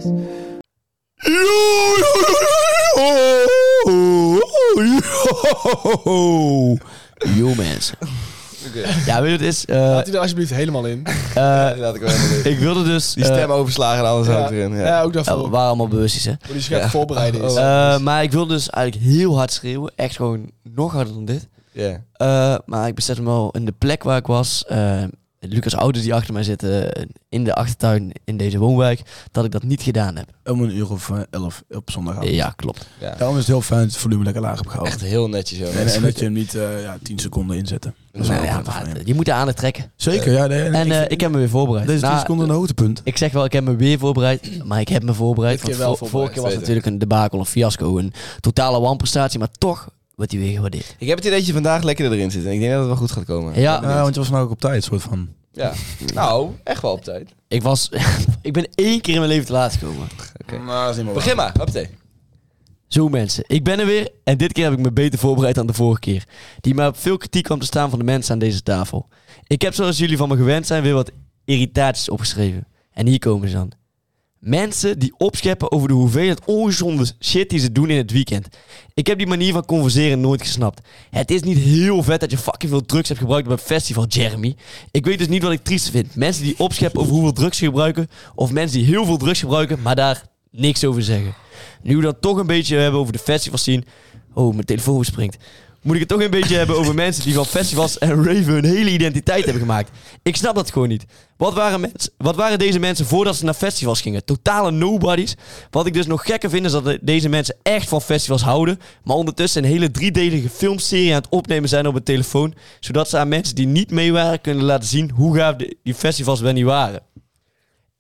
[SPEAKER 5] Yo mensen. Ja, weet je wat het is? Eh,
[SPEAKER 4] Laat die er alsjeblieft helemaal in.
[SPEAKER 5] eh,
[SPEAKER 2] Ja, laat ik wel helemaal doen.
[SPEAKER 5] ik wilde dus...
[SPEAKER 2] Die
[SPEAKER 5] eh,
[SPEAKER 2] stem overslagen en alles
[SPEAKER 4] Ja,
[SPEAKER 2] ook erin. Ja.
[SPEAKER 4] ja, ook
[SPEAKER 5] ja,
[SPEAKER 4] daarvoor.
[SPEAKER 5] we waren allemaal bewust, hè.
[SPEAKER 4] Hoe die zich even
[SPEAKER 2] Ja.
[SPEAKER 4] voorbereiden is.
[SPEAKER 2] Oh,
[SPEAKER 5] Eh, maar ik wilde dus eigenlijk heel hard schreeuwen. Echt gewoon nog harder dan dit.
[SPEAKER 2] Ja.
[SPEAKER 5] Eh, maar ik besefte me wel in de plek waar ik was. eh, Lucas' ouders die achter mij zitten in de achtertuin in deze woonwijk. Dat ik dat niet gedaan heb.
[SPEAKER 3] Om een uur of eh, elf op zondagavond.
[SPEAKER 5] Ja, klopt.
[SPEAKER 2] Ja.
[SPEAKER 3] Daarom is het heel fijn dat het volume lekker laag hebt gehouden.
[SPEAKER 2] Echt heel netjes, joh.
[SPEAKER 3] En, en dat je hem niet eh, ja, tien seconden inzetten. Dat is
[SPEAKER 5] Nou
[SPEAKER 3] wel
[SPEAKER 5] ja,
[SPEAKER 3] prettig van
[SPEAKER 5] maar
[SPEAKER 3] je.
[SPEAKER 5] je moet de aandacht trekken.
[SPEAKER 3] Zeker, ja. Nee, nee,
[SPEAKER 5] En eh, ik heb me weer voorbereid.
[SPEAKER 3] Deze tien
[SPEAKER 5] Nou,
[SPEAKER 3] seconden een hoogtepunt.
[SPEAKER 5] Ik zeg wel, ik heb me weer voorbereid. Maar ik heb me voorbereid.
[SPEAKER 4] Dit keer
[SPEAKER 5] Want
[SPEAKER 4] wel
[SPEAKER 5] vor-
[SPEAKER 4] voorbereid,
[SPEAKER 5] vorige keer was het
[SPEAKER 2] zeker.
[SPEAKER 5] natuurlijk een debakel, een fiasco. Een totale wanprestatie. Maar toch wordt hij weer gewaardeerd.
[SPEAKER 2] Ik heb het idee dat je vandaag lekker erin zit. En ik denk dat het wel goed gaat komen.
[SPEAKER 5] Ja,
[SPEAKER 3] Ja, want je was nou ook op tijd, soort van.
[SPEAKER 2] Ja. Nou, echt wel op tijd.
[SPEAKER 5] ik was... ik ben één keer in mijn leven te laat gekomen.
[SPEAKER 2] Oké.
[SPEAKER 3] Nou, dat is niet meer
[SPEAKER 2] Begin maar, hoppatee.
[SPEAKER 5] Zo mensen, ik ben er weer en dit keer heb ik me beter voorbereid dan de vorige keer. Die maar op veel kritiek kwam te staan van de mensen aan deze tafel. Ik heb zoals jullie van me gewend zijn weer wat irritaties opgeschreven. En hier komen ze dan. Mensen die opscheppen over de hoeveelheid ongezonde shit die ze doen in het weekend. Ik heb die manier van converseren nooit gesnapt. Het is niet heel vet dat je fucking veel drugs hebt gebruikt op een festival, Jeremy. Ik weet dus niet wat ik triest vind. Mensen die opscheppen over hoeveel drugs ze gebruiken. Of mensen die heel veel drugs gebruiken, maar daar niks over zeggen. Nu we dan toch een beetje hebben over de festivals zien. Oh, mijn telefoon springt. Moet ik het toch een beetje hebben over mensen die van festivals en raven hun hele identiteit hebben gemaakt. Ik snap dat gewoon niet. Wat waren, mens, wat waren deze mensen voordat ze naar festivals gingen? Totale nobodies. Wat ik dus nog gekker vind is dat de- deze mensen echt van festivals houden. Maar ondertussen een hele driedelige filmserie aan het opnemen zijn op een telefoon. Zodat ze aan mensen die niet mee waren kunnen laten zien hoe gaaf de- die festivals wel niet waren.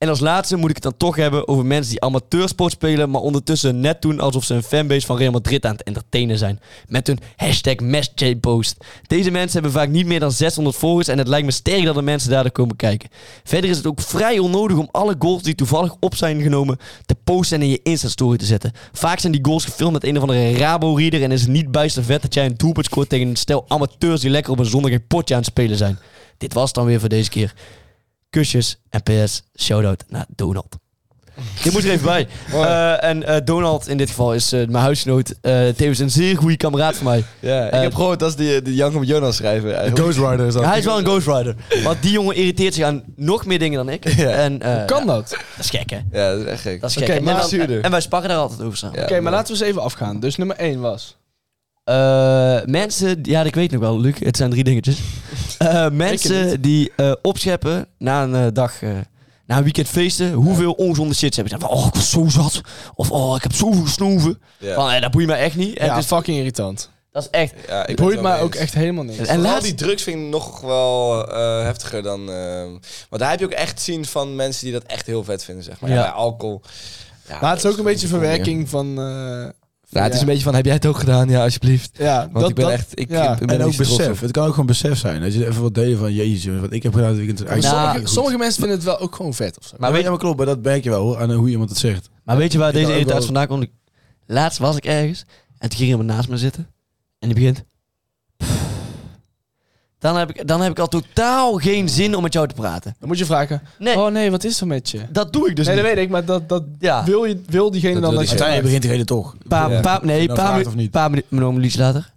[SPEAKER 5] En als laatste moet ik het dan toch hebben over mensen die amateursport spelen, maar ondertussen net doen alsof ze een fanbase van Real Madrid aan het entertainen zijn. Met hun hashtag matchday-post. Deze mensen hebben vaak niet meer dan zeshonderd volgers en het lijkt me sterk dat de mensen daardoor komen kijken. Verder is het ook vrij onnodig om alle goals die toevallig op zijn genomen te posten en in je Insta-story te zetten. Vaak zijn die goals gefilmd met een of andere Rabo-reader en is het niet bijster vet dat jij een doelpunt scoort tegen een stel amateurs die lekker op een zondag een potje aan het spelen zijn. Dit was het dan weer voor deze keer. Kusjes en P S, shout-out naar Donald. Dit moet er even bij. Uh, en uh, Donald in dit geval is uh, mijn huisgenoot. Uh, tevens een zeer goede kameraad van mij.
[SPEAKER 2] Ja, ik
[SPEAKER 5] Uh,
[SPEAKER 2] heb gehoord dat is die, die Janko met Jonas schrijven.
[SPEAKER 3] De
[SPEAKER 2] eigenlijk.
[SPEAKER 3] Ghost Rider is dat.
[SPEAKER 5] Ja, hij is wel een Ghost Rider. Want die jongen irriteert zich aan nog meer dingen dan ik.
[SPEAKER 2] Ja.
[SPEAKER 5] En, uh,
[SPEAKER 4] Hoe kan
[SPEAKER 5] ja,
[SPEAKER 4] dat?
[SPEAKER 5] Dat is gek, hè?
[SPEAKER 2] Ja, dat is echt gek.
[SPEAKER 5] Dat is
[SPEAKER 4] Oké,
[SPEAKER 5] gek. En,
[SPEAKER 4] maar-
[SPEAKER 5] dan-
[SPEAKER 2] zuurder.
[SPEAKER 5] en wij sparren daar altijd over samen.
[SPEAKER 2] Ja,
[SPEAKER 4] Oké, maar laten we eens even afgaan. Dus nummer één was...
[SPEAKER 5] Uh, mensen, ja, ik weet nog wel, Luc. Het zijn drie dingetjes. Uh, mensen die uh, opscheppen na een uh, dag, uh, na een weekend feesten, hoeveel ongezonde shit ze hebben. Van, oh, ik was zo zat. Of, oh, ik heb zoveel gesnoven.
[SPEAKER 2] Ja.
[SPEAKER 5] Van, eh, dat boeit mij echt niet. En
[SPEAKER 4] Ja,
[SPEAKER 5] het is,
[SPEAKER 4] fucking irritant.
[SPEAKER 5] dat is echt...
[SPEAKER 2] Ja, ik ben
[SPEAKER 4] Boeit
[SPEAKER 2] het wel
[SPEAKER 4] mij
[SPEAKER 2] mee
[SPEAKER 4] ook
[SPEAKER 2] eens.
[SPEAKER 4] echt helemaal niks.
[SPEAKER 5] En
[SPEAKER 2] En
[SPEAKER 5] laatst-
[SPEAKER 2] laat die drugs vind ik nog wel uh, heftiger dan... Uh, want daar heb je ook echt zien van mensen die dat echt heel vet vinden, zeg maar. Ja.
[SPEAKER 5] Ja.
[SPEAKER 2] bij alcohol. Ja,
[SPEAKER 4] Maar het is ook een beetje
[SPEAKER 2] gewoon
[SPEAKER 4] verwerking van... uh,
[SPEAKER 2] Ja, het is een beetje van, heb jij het ook gedaan? Ja, alsjeblieft.
[SPEAKER 4] Ja,
[SPEAKER 2] Want
[SPEAKER 4] dat,
[SPEAKER 2] ik ben
[SPEAKER 4] dat,
[SPEAKER 2] echt... Ik,
[SPEAKER 4] ja.
[SPEAKER 2] ik ben
[SPEAKER 3] En
[SPEAKER 2] er
[SPEAKER 3] ook
[SPEAKER 2] niet zo trots
[SPEAKER 3] besef.
[SPEAKER 2] op.
[SPEAKER 3] Het kan ook gewoon besef zijn. Dat je even wat delen van, jezus, wat ik heb gedaan het weekend. is eigenlijk
[SPEAKER 5] Nou,
[SPEAKER 3] goed.
[SPEAKER 4] Sommige mensen vinden het wel ook gewoon vet of zo.
[SPEAKER 3] Maar
[SPEAKER 5] Maar
[SPEAKER 3] weet
[SPEAKER 5] weet,
[SPEAKER 3] je, maar klopt, maar dat merk je wel hoor, aan hoe iemand het zegt.
[SPEAKER 5] maar weet je waar
[SPEAKER 3] Ik
[SPEAKER 5] deze
[SPEAKER 3] kan ook
[SPEAKER 5] irritatie
[SPEAKER 3] wel-
[SPEAKER 5] vandaan komt? Laatst was ik ergens en toen ging iemand naast me zitten. En die begint... Dan heb, ik, dan heb ik al totaal geen zin om met jou te praten.
[SPEAKER 4] Dan moet je vragen...
[SPEAKER 5] Nee,
[SPEAKER 4] Oh nee, wat is er met je?
[SPEAKER 5] dat doe ik dus
[SPEAKER 4] nee,
[SPEAKER 5] niet.
[SPEAKER 4] dat weet ik, maar dat, dat
[SPEAKER 5] Ja.
[SPEAKER 4] wil, je, wil diegene
[SPEAKER 3] Dat
[SPEAKER 4] dan
[SPEAKER 3] wil
[SPEAKER 4] dat
[SPEAKER 3] ik
[SPEAKER 4] je...
[SPEAKER 3] zeggen. Uiteindelijk begint diegene toch.
[SPEAKER 5] Pa,
[SPEAKER 2] Ja.
[SPEAKER 5] pa, nee,
[SPEAKER 3] je
[SPEAKER 5] een
[SPEAKER 3] nou
[SPEAKER 5] paar,
[SPEAKER 3] vraagt
[SPEAKER 5] minu-
[SPEAKER 3] of niet.
[SPEAKER 5] paar minu- minuutjes later.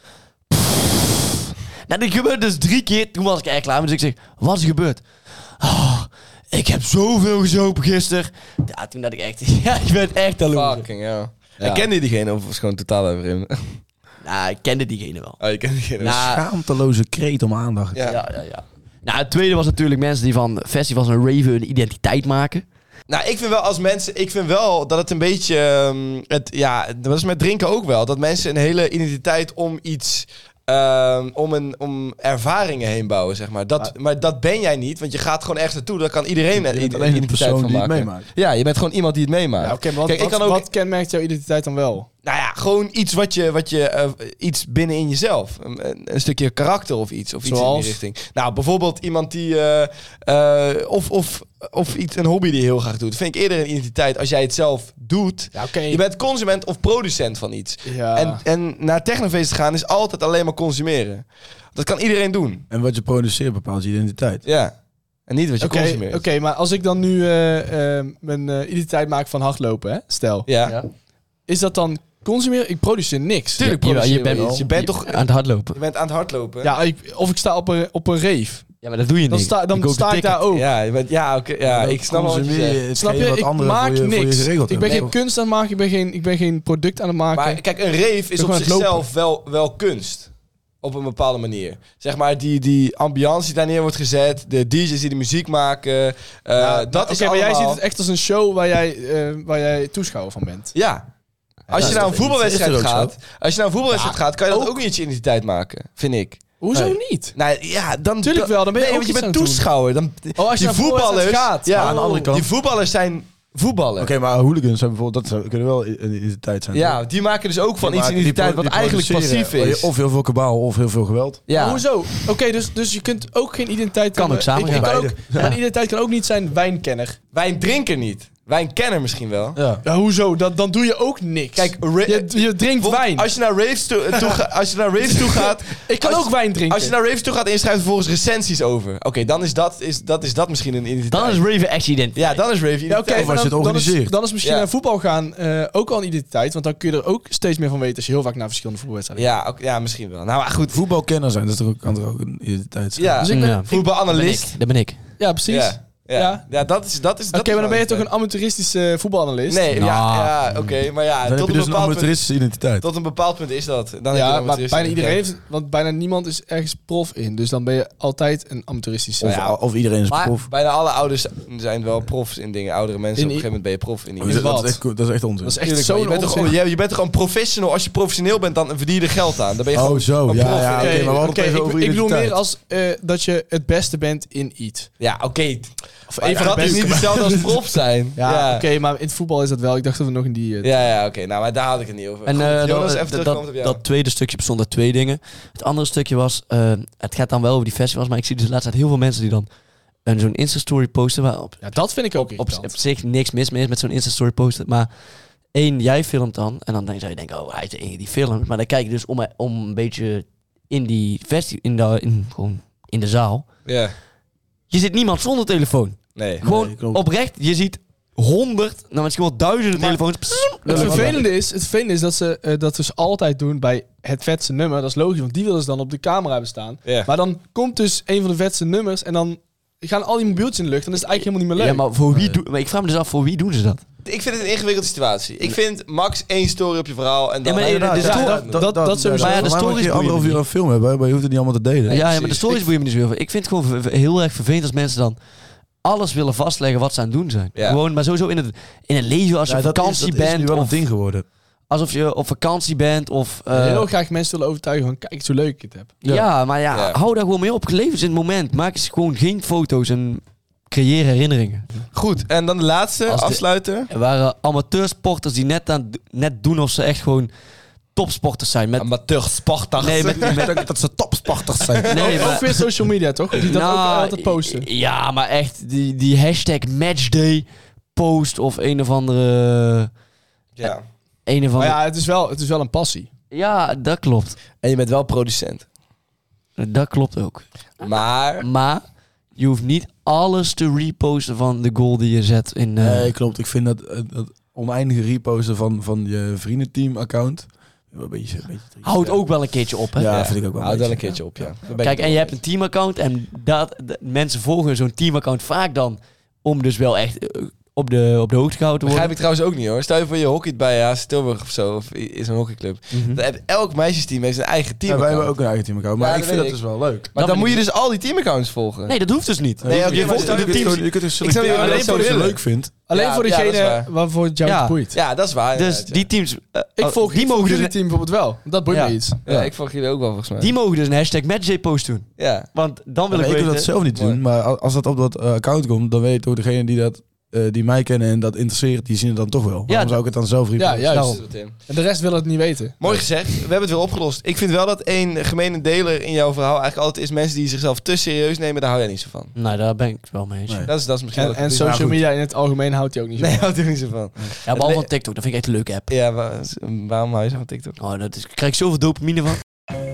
[SPEAKER 5] Nou, dit gebeurde dus drie keer. Toen was ik echt klaar. Dus ik zeg, wat is er gebeurd? Oh, ik heb zoveel gezopen gisteren. Ja, toen dacht ik echt, ja, je bent echt een loser.
[SPEAKER 2] Fucking, ja.
[SPEAKER 5] Ja.
[SPEAKER 2] En kende je diegene of was gewoon totaal vreemd?
[SPEAKER 5] Nou, ik kende diegene wel.
[SPEAKER 2] Oh, je kende diegene.
[SPEAKER 5] Nou,
[SPEAKER 3] Schaamteloze kreet om aandacht.
[SPEAKER 2] ja.
[SPEAKER 5] ja, ja, ja. Nou, het tweede was natuurlijk mensen die van festivals en raven een identiteit maken.
[SPEAKER 2] Nou, ik vind wel als mensen, ik vind wel dat het een beetje, ehm, het, ja, dat is met drinken ook wel, dat mensen een hele identiteit om iets, ehm, om een, om ervaringen heen bouwen, zeg maar. Dat, maar dat ben jij niet, want je gaat gewoon ergens naartoe, daar kan iedereen een
[SPEAKER 3] Je bent
[SPEAKER 2] ide-
[SPEAKER 3] alleen de
[SPEAKER 2] identiteit
[SPEAKER 3] persoon
[SPEAKER 2] van
[SPEAKER 3] die het
[SPEAKER 2] maken.
[SPEAKER 3] meemaakt.
[SPEAKER 2] Ja, je bent gewoon iemand die het meemaakt.
[SPEAKER 4] Ja, oké, maar wat,
[SPEAKER 2] Kijk, ik
[SPEAKER 4] wat,
[SPEAKER 2] kan ook-
[SPEAKER 4] wat kenmerkt jouw identiteit dan wel?
[SPEAKER 2] Nou ja, gewoon iets wat je, wat je uh, iets binnenin jezelf. Een, een- een stukje karakter of iets. Of iets in
[SPEAKER 4] Zoals?
[SPEAKER 2] die richting. Nou, bijvoorbeeld iemand die... uh, uh, of, of, of iets, een hobby die je heel graag doet. Vind ik eerder een identiteit als jij het zelf doet.
[SPEAKER 4] Ja, oké.
[SPEAKER 2] Je bent consument of producent van iets.
[SPEAKER 4] Ja.
[SPEAKER 2] En, en naar technofeesten gaan is altijd alleen maar consumeren. Dat kan iedereen doen.
[SPEAKER 3] En wat je produceert bepaalt je identiteit.
[SPEAKER 2] Ja. En niet wat je
[SPEAKER 4] Oké,
[SPEAKER 2] consumeert.
[SPEAKER 4] oké, maar als ik dan nu eh, eh, mijn eh, identiteit maak van hardlopen, hè? Stel.
[SPEAKER 2] Ja.
[SPEAKER 5] Ja.
[SPEAKER 4] Is dat dan consumeren? Ik produceer niks.
[SPEAKER 2] Tuurlijk
[SPEAKER 5] Ja, je
[SPEAKER 2] produceer je,
[SPEAKER 5] bent-
[SPEAKER 2] iets. Je bent toch...
[SPEAKER 5] aan het hardlopen.
[SPEAKER 2] Je bent aan het hardlopen.
[SPEAKER 4] Ja, ik, of ik sta op een, op een rave.
[SPEAKER 5] Ja, maar dat doe je
[SPEAKER 4] Dan
[SPEAKER 5] niet.
[SPEAKER 4] sta, dan
[SPEAKER 5] koop de
[SPEAKER 4] sta ik
[SPEAKER 5] ticket.
[SPEAKER 4] daar ook.
[SPEAKER 2] Ja, je bent, ja, oké, ja ik snap wel wat je
[SPEAKER 3] Consumeer
[SPEAKER 2] zegt.
[SPEAKER 3] het
[SPEAKER 4] Snap
[SPEAKER 3] geen
[SPEAKER 4] je?
[SPEAKER 3] wat
[SPEAKER 4] Ik
[SPEAKER 3] anderen
[SPEAKER 4] maak
[SPEAKER 3] voor je, voor
[SPEAKER 4] niks.
[SPEAKER 3] je geregeld
[SPEAKER 4] Ik ben
[SPEAKER 3] hebben.
[SPEAKER 4] geen kunst aan het maken. Ik ben geen, ik ben geen product aan het maken.
[SPEAKER 2] Maar kijk, een rave is
[SPEAKER 4] ben
[SPEAKER 2] op
[SPEAKER 4] gewoon aan het lopen.
[SPEAKER 2] zichzelf wel, wel kunst. Op een bepaalde manier. Zeg maar, die, die ambiance die daar neer wordt gezet. De D J's die de muziek maken. uh,
[SPEAKER 4] Ja,
[SPEAKER 2] dat
[SPEAKER 4] oké,
[SPEAKER 2] is
[SPEAKER 4] maar
[SPEAKER 2] allemaal...
[SPEAKER 4] jij ziet het echt als een show waar jij, eh, waar jij toeschouwer van bent.
[SPEAKER 2] Ja. Als
[SPEAKER 3] Ja,
[SPEAKER 2] je
[SPEAKER 3] is
[SPEAKER 2] naar een
[SPEAKER 3] dat-
[SPEAKER 2] voetbalwedstrijd
[SPEAKER 3] is dat ook
[SPEAKER 2] gaat... Als je naar een voetbalwedstrijd gaat, kan je dat
[SPEAKER 4] ook.
[SPEAKER 2] ook niet je identiteit maken. Vind ik.
[SPEAKER 4] Hoezo
[SPEAKER 3] Nee.
[SPEAKER 4] niet?
[SPEAKER 2] Nou ja, dan...
[SPEAKER 4] Tuurlijk wel, dan ben je
[SPEAKER 2] nee,
[SPEAKER 4] ook
[SPEAKER 2] want je
[SPEAKER 4] iets
[SPEAKER 2] bent
[SPEAKER 4] aan het doen.
[SPEAKER 2] toeschouwer. Dan,
[SPEAKER 4] Oh, als je
[SPEAKER 2] die
[SPEAKER 4] naar voetbalwedstrijd
[SPEAKER 2] voetballers...
[SPEAKER 4] gaat.
[SPEAKER 2] Ja,
[SPEAKER 4] Oh.
[SPEAKER 3] aan de andere kant.
[SPEAKER 2] Die voetballers zijn voetballen.
[SPEAKER 3] Oké, maar hooligans zijn bijvoorbeeld, dat zou- kunnen wel een identiteit zijn.
[SPEAKER 2] Ja, die maken dus ook van
[SPEAKER 3] Die
[SPEAKER 2] iets een
[SPEAKER 3] maken- die
[SPEAKER 2] identiteit
[SPEAKER 3] pro-
[SPEAKER 2] wat
[SPEAKER 3] die
[SPEAKER 2] eigenlijk
[SPEAKER 3] produceren
[SPEAKER 2] passief is.
[SPEAKER 3] Of heel veel kabaal of heel veel geweld.
[SPEAKER 2] Ja.
[SPEAKER 4] Maar hoezo? Oké, dus, dus je kunt ook geen identiteit
[SPEAKER 5] Kan ook
[SPEAKER 4] hebben.
[SPEAKER 5] samen
[SPEAKER 4] Ik, ik
[SPEAKER 5] gaan.
[SPEAKER 4] kan ook,
[SPEAKER 3] Beide.
[SPEAKER 4] Mijn identiteit kan ook niet zijn wijnkenner.
[SPEAKER 2] Wijndrinker niet. Wijnkenner misschien wel.
[SPEAKER 3] Ja.
[SPEAKER 4] Ja, hoezo? Dat, dan doe je ook niks.
[SPEAKER 2] Kijk, ra-
[SPEAKER 4] je, je drinkt
[SPEAKER 2] Bijvoorbeeld,
[SPEAKER 4] wijn.
[SPEAKER 2] Als je naar raves toe, toe, ga- als je naar raves toe gaat...
[SPEAKER 4] Ik kan
[SPEAKER 2] als-
[SPEAKER 4] ook wijn drinken.
[SPEAKER 2] Als je naar raves toe gaat en je schrijft vervolgens recensies over. Oké, dan is dat, is, dat is dat misschien een identiteit.
[SPEAKER 5] Dan is raven echt je identiteit.
[SPEAKER 2] Ja, dan is rave
[SPEAKER 4] Ja, oké,
[SPEAKER 2] identiteit.
[SPEAKER 3] Of als je het
[SPEAKER 4] dan, dan, is,
[SPEAKER 3] organiseert.
[SPEAKER 4] dan is misschien
[SPEAKER 2] Ja.
[SPEAKER 4] naar voetbal gaan eh, ook al een identiteit. Want dan kun je er ook steeds meer van weten als je heel vaak naar verschillende voetbalwedstrijden
[SPEAKER 2] Ja, ook, ja, misschien wel. Nou, maar goed.
[SPEAKER 3] Voetbalkenner zijn, dat is toch ook, kan toch ook een identiteit zijn.
[SPEAKER 2] Ja,
[SPEAKER 4] Dus ik ben-
[SPEAKER 5] Ja. Dat ben
[SPEAKER 2] voetbalanalist.
[SPEAKER 5] ik. Dat ben ik.
[SPEAKER 4] Ja, precies.
[SPEAKER 2] Ja, ja.
[SPEAKER 4] Ja.
[SPEAKER 2] ja. dat is dat is.
[SPEAKER 4] Oké,
[SPEAKER 2] dat is
[SPEAKER 4] maar dan ben je
[SPEAKER 2] wel
[SPEAKER 4] toch een amateuristische voetbalanalist?
[SPEAKER 2] Nee, ja,
[SPEAKER 5] Nou.
[SPEAKER 2] ja oké, maar ja,
[SPEAKER 3] Dan heb
[SPEAKER 2] tot
[SPEAKER 3] je
[SPEAKER 2] een,
[SPEAKER 3] dus een
[SPEAKER 2] bepaald punt,
[SPEAKER 3] amateuristische identiteit.
[SPEAKER 2] tot een bepaald punt is dat. Dan heb je een
[SPEAKER 4] Ja, maar
[SPEAKER 2] amateuristische
[SPEAKER 4] bijna iedereen
[SPEAKER 2] identiteit.
[SPEAKER 4] heeft... Want bijna niemand is ergens prof in. Dus dan ben je altijd een amateuristische...
[SPEAKER 3] Of,
[SPEAKER 2] ja.
[SPEAKER 3] of iedereen is
[SPEAKER 2] Maar
[SPEAKER 3] prof.
[SPEAKER 2] bijna alle ouders zijn wel profs in dingen. Oudere mensen,
[SPEAKER 4] In
[SPEAKER 2] op een
[SPEAKER 4] i-
[SPEAKER 2] gegeven moment ben je prof in
[SPEAKER 3] Dat
[SPEAKER 2] iets.
[SPEAKER 3] is, dat,
[SPEAKER 4] wat?
[SPEAKER 3] is echt, dat is echt onzin.
[SPEAKER 4] Dat is echt
[SPEAKER 2] Tuurlijk wel.
[SPEAKER 4] zo'n
[SPEAKER 2] je, bent toch,
[SPEAKER 4] onzin.
[SPEAKER 2] je, je bent toch een professional? Als je professioneel bent, dan verdien je er geld aan. Dan ben je
[SPEAKER 3] Oh,
[SPEAKER 2] gewoon
[SPEAKER 3] zo.
[SPEAKER 2] een
[SPEAKER 3] Ja,
[SPEAKER 2] prof
[SPEAKER 3] ja,
[SPEAKER 2] in-
[SPEAKER 3] oké, maar we hadden
[SPEAKER 4] Oké,
[SPEAKER 3] het even
[SPEAKER 4] ik,
[SPEAKER 3] over
[SPEAKER 4] ik bedoel
[SPEAKER 3] identiteit.
[SPEAKER 4] meer als eh, dat je het beste bent in iets.
[SPEAKER 2] Ja, oké.
[SPEAKER 4] Of
[SPEAKER 2] Maar
[SPEAKER 4] een van
[SPEAKER 2] dat
[SPEAKER 4] de
[SPEAKER 2] is
[SPEAKER 4] beste.
[SPEAKER 2] niet hetzelfde als prof zijn.
[SPEAKER 4] Ja,
[SPEAKER 2] ja.
[SPEAKER 4] oké, maar in het voetbal is dat wel. Ik dacht dat we nog in die... Uh,
[SPEAKER 2] Ja, ja, oké. Nou, maar daar had ik het niet over.
[SPEAKER 5] En
[SPEAKER 2] Goed,
[SPEAKER 5] eh,
[SPEAKER 2] Jonas,
[SPEAKER 5] dat,
[SPEAKER 2] even
[SPEAKER 5] dat,
[SPEAKER 2] terugkomt op jou.
[SPEAKER 5] dat tweede stukje bestond uit twee dingen. Het andere stukje was, uh, het gaat dan wel over die festivals, maar ik zie dus de laatste tijd heel veel mensen die dan een zo'n Insta-story posten. Waar op,
[SPEAKER 4] ja, dat vind ik ook
[SPEAKER 5] op, op,
[SPEAKER 4] irritant.
[SPEAKER 5] op zich niks mis mee is met zo'n Insta-story posten. Maar één, jij filmt dan. En dan zou je denken, oh, hij is de enige die filmt. Maar dan kijk je dus om, om een beetje in die festival, in de, in, gewoon in de zaal.
[SPEAKER 2] Ja.
[SPEAKER 5] Je ziet niemand zonder telefoon.
[SPEAKER 2] Nee.
[SPEAKER 5] Gewoon
[SPEAKER 3] Nee, klopt.
[SPEAKER 5] oprecht, je ziet honderd, nou misschien wel duizenden
[SPEAKER 4] Maar-
[SPEAKER 5] telefoons.
[SPEAKER 4] Het vervelende is, het vervelende is dat ze uh, dat dus altijd doen bij het vetste nummer. Dat is logisch, want die willen ze dan op de camera hebben staan.
[SPEAKER 2] Ja.
[SPEAKER 4] Maar dan komt dus een van de vetste nummers en dan gaan al die mobieltjes in de lucht. Dan is het eigenlijk helemaal niet meer
[SPEAKER 5] Ja,
[SPEAKER 4] leuk.
[SPEAKER 5] maar voor wie doen... Maar ik vraag me dus af, voor wie doen ze dat?
[SPEAKER 2] Ik vind het een ingewikkelde situatie. Ik vind max één story op je verhaal en dan...
[SPEAKER 5] Ja, maar
[SPEAKER 3] inderdaad,
[SPEAKER 5] de
[SPEAKER 3] ja,
[SPEAKER 5] story-
[SPEAKER 4] dat- dat sowieso.
[SPEAKER 5] Maar ja, de
[SPEAKER 3] Voor mij mag
[SPEAKER 5] stories
[SPEAKER 3] je
[SPEAKER 5] boeien
[SPEAKER 3] anderhalf
[SPEAKER 5] me
[SPEAKER 3] uur een film hebben, maar je hoeft het niet allemaal te delen.
[SPEAKER 5] Ja, ja, maar de
[SPEAKER 2] precies.
[SPEAKER 5] stories
[SPEAKER 2] Ik-
[SPEAKER 5] boeien me niet zo heel veel. Ik vind het gewoon v- v- heel erg vervelend als mensen dan alles willen vastleggen wat ze aan het doen zijn.
[SPEAKER 2] Ja.
[SPEAKER 5] Gewoon, maar sowieso in het, in het leven als je
[SPEAKER 3] Ja,
[SPEAKER 5] op
[SPEAKER 3] dat is-
[SPEAKER 5] vakantie
[SPEAKER 3] dat is nu
[SPEAKER 5] bent.
[SPEAKER 3] wel een
[SPEAKER 5] Of
[SPEAKER 3] ding geworden.
[SPEAKER 5] alsof je op vakantie bent. Of, eh,
[SPEAKER 4] heel graag mensen willen overtuigen van kijk eens hoe leuk ik het heb.
[SPEAKER 5] ja.
[SPEAKER 3] Ja.
[SPEAKER 5] maar ja,
[SPEAKER 2] Ja.
[SPEAKER 5] hou daar gewoon mee op. Leef eens in het moment. Maak eens gewoon geen foto's en creëer herinneringen.
[SPEAKER 2] Goed, en dan de laatste,
[SPEAKER 5] Als de-
[SPEAKER 2] afsluiter.
[SPEAKER 5] Er waren amateursporters die net, aan, net doen of ze echt gewoon topsporters zijn. Met,
[SPEAKER 2] Amateursporters.
[SPEAKER 5] nee, met, met,
[SPEAKER 3] Dat, dat ze topsporters zijn.
[SPEAKER 5] nee,
[SPEAKER 4] ook,
[SPEAKER 5] maar-
[SPEAKER 4] ook weer social media, toch? Die dat
[SPEAKER 5] Nou,
[SPEAKER 4] ook altijd posten.
[SPEAKER 5] Ja, maar echt, die, die hashtag matchday post of een of andere...
[SPEAKER 2] Ja.
[SPEAKER 5] Een of
[SPEAKER 4] Maar
[SPEAKER 5] andere...
[SPEAKER 4] ja, het is wel, het is wel een passie.
[SPEAKER 5] Ja, dat klopt.
[SPEAKER 2] En je bent wel producent.
[SPEAKER 5] Dat klopt ook.
[SPEAKER 2] Maar...
[SPEAKER 5] Maar je hoeft niet alles te reposten van de goal die je zet in... eh,
[SPEAKER 3] Nee, klopt. Ik vind dat, eh, dat oneindige reposten van, van je vriendenteam-account wel een beetje, een beetje triest.
[SPEAKER 5] Houd ook wel een keertje op, hè?
[SPEAKER 3] Ja,
[SPEAKER 2] Ja,
[SPEAKER 3] vind ik ook wel.
[SPEAKER 2] Houd wel een
[SPEAKER 3] beetje,
[SPEAKER 2] keertje op, ja. Daar ben
[SPEAKER 5] Kijk,
[SPEAKER 2] ik
[SPEAKER 5] en je
[SPEAKER 2] wel
[SPEAKER 5] hebt een teamaccount en dat, dat- mensen volgen zo'n teamaccount vaak dan om dus wel echt eh, op de, op de hoogte gehouden te
[SPEAKER 2] Begrijp
[SPEAKER 5] worden.
[SPEAKER 2] ik trouwens ook niet hoor. Stel je voor je hockeyt bij H C Tilburg of zo, of is een hockeyclub.
[SPEAKER 5] Mhm.
[SPEAKER 2] Dan heb elk meisjesteam heeft zijn eigen
[SPEAKER 3] Ja,
[SPEAKER 2] team.
[SPEAKER 3] wij hebben ook een eigen teamaccount, maar
[SPEAKER 2] Ja,
[SPEAKER 3] ik
[SPEAKER 2] dat
[SPEAKER 3] vind
[SPEAKER 2] weet
[SPEAKER 3] dat
[SPEAKER 2] ik.
[SPEAKER 3] dus wel leuk.
[SPEAKER 2] Maar
[SPEAKER 5] Dat
[SPEAKER 2] dan moet je
[SPEAKER 5] vind
[SPEAKER 2] dus al die teamaccounts volgen.
[SPEAKER 5] Nee, dat hoeft dus niet.
[SPEAKER 2] Nee, oké,
[SPEAKER 5] je
[SPEAKER 2] maar
[SPEAKER 5] volgt
[SPEAKER 2] stel
[SPEAKER 5] de
[SPEAKER 2] je
[SPEAKER 3] je, kunt
[SPEAKER 5] teams.
[SPEAKER 3] gewoon- je kunt dus
[SPEAKER 2] Ik snap
[SPEAKER 3] selecteren
[SPEAKER 2] niet
[SPEAKER 3] alleen
[SPEAKER 2] waarom
[SPEAKER 3] wat
[SPEAKER 2] je
[SPEAKER 3] je
[SPEAKER 2] dat
[SPEAKER 3] leuk vindt.
[SPEAKER 4] Alleen
[SPEAKER 2] Ja,
[SPEAKER 4] voor
[SPEAKER 2] ja, dat is
[SPEAKER 4] degene
[SPEAKER 2] waar.
[SPEAKER 4] waarvoor het jou
[SPEAKER 5] Ja.
[SPEAKER 4] boeit.
[SPEAKER 2] Ja, dat is waar.
[SPEAKER 5] Dus
[SPEAKER 2] inderdaad, ja.
[SPEAKER 5] die teams... eh,
[SPEAKER 4] Ik
[SPEAKER 5] oh,
[SPEAKER 4] volg,
[SPEAKER 5] die
[SPEAKER 4] ik volg
[SPEAKER 5] mogen dus,
[SPEAKER 4] jullie team bijvoorbeeld wel. Dat boeit
[SPEAKER 5] Ja.
[SPEAKER 4] me iets.
[SPEAKER 2] Ja, ik volg jullie ook wel volgens mij.
[SPEAKER 5] die mogen dus een hashtag matchday post doen.
[SPEAKER 2] Ja.
[SPEAKER 5] Want dan wil
[SPEAKER 3] Ja,
[SPEAKER 5] ik
[SPEAKER 3] ik wil
[SPEAKER 5] weten...
[SPEAKER 3] dat zelf niet
[SPEAKER 2] Mooi.
[SPEAKER 3] doen, maar al- als dat op dat eh, account komt, dan weet toch degene die dat eh, die mij kennen en dat interesseert, die zien het dan toch wel. Waarom
[SPEAKER 5] Ja,
[SPEAKER 3] zou ik het dan zelf reposten?
[SPEAKER 4] Ja, juist.
[SPEAKER 5] Daarom.
[SPEAKER 4] En de rest wil het niet weten.
[SPEAKER 2] Mooi gezegd. We hebben het wel opgelost. Ik vind wel dat één gemene deler in jouw verhaal eigenlijk altijd is mensen die zichzelf te serieus nemen. Daar hou jij niet zo van.
[SPEAKER 5] Nou, daar ben ik het wel mee eens.
[SPEAKER 3] Nee.
[SPEAKER 2] Dat is, dat is misschien
[SPEAKER 4] En,
[SPEAKER 2] wel
[SPEAKER 4] en
[SPEAKER 2] het-
[SPEAKER 4] social
[SPEAKER 3] goed.
[SPEAKER 4] media in het algemeen houdt hij ook niet zo.
[SPEAKER 2] Nee,
[SPEAKER 4] van.
[SPEAKER 2] houdt er niet zo van.
[SPEAKER 5] Ja, behalve van TikTok. Dat vind ik echt een leuke app.
[SPEAKER 2] Ja, wa- waarom hou je zo van TikTok?
[SPEAKER 5] Oh, dat is, ik krijg zoveel dopamine van.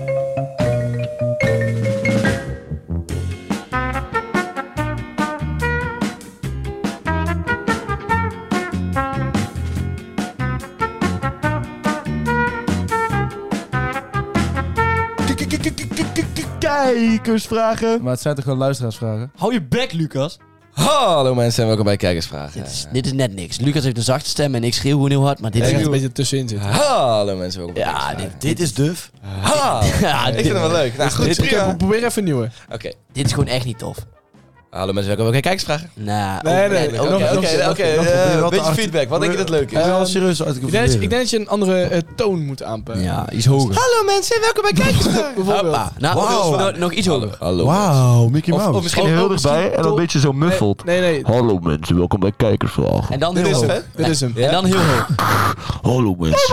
[SPEAKER 5] Kijkersvragen.
[SPEAKER 3] Maar het zijn toch gewoon luisteraarsvragen?
[SPEAKER 5] Hou je bek, Lucas.
[SPEAKER 2] Hallo mensen en welkom bij Kijkersvragen.
[SPEAKER 5] Dit is, dit is net niks. Lucas heeft een zachte stem en ik schreeuw gewoon heel hard, maar dit
[SPEAKER 4] Ik
[SPEAKER 5] is...
[SPEAKER 4] denk dat het een beetje tussenin zit.
[SPEAKER 2] Hallo mensen, welkom bij
[SPEAKER 5] Ja,
[SPEAKER 2] Kijkersvragen.
[SPEAKER 5] dit, dit, is duf.
[SPEAKER 2] Ha!
[SPEAKER 5] Ja,
[SPEAKER 2] Ik
[SPEAKER 5] dit,
[SPEAKER 2] vind hem wel leuk. Nou, goed,
[SPEAKER 4] Dit, ik
[SPEAKER 2] prima.
[SPEAKER 4] heb, probeer even een nieuwe.
[SPEAKER 2] Oké.
[SPEAKER 5] dit is gewoon echt niet tof.
[SPEAKER 2] Hallo mensen, welkom bij Kijkersvragen.
[SPEAKER 5] Nou,
[SPEAKER 4] Nee,
[SPEAKER 5] ook-
[SPEAKER 4] nee,
[SPEAKER 5] ook-
[SPEAKER 4] nog-
[SPEAKER 2] Oké,
[SPEAKER 4] nog-
[SPEAKER 2] oké,
[SPEAKER 4] nog-
[SPEAKER 2] oké.
[SPEAKER 3] nog-
[SPEAKER 2] eh,
[SPEAKER 3] nog-
[SPEAKER 2] Een beetje
[SPEAKER 3] nog-
[SPEAKER 2] feedback. Wat denk je dat leuk is?
[SPEAKER 3] Ik ben wel
[SPEAKER 4] Ehm,
[SPEAKER 3] serieus uit
[SPEAKER 4] Ik denk, dat je- ik denk dat je een andere eh, toon moet aanpakken.
[SPEAKER 5] Ja, iets hoger.
[SPEAKER 2] Hallo mensen, welkom bij Kijkersvragen.
[SPEAKER 4] Bijvoorbeeld.
[SPEAKER 5] Hoppa. Nou,
[SPEAKER 3] Wauw.
[SPEAKER 5] nog, nog iets hoger.
[SPEAKER 2] Hallo.
[SPEAKER 3] Wauw, Mickey
[SPEAKER 2] Of,
[SPEAKER 3] Mouse.
[SPEAKER 2] of misschien
[SPEAKER 4] Of-
[SPEAKER 2] heel
[SPEAKER 4] of
[SPEAKER 2] dichtbij
[SPEAKER 4] misschien
[SPEAKER 2] en dan een
[SPEAKER 4] tot-
[SPEAKER 2] beetje zo muffled.
[SPEAKER 4] Nee, nee, nee.
[SPEAKER 9] Hallo mensen, welkom bij Kijkersvragen.
[SPEAKER 5] En dan
[SPEAKER 2] Dit
[SPEAKER 5] heel
[SPEAKER 2] is
[SPEAKER 5] hoog.
[SPEAKER 2] het,
[SPEAKER 4] Dit is hem.
[SPEAKER 2] Ja?
[SPEAKER 5] En dan heel hoog.
[SPEAKER 9] Hallo mensen.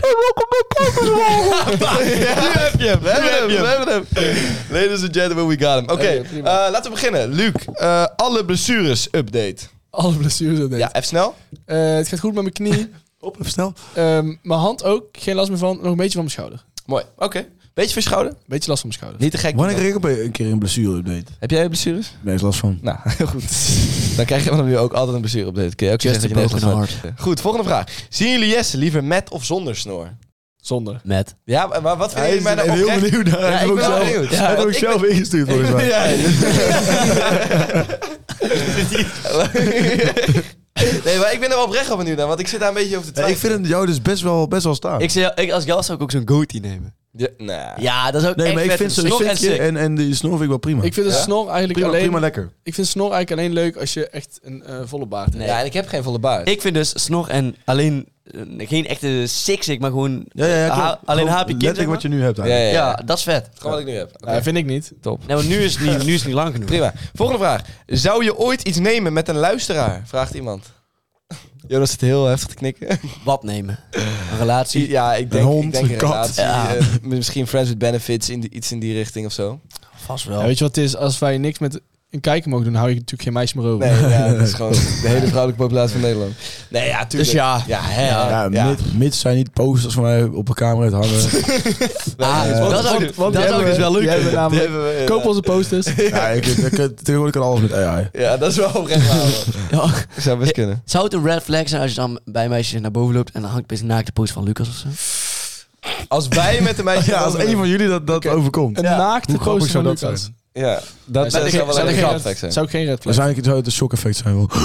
[SPEAKER 2] Ja, nu heb je hem. We hebben hem. We hebben hem. Ladies and gentlemen, we got him. Oké,
[SPEAKER 4] Oké, prima.
[SPEAKER 2] eh, laten we beginnen. Luc, eh, alle blessures update.
[SPEAKER 4] Alle blessures dat deed.
[SPEAKER 2] Ja, even snel.
[SPEAKER 4] Eh, het gaat goed met mijn knie.
[SPEAKER 3] Op, even snel.
[SPEAKER 4] Ehm, mijn hand ook. Geen last meer van. Nog een beetje van mijn schouder.
[SPEAKER 2] Mooi. Oké. Beetje voor je schouder.
[SPEAKER 4] Beetje last van mijn schouder.
[SPEAKER 2] Niet te gek.
[SPEAKER 3] Wanneer kreeg ik op een keer een blessure update?
[SPEAKER 2] Heb jij blessures?
[SPEAKER 3] Nee, is last van.
[SPEAKER 2] Nou, heel goed. Dan krijg je van nu ook altijd een blessure update. Kun je ook
[SPEAKER 5] Just
[SPEAKER 2] zeggen
[SPEAKER 5] a
[SPEAKER 2] dat je
[SPEAKER 5] broken
[SPEAKER 2] nergens van hebt. Goed, volgende vraag. Zien jullie Jesse liever met of zonder snor?
[SPEAKER 4] Zonder.
[SPEAKER 5] Met.
[SPEAKER 2] Ja, maar maar wat vinden jullie mij nou
[SPEAKER 3] heel
[SPEAKER 2] oprecht?
[SPEAKER 3] benieuwd naar.
[SPEAKER 2] Ja,
[SPEAKER 3] Hij
[SPEAKER 2] ik
[SPEAKER 3] heeft ook
[SPEAKER 2] ben wel
[SPEAKER 3] zelf,
[SPEAKER 2] benieuwd.
[SPEAKER 3] hij heeft
[SPEAKER 2] Want
[SPEAKER 3] ook
[SPEAKER 2] ik
[SPEAKER 3] zelf ingestuurd volgens mij.
[SPEAKER 2] Ja. Nee, maar ik ben er wel oprecht op benieuwd naar, want ik zit daar een beetje over te
[SPEAKER 3] Ja, ik
[SPEAKER 2] twijfelen.
[SPEAKER 3] vind het jou dus best wel, best wel staan.
[SPEAKER 5] Ik, zei, ik, als jas zou ik ook zo'n goatee nemen.
[SPEAKER 2] Ja, nou.
[SPEAKER 5] Ja, dat is ook
[SPEAKER 3] nee,
[SPEAKER 5] echt
[SPEAKER 3] maar ik
[SPEAKER 5] vet.
[SPEAKER 3] vind zo'n
[SPEAKER 5] Snor en
[SPEAKER 3] stukje
[SPEAKER 5] sick.
[SPEAKER 3] en, en die snor vind ik wel prima.
[SPEAKER 4] Ik vind een
[SPEAKER 2] Ja?
[SPEAKER 4] snor eigenlijk
[SPEAKER 3] prima,
[SPEAKER 4] alleen...
[SPEAKER 3] prima lekker.
[SPEAKER 4] Ik vind snor eigenlijk alleen leuk als je echt een eh, volle baard hebt.
[SPEAKER 5] Nee.
[SPEAKER 2] Ja, en ik heb geen volle baard.
[SPEAKER 5] Ik vind dus snor en alleen uh, geen echte six maar gewoon
[SPEAKER 3] Ja, ja, ja,
[SPEAKER 5] ha-
[SPEAKER 3] klopt.
[SPEAKER 5] alleen
[SPEAKER 3] Gewoon
[SPEAKER 5] H P kind.
[SPEAKER 3] letterlijk
[SPEAKER 5] zeg maar.
[SPEAKER 3] wat je nu hebt
[SPEAKER 2] Ja,
[SPEAKER 3] eigenlijk.
[SPEAKER 2] ja,
[SPEAKER 5] Ja,
[SPEAKER 2] ja.
[SPEAKER 5] dat is vet.
[SPEAKER 2] Gewoon wat ik nu heb. Oké.
[SPEAKER 4] Ja, vind ik niet.
[SPEAKER 2] Top.
[SPEAKER 5] Nee, maar nu is het niet, nu is het niet lang genoeg.
[SPEAKER 2] Prima. Volgende vraag. Zou je ooit iets nemen met een luisteraar? Vraagt iemand. Jonas zit heel heftig te knikken.
[SPEAKER 5] Wat nemen? Een relatie?
[SPEAKER 2] Ja, ik denk
[SPEAKER 3] Een hond,
[SPEAKER 2] ik denk een
[SPEAKER 3] een kat.
[SPEAKER 2] relatie.
[SPEAKER 5] Ja.
[SPEAKER 2] eh, misschien friends with benefits, in die, iets in die richting of zo.
[SPEAKER 5] Vast wel.
[SPEAKER 4] Ja, weet je wat het is? Als wij niks met een kijker mogen doen, hou je natuurlijk geen meisje meer over.
[SPEAKER 2] Nee, ja, dat is gewoon de hele vrouwelijke populatie van Nederland. Nee, ja, tuurlijk.
[SPEAKER 5] Dus ja.
[SPEAKER 2] Ja, hè,
[SPEAKER 3] Ja,
[SPEAKER 2] ja.
[SPEAKER 3] ja. Mits, mits zijn niet posters van mij op een camera uit hangen.
[SPEAKER 5] Ah,
[SPEAKER 2] Eh,
[SPEAKER 5] dat
[SPEAKER 2] want-
[SPEAKER 5] zou,
[SPEAKER 4] want
[SPEAKER 5] dat
[SPEAKER 4] die
[SPEAKER 5] zou ik dus
[SPEAKER 4] hebben
[SPEAKER 5] wel
[SPEAKER 4] we-
[SPEAKER 5] leuk
[SPEAKER 4] die hebben we
[SPEAKER 5] vinden.
[SPEAKER 2] Die
[SPEAKER 4] namelijk.
[SPEAKER 2] hebben we,
[SPEAKER 4] Koop
[SPEAKER 2] ja.
[SPEAKER 4] onze posters.
[SPEAKER 3] Ja, ik, ik, ik, tegenwoordig kan alles met A I.
[SPEAKER 2] Ja, dat is wel oprecht waar. man.
[SPEAKER 5] Ja.
[SPEAKER 2] Zou best kunnen.
[SPEAKER 5] Zou het een red flag zijn als je dan bij meisjes naar boven loopt en dan hangt opeens een naakte post van Lucas of zo?
[SPEAKER 2] Als wij met de meisje...
[SPEAKER 3] Ja, als een van jullie dat, dat
[SPEAKER 4] Oké.
[SPEAKER 3] overkomt.
[SPEAKER 4] Een
[SPEAKER 2] Ja.
[SPEAKER 4] naakte
[SPEAKER 3] Hoe grappig
[SPEAKER 4] poster van
[SPEAKER 3] zou dat
[SPEAKER 4] Lucas.
[SPEAKER 3] zijn?
[SPEAKER 2] Ja, dat,
[SPEAKER 4] Ja,
[SPEAKER 2] dat
[SPEAKER 4] ik-
[SPEAKER 2] zou wel
[SPEAKER 4] zou
[SPEAKER 2] een
[SPEAKER 4] ik
[SPEAKER 2] red
[SPEAKER 4] geen-
[SPEAKER 2] flag zijn.
[SPEAKER 4] Zou ik geen red flag.
[SPEAKER 3] Waarschijnlijk zou het een shock effect zijn wel.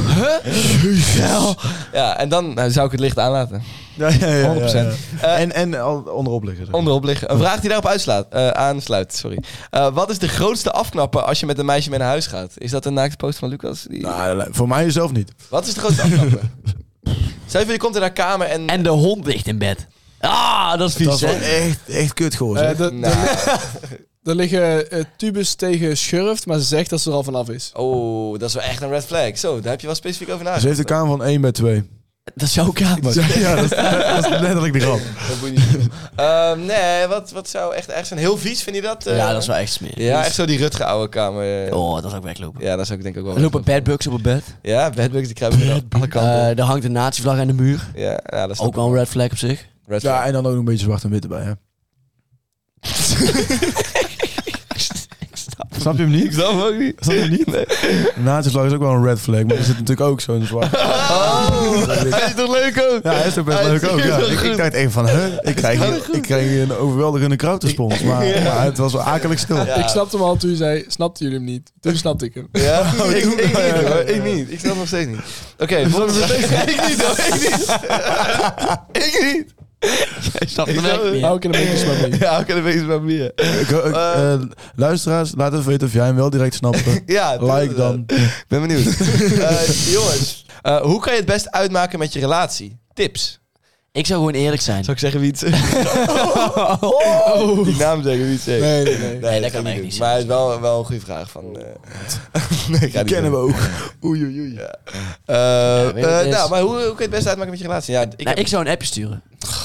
[SPEAKER 2] Ja, en dan nou, zou ik het licht aanlaten.
[SPEAKER 3] Ja, ja, ja.
[SPEAKER 2] honderd procent.
[SPEAKER 3] Eh, en en al onderop liggen. zeg.
[SPEAKER 2] Onderop liggen. Een vraag die daarop uitslaat, eh, aansluit. Sorry. Eh, wat is de grootste afknapper als je met een meisje mee naar huis gaat? Is dat een naakte post van Lucas? Die...
[SPEAKER 3] Nou, voor mij zelf niet.
[SPEAKER 2] Wat is de grootste afknapper? Stel je voor, je komt in haar kamer en...
[SPEAKER 5] En de hond ligt in bed. Ah, dat is
[SPEAKER 3] Dat
[SPEAKER 5] vies,
[SPEAKER 3] is wel
[SPEAKER 5] hè?
[SPEAKER 3] echt, echt kut gewoon.
[SPEAKER 4] Eh,
[SPEAKER 3] zeg.
[SPEAKER 4] de-
[SPEAKER 2] Nou.
[SPEAKER 4] Er liggen eh, tubes tegen schurft, maar ze zegt dat ze er al vanaf is.
[SPEAKER 2] Oh, dat is wel echt een red flag. Zo, daar heb je wel specifiek over
[SPEAKER 3] Ze
[SPEAKER 2] nagedacht.
[SPEAKER 3] heeft een kamer van één bij twee.
[SPEAKER 5] Dat zou ik aan.
[SPEAKER 3] Ja, dat is, dat is letterlijk de grap.
[SPEAKER 2] Dat moet je niet doen. Ehm, nee, wat, wat zou echt erg zijn? Heel vies, vind je dat? eh?
[SPEAKER 5] Ja, dat is wel echt smerig.
[SPEAKER 2] Ja, echt zo die Rutge oude kamer.
[SPEAKER 5] Oh, dat zou ik weglopen.
[SPEAKER 2] Ja, dat zou ik denk ik ook wel.
[SPEAKER 5] Er lopen bedbugs op het bed.
[SPEAKER 2] Ja, bedbugs die kruipen aan alle kanten.
[SPEAKER 5] Eh er hangt een nazi-vlag aan de muur.
[SPEAKER 2] ja, ja, dat is
[SPEAKER 5] Ook wel een red flag op zich.
[SPEAKER 2] red flag.
[SPEAKER 3] Ja, en dan ook nog een beetje zwart en wit erbij. Hè. Snap je hem niet?
[SPEAKER 2] Ik snap hem ook niet.
[SPEAKER 3] Snap je hem niet? Nee. De nazi-vlag is ook wel een red flag, maar er zit natuurlijk ook zo'n zwart.
[SPEAKER 2] Oh, hij is toch leuk ook?
[SPEAKER 3] Ja, hij is ook best
[SPEAKER 2] Hij is
[SPEAKER 3] leuk ook. Ja.
[SPEAKER 2] heel
[SPEAKER 3] Ik,
[SPEAKER 2] goed.
[SPEAKER 3] ik dacht even van, huh? Ik krijg, hier, ik krijg hier een overweldigende crowdrespons, maar, maar het was wel akelig stil.
[SPEAKER 2] Ja.
[SPEAKER 4] Ik snapte hem al toen je zei, snapten jullie hem niet? Toen snapte ik hem.
[SPEAKER 2] Ja, ik, ik niet hoor. Ik niet. Ik snap hem nog steeds niet. Oké, volgende vraag. Ik niet hoor. Ik niet. Ik niet.
[SPEAKER 5] Jij snapt
[SPEAKER 2] Ik
[SPEAKER 5] hem
[SPEAKER 2] snap
[SPEAKER 5] echt niet.
[SPEAKER 4] Hou ik er een beetje maar mee.
[SPEAKER 2] Ja, ik kan een beetje bij meer.
[SPEAKER 3] Ik, ik,
[SPEAKER 2] Eh.
[SPEAKER 3] eh, luisteraars, laat even weten of jij hem wel direct snapt.
[SPEAKER 2] Ja, doe
[SPEAKER 3] Like
[SPEAKER 2] het
[SPEAKER 3] dan.
[SPEAKER 2] Ik ben benieuwd. Eh, jongens, eh, hoe kan je het best uitmaken met je relatie? Tips.
[SPEAKER 5] Ik zou gewoon eerlijk zijn.
[SPEAKER 2] Zal ik zeggen wie het oh. Die naam zeggen wie het zegt.
[SPEAKER 4] Nee, nee, nee.
[SPEAKER 5] Nee, dat
[SPEAKER 2] ga
[SPEAKER 5] kan
[SPEAKER 2] ik
[SPEAKER 5] echt
[SPEAKER 2] doen.
[SPEAKER 5] niet
[SPEAKER 2] Maar het is wel, wel een goede vraag. Van, uh... nee, ik ga
[SPEAKER 3] Die kennen we
[SPEAKER 2] doen.
[SPEAKER 3] ook. Oei, oei, oei.
[SPEAKER 2] Ja. Uh,
[SPEAKER 5] weet je wat het
[SPEAKER 2] uh,
[SPEAKER 5] is?
[SPEAKER 2] nou, maar hoe, hoe kan je het best uitmaken met je relatie? Ja, ik,
[SPEAKER 5] Ik, nou,
[SPEAKER 2] heb-
[SPEAKER 5] ik zou een appje sturen.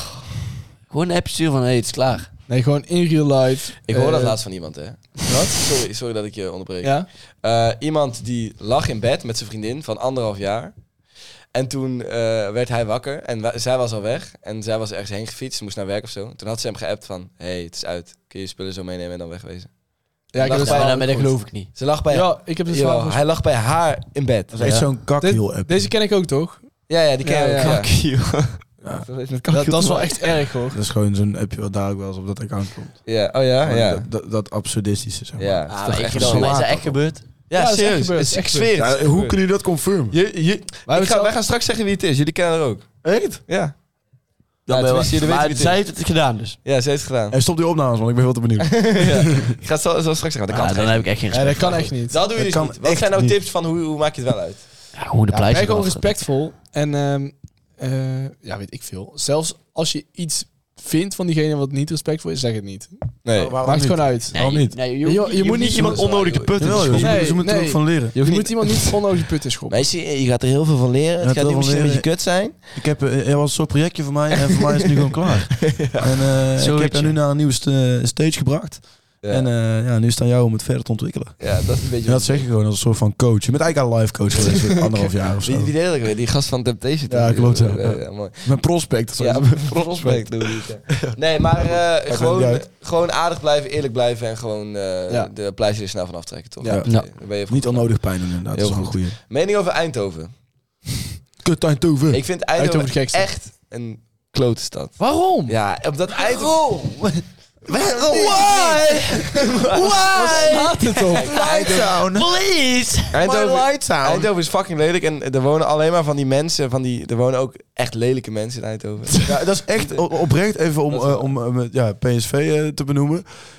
[SPEAKER 5] Gewoon een appje sturen van, hé, hey, het is klaar.
[SPEAKER 4] Nee, gewoon in real life.
[SPEAKER 2] ik hoor dat
[SPEAKER 4] Eh,
[SPEAKER 2] laatst van iemand, hè. Wat? Sorry, sorry dat ik je onderbreek.
[SPEAKER 4] Ja?
[SPEAKER 2] Uh, iemand die lag in bed met zijn vriendin van anderhalf jaar. En toen uh, werd hij wakker en wa- zij was al weg. En zij was ergens heen gefietst, moest naar werk of zo. Toen had ze hem geappt van, hé, hey, het is uit. Kun je je spullen zo meenemen en dan wegwezen?
[SPEAKER 4] Ja, ik
[SPEAKER 2] Lag
[SPEAKER 4] heb
[SPEAKER 2] bij-
[SPEAKER 4] het
[SPEAKER 5] Maar,
[SPEAKER 4] verhaal
[SPEAKER 5] dat- maar dat
[SPEAKER 4] ook
[SPEAKER 5] geloof ik niet.
[SPEAKER 2] Ze lag bij,
[SPEAKER 4] Ja, ik heb het
[SPEAKER 2] Jawel,
[SPEAKER 4] verhaal
[SPEAKER 2] hij lag bij haar in bed.
[SPEAKER 3] Dat is echt
[SPEAKER 2] ja.
[SPEAKER 3] zo'n kakhiel-app.
[SPEAKER 4] Deze ken ik ook, toch?
[SPEAKER 2] Ja, ja, die ken je
[SPEAKER 4] Ja,
[SPEAKER 2] ook.
[SPEAKER 4] ja.
[SPEAKER 2] Ja.
[SPEAKER 3] Ja.
[SPEAKER 2] Dat, heeft met
[SPEAKER 4] Dat,
[SPEAKER 2] kakhiel
[SPEAKER 4] dat is
[SPEAKER 2] te
[SPEAKER 4] wel
[SPEAKER 2] maken.
[SPEAKER 4] echt erg, hoor.
[SPEAKER 3] Dat is gewoon zo'n appje wat daar ook wel eens op dat account komt.
[SPEAKER 2] Ja, oh ja,
[SPEAKER 3] Gewoon
[SPEAKER 2] ja.
[SPEAKER 3] Dat, dat, dat absurdistische, zeg maar.
[SPEAKER 2] Ja, het is
[SPEAKER 5] Ah,
[SPEAKER 2] toch
[SPEAKER 5] maar
[SPEAKER 2] echt
[SPEAKER 5] ik
[SPEAKER 2] zo.
[SPEAKER 5] dan, is dat
[SPEAKER 3] zwaar,
[SPEAKER 5] echt gebeurd?
[SPEAKER 2] Ja,
[SPEAKER 4] Ja, dat is echt
[SPEAKER 2] serieus.
[SPEAKER 4] gebeurd,
[SPEAKER 2] Het is
[SPEAKER 4] echt
[SPEAKER 2] ik zweer het.
[SPEAKER 3] Ja,
[SPEAKER 2] het is
[SPEAKER 3] hoe
[SPEAKER 2] gebeurd.
[SPEAKER 3] kunnen jullie dat confirmen?
[SPEAKER 2] Je, je,
[SPEAKER 4] Wij
[SPEAKER 2] ik
[SPEAKER 4] hebben
[SPEAKER 2] ga,
[SPEAKER 4] zelf-
[SPEAKER 2] wij gaan straks zeggen wie het is. Jullie kennen haar ook.
[SPEAKER 3] Echt?
[SPEAKER 2] Ja.
[SPEAKER 5] Dan
[SPEAKER 2] Ja,
[SPEAKER 5] ben
[SPEAKER 2] tenminste, jullie
[SPEAKER 5] maar
[SPEAKER 2] weten wie
[SPEAKER 5] zij
[SPEAKER 2] het
[SPEAKER 5] heeft het gedaan dus.
[SPEAKER 2] is. Ja, ze heeft het gedaan.
[SPEAKER 3] En stop die opnames, want ik ben heel te benieuwd.
[SPEAKER 2] ja. Ik ga het zo, zo straks zeggen. Dat kan
[SPEAKER 5] Ah, dan
[SPEAKER 2] echt
[SPEAKER 5] heb ik echt geen
[SPEAKER 4] Nee,
[SPEAKER 5] respect.
[SPEAKER 4] dat kan echt niet.
[SPEAKER 2] Dat doe je
[SPEAKER 3] Dat
[SPEAKER 2] dus
[SPEAKER 3] kan
[SPEAKER 2] niet. Wat
[SPEAKER 3] echt
[SPEAKER 2] zijn nou
[SPEAKER 3] niet.
[SPEAKER 2] tips van hoe, hoe maak je het wel uit?
[SPEAKER 5] Ja, gewoon de
[SPEAKER 4] Ja,
[SPEAKER 5] pleister
[SPEAKER 4] ben gewoon
[SPEAKER 5] eraf.
[SPEAKER 4] respectvol. En ehm, eh, ja, weet ik veel. Zelfs als je iets vindt van diegene wat niet respectvol is, zeg het niet.
[SPEAKER 2] Nee.
[SPEAKER 3] Waarom
[SPEAKER 4] Maak het
[SPEAKER 3] niet?
[SPEAKER 4] gewoon uit.
[SPEAKER 5] Nee,
[SPEAKER 3] Waarom niet?
[SPEAKER 5] Nee, je,
[SPEAKER 4] Je-
[SPEAKER 5] je,
[SPEAKER 4] je
[SPEAKER 5] je
[SPEAKER 4] moet
[SPEAKER 5] moet
[SPEAKER 4] niet
[SPEAKER 5] niet iemand
[SPEAKER 2] iemand-
[SPEAKER 5] onnodig te putten.
[SPEAKER 3] Jawel, joh,
[SPEAKER 4] Nee,
[SPEAKER 3] ze moeten er
[SPEAKER 4] nee.
[SPEAKER 3] ook van leren.
[SPEAKER 4] Je, moet iemand niet onnodig putten schoppen.
[SPEAKER 2] Meisje, je gaat er heel veel van leren. Het
[SPEAKER 3] Ja,
[SPEAKER 2] gaat
[SPEAKER 3] heel
[SPEAKER 2] nu
[SPEAKER 3] veel
[SPEAKER 2] misschien een beetje
[SPEAKER 3] leren.
[SPEAKER 2] kut zijn.
[SPEAKER 3] Ik heb, eh, er was een soort projectje voor mij en voor mij is het nu gewoon klaar. En eh, ik
[SPEAKER 5] Zoiets,
[SPEAKER 3] heb er nu
[SPEAKER 5] ja.
[SPEAKER 3] naar een nieuwe st- eh, stage gebracht.
[SPEAKER 2] Ja,
[SPEAKER 3] En eh, ja, nu is het aan jou om het verder te ontwikkelen.
[SPEAKER 2] ja dat is een beetje...
[SPEAKER 3] En dat zeg je gewoon als een soort van coach. Je bent eigenlijk al live coach geweest voor anderhalf jaar of zo.
[SPEAKER 2] Wie, wie deed dat ook weer? Die gast van Temptation.
[SPEAKER 3] Ja,
[SPEAKER 2] toch?
[SPEAKER 3] klopt, ja.
[SPEAKER 2] Ja, mooi.
[SPEAKER 3] Mijn prospect. Zo.
[SPEAKER 2] Ja, prospect doen we het, ja. Nee, maar eh,
[SPEAKER 3] Maakt niet
[SPEAKER 2] gewoon,
[SPEAKER 3] uit.
[SPEAKER 2] gewoon aardig blijven, eerlijk blijven en gewoon eh,
[SPEAKER 4] Ja.
[SPEAKER 2] de pleisters er snel van aftrekken, toch?
[SPEAKER 3] Ja.
[SPEAKER 2] Oké,
[SPEAKER 5] Ja.
[SPEAKER 2] dan ben je
[SPEAKER 3] Niet onnodig pijn doen inderdaad.
[SPEAKER 2] Heel
[SPEAKER 3] dat is wel een
[SPEAKER 2] goed.
[SPEAKER 3] goeie.
[SPEAKER 2] Mening over Eindhoven.
[SPEAKER 3] Kut Eindhoven.
[SPEAKER 2] Ik vind
[SPEAKER 4] Eindhoven
[SPEAKER 2] Eindhoven
[SPEAKER 4] het gekste.
[SPEAKER 2] echt een klote stad.
[SPEAKER 4] Waarom?
[SPEAKER 2] Ja, op dat Eindhoven...
[SPEAKER 3] Waarom?
[SPEAKER 2] Why?
[SPEAKER 4] Waar slaat het op?
[SPEAKER 3] Lighttown.
[SPEAKER 5] Please!
[SPEAKER 2] Eindhoven,
[SPEAKER 3] Lighttown.
[SPEAKER 2] Eindhoven is fucking lelijk en er wonen alleen maar van die mensen, van die, er wonen ook echt lelijke mensen in Eindhoven.
[SPEAKER 3] Ja, dat is echt o- oprecht even om,
[SPEAKER 2] Dat is
[SPEAKER 3] eh,
[SPEAKER 2] wel-
[SPEAKER 3] om eh, met, ja, P S V eh, te benoemen.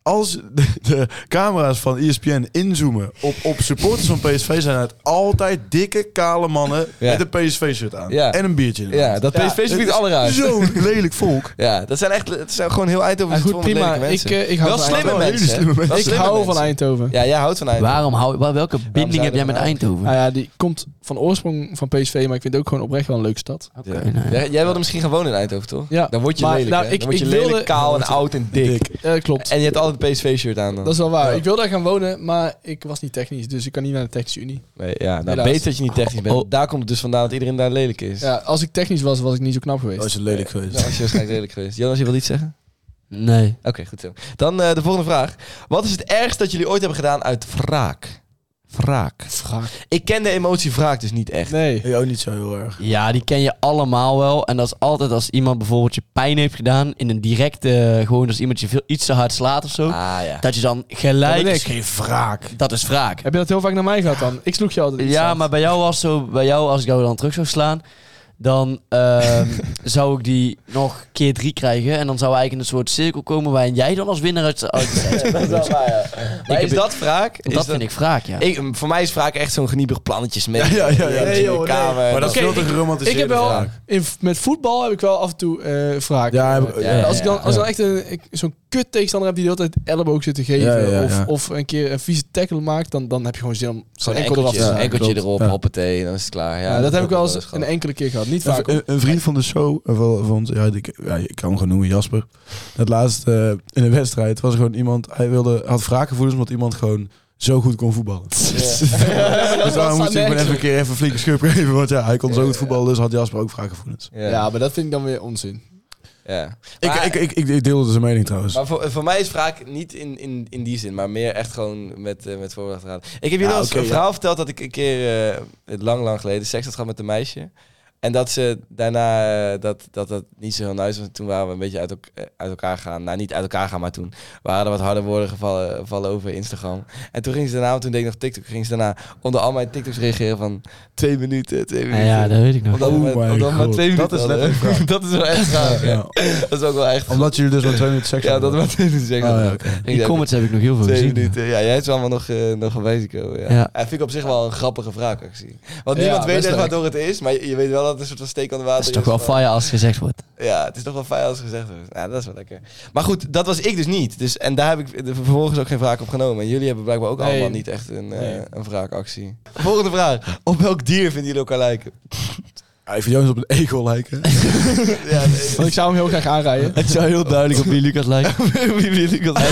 [SPEAKER 3] als de, de camera's van E S P N inzoomen op, op supporters van P S V... zijn het altijd dikke, kale mannen
[SPEAKER 2] Ja.
[SPEAKER 3] met een P S V-shirt aan.
[SPEAKER 2] Ja.
[SPEAKER 3] En een biertje in de
[SPEAKER 2] Ja,
[SPEAKER 3] hand.
[SPEAKER 2] dat P S V
[SPEAKER 3] Het
[SPEAKER 2] spielt
[SPEAKER 3] is
[SPEAKER 2] alle raar.
[SPEAKER 3] Zo'n lelijk volk.
[SPEAKER 2] Ja, dat zijn echt, het zijn gewoon heel Eindhoven.
[SPEAKER 4] Ja,
[SPEAKER 2] is
[SPEAKER 4] goed,
[SPEAKER 2] vol met
[SPEAKER 4] prima.
[SPEAKER 2] lelijke
[SPEAKER 4] Ik,
[SPEAKER 2] mensen.
[SPEAKER 4] eh, ik hou
[SPEAKER 2] Wel
[SPEAKER 4] van
[SPEAKER 2] slimme
[SPEAKER 3] Eindhoven.
[SPEAKER 2] mensen.
[SPEAKER 3] Hele slimme
[SPEAKER 2] hè? Wel
[SPEAKER 4] Ik
[SPEAKER 2] slimme
[SPEAKER 4] hou van
[SPEAKER 2] mensen.
[SPEAKER 4] Eindhoven.
[SPEAKER 2] Ja, jij houdt van Eindhoven.
[SPEAKER 5] Waarom hou wel, welke binding
[SPEAKER 2] zijn
[SPEAKER 5] heb jij
[SPEAKER 2] we
[SPEAKER 5] met
[SPEAKER 2] van
[SPEAKER 5] Eindhoven?
[SPEAKER 4] Nou ja, die komt van oorsprong van P S V, maar ik vind het ook gewoon oprecht wel een leuke stad.
[SPEAKER 5] Oké,
[SPEAKER 2] Ja.
[SPEAKER 5] nou ja.
[SPEAKER 2] Jij, jij wilde misschien gaan wonen in Eindhoven, toch?
[SPEAKER 4] Ja.
[SPEAKER 2] Dan word je
[SPEAKER 4] Maar,
[SPEAKER 2] lelijk,
[SPEAKER 4] nou,
[SPEAKER 2] hè?
[SPEAKER 4] ik-
[SPEAKER 2] Dan word je
[SPEAKER 4] ik
[SPEAKER 2] lelijk,
[SPEAKER 4] wilde-
[SPEAKER 2] kaal en oud en dik.
[SPEAKER 4] Eh, klopt.
[SPEAKER 2] En je hebt altijd een P S V-shirt aan dan.
[SPEAKER 4] Dat is wel waar.
[SPEAKER 3] Ja.
[SPEAKER 4] Ik wilde daar gaan wonen, maar ik was niet technisch, dus ik kan niet naar de technische unie.
[SPEAKER 2] Nee, ja, nou,
[SPEAKER 4] Helaas.
[SPEAKER 2] beter dat je niet technisch bent.
[SPEAKER 5] Oh.
[SPEAKER 2] Daar komt het dus vandaan dat iedereen daar lelijk is.
[SPEAKER 4] Ja, als ik technisch was, was ik niet zo knap geweest.
[SPEAKER 3] Dat is lelijk geweest.
[SPEAKER 2] Dan was je waarschijnlijk lelijk geweest. Jonas, je wil iets zeggen?
[SPEAKER 5] Nee.
[SPEAKER 2] Oké, goed zo. Dan eh, de volgende vraag. Wat is het ergste dat jullie ooit hebben gedaan uit wraak? Wraak. Ik ken de emotie wraak dus niet echt.
[SPEAKER 4] Nee.
[SPEAKER 3] Ik ook niet zo heel erg.
[SPEAKER 5] Ja, die ken je allemaal wel. En dat is altijd als iemand bijvoorbeeld je pijn heeft gedaan... in een directe... gewoon als iemand je veel, iets te hard slaat of zo...
[SPEAKER 2] Ah ja.
[SPEAKER 5] dat je dan gelijk...
[SPEAKER 4] Dat ben ik.
[SPEAKER 3] Geen wraak.
[SPEAKER 5] Dat is wraak.
[SPEAKER 4] Heb je dat heel vaak naar mij gehad dan? Ik sloeg je altijd iets
[SPEAKER 5] Ja,
[SPEAKER 4] aan.
[SPEAKER 5] maar bij jou was zo... Bij jou, als ik jou dan terug zou slaan... dan ehm, zou ik die nog keer drie krijgen. En dan zou eigenlijk in een soort cirkel komen... waarin jij dan als winnaar uit, uit de set
[SPEAKER 2] Dat is wel waar, ja. Maar
[SPEAKER 5] Ik
[SPEAKER 2] is
[SPEAKER 5] heb-
[SPEAKER 2] dat wraak? Is
[SPEAKER 5] Dat vind ik wraak, ja.
[SPEAKER 2] Ik, voor mij is wraak echt zo'n geniepig plannetjes met
[SPEAKER 3] Ja, ja, ja.
[SPEAKER 2] in
[SPEAKER 3] Nee,
[SPEAKER 2] de
[SPEAKER 3] joh, nee.
[SPEAKER 2] kamer.
[SPEAKER 3] Maar dat is
[SPEAKER 4] Oké,
[SPEAKER 3] veel te
[SPEAKER 4] ik-
[SPEAKER 3] geromantiseerd.
[SPEAKER 4] Ik heb wel,
[SPEAKER 3] wraak.
[SPEAKER 4] in, met voetbal heb ik wel af en toe eh wraak.
[SPEAKER 3] Ja, heb ik-
[SPEAKER 4] Eh,
[SPEAKER 2] ja, ja,
[SPEAKER 4] als ik dan, als ik
[SPEAKER 3] ja.
[SPEAKER 4] dan echt een, ik- zo'n kut tegenstander heb die de hele tijd elleboog zit te geven...
[SPEAKER 3] Ja, ja,
[SPEAKER 4] Of,
[SPEAKER 3] ja.
[SPEAKER 4] of een keer een vieze tackle maakt, dan, dan heb je gewoon zin om
[SPEAKER 2] Gewoon
[SPEAKER 4] zo'n
[SPEAKER 2] een
[SPEAKER 4] enkel eraf te
[SPEAKER 2] enkeltje,
[SPEAKER 4] slaan.
[SPEAKER 2] enkeltje
[SPEAKER 3] klopt.
[SPEAKER 2] erop,
[SPEAKER 3] Ja.
[SPEAKER 2] hoppatee, en dan is het klaar. Ja,
[SPEAKER 4] Ja, dat heb ik wel eens
[SPEAKER 2] eens
[SPEAKER 4] een enkele keer gehad. Niet
[SPEAKER 3] Een,
[SPEAKER 4] vaak.
[SPEAKER 3] een, een vriend van de show, eh, van, van ja, ik, ja, ik kan hem gewoon noemen, Jasper. Het laatst eh, in een wedstrijd was er gewoon iemand, hij wilde, had wraakgevoelens omdat iemand gewoon zo goed kon voetballen. Dus daarom moest ik gewoon even een keer even een flinke schub geven, want ja, hij kon zo goed voetballen, dus had Jasper ook wraakgevoelens.
[SPEAKER 2] Ja.
[SPEAKER 4] Ja, maar dat vind ik dan weer onzin.
[SPEAKER 2] Ja.
[SPEAKER 3] Ik,
[SPEAKER 2] Maar-
[SPEAKER 3] ik, ik, ik, ik deelde zijn mening trouwens.
[SPEAKER 2] Maar voor, voor mij is wraak niet in, in, in die zin, maar meer echt gewoon met, uh, met voorbedacht raden. Ik heb jullie
[SPEAKER 3] Ja,
[SPEAKER 2] wel eens
[SPEAKER 3] oké,
[SPEAKER 2] een
[SPEAKER 3] ja.
[SPEAKER 2] verhaal verteld dat ik een keer, uh, lang, lang geleden, seks had gehad met een meisje. En dat ze daarna, uh, dat, dat dat niet zo heel nice was. Toen waren we een beetje uit, ook, uh, uit elkaar gegaan. Nou, niet uit elkaar gaan, maar toen waren er wat harde woorden gevallen, gevallen over Instagram. En toen ging ze daarna, want toen deed ik nog TikTok, ging ze daarna onder al mijn TikToks reageren van twee minuten, twee minuten.
[SPEAKER 5] Ja, dat weet ik nog.
[SPEAKER 2] Omdat we
[SPEAKER 3] Oh
[SPEAKER 2] met-
[SPEAKER 3] mijn
[SPEAKER 2] omdat we maar
[SPEAKER 3] God.
[SPEAKER 2] twee minuten
[SPEAKER 3] Dat is
[SPEAKER 2] hadden.
[SPEAKER 3] letterlijk wraak.
[SPEAKER 2] Dat is wel echt raar.
[SPEAKER 3] Ja.
[SPEAKER 2] Dat is ook wel echt.
[SPEAKER 3] Omdat jullie dus maar twee minuten seks
[SPEAKER 2] Ja, dat
[SPEAKER 3] hadden.
[SPEAKER 2] wat twee minuten zeggen.
[SPEAKER 3] Oh, ja, oké.
[SPEAKER 2] Ging
[SPEAKER 5] Die
[SPEAKER 2] daar-
[SPEAKER 5] comments heb ik nog heel veel
[SPEAKER 2] Twee
[SPEAKER 5] gezien.
[SPEAKER 2] minuten. Ja, jij is allemaal nog, uh, nog een wijzico. Ja.
[SPEAKER 5] Ja.
[SPEAKER 2] Ja. vind ik op zich wel een grappige wraakactie. Want
[SPEAKER 4] Ja,
[SPEAKER 2] niemand weet
[SPEAKER 4] best
[SPEAKER 2] echt
[SPEAKER 4] leuk.
[SPEAKER 2] waardoor het is, maar je, je weet wel dat het een soort van steek aan de water
[SPEAKER 5] Dat is toch wel
[SPEAKER 2] van-
[SPEAKER 5] fire als het gezegd wordt.
[SPEAKER 2] Ja, het is toch wel fijn als gezegd wordt. Ja, dat is wel lekker. Maar goed, dat was ik dus niet. Dus, en daar heb ik de- vervolgens ook geen wraak op genomen. En jullie hebben blijkbaar ook
[SPEAKER 4] Nee.
[SPEAKER 2] allemaal niet echt een, uh,
[SPEAKER 4] Nee.
[SPEAKER 2] een wraakactie. Volgende vraag. Op welk dier vinden jullie elkaar lijken?
[SPEAKER 3] Ja, ik vind Jonas op een egel lijken.
[SPEAKER 2] Ja, nee.
[SPEAKER 4] Want ik zou hem heel graag aanrijden.
[SPEAKER 5] Het zou heel duidelijk op wie Lucas lijkt.
[SPEAKER 2] Wie wil ik dat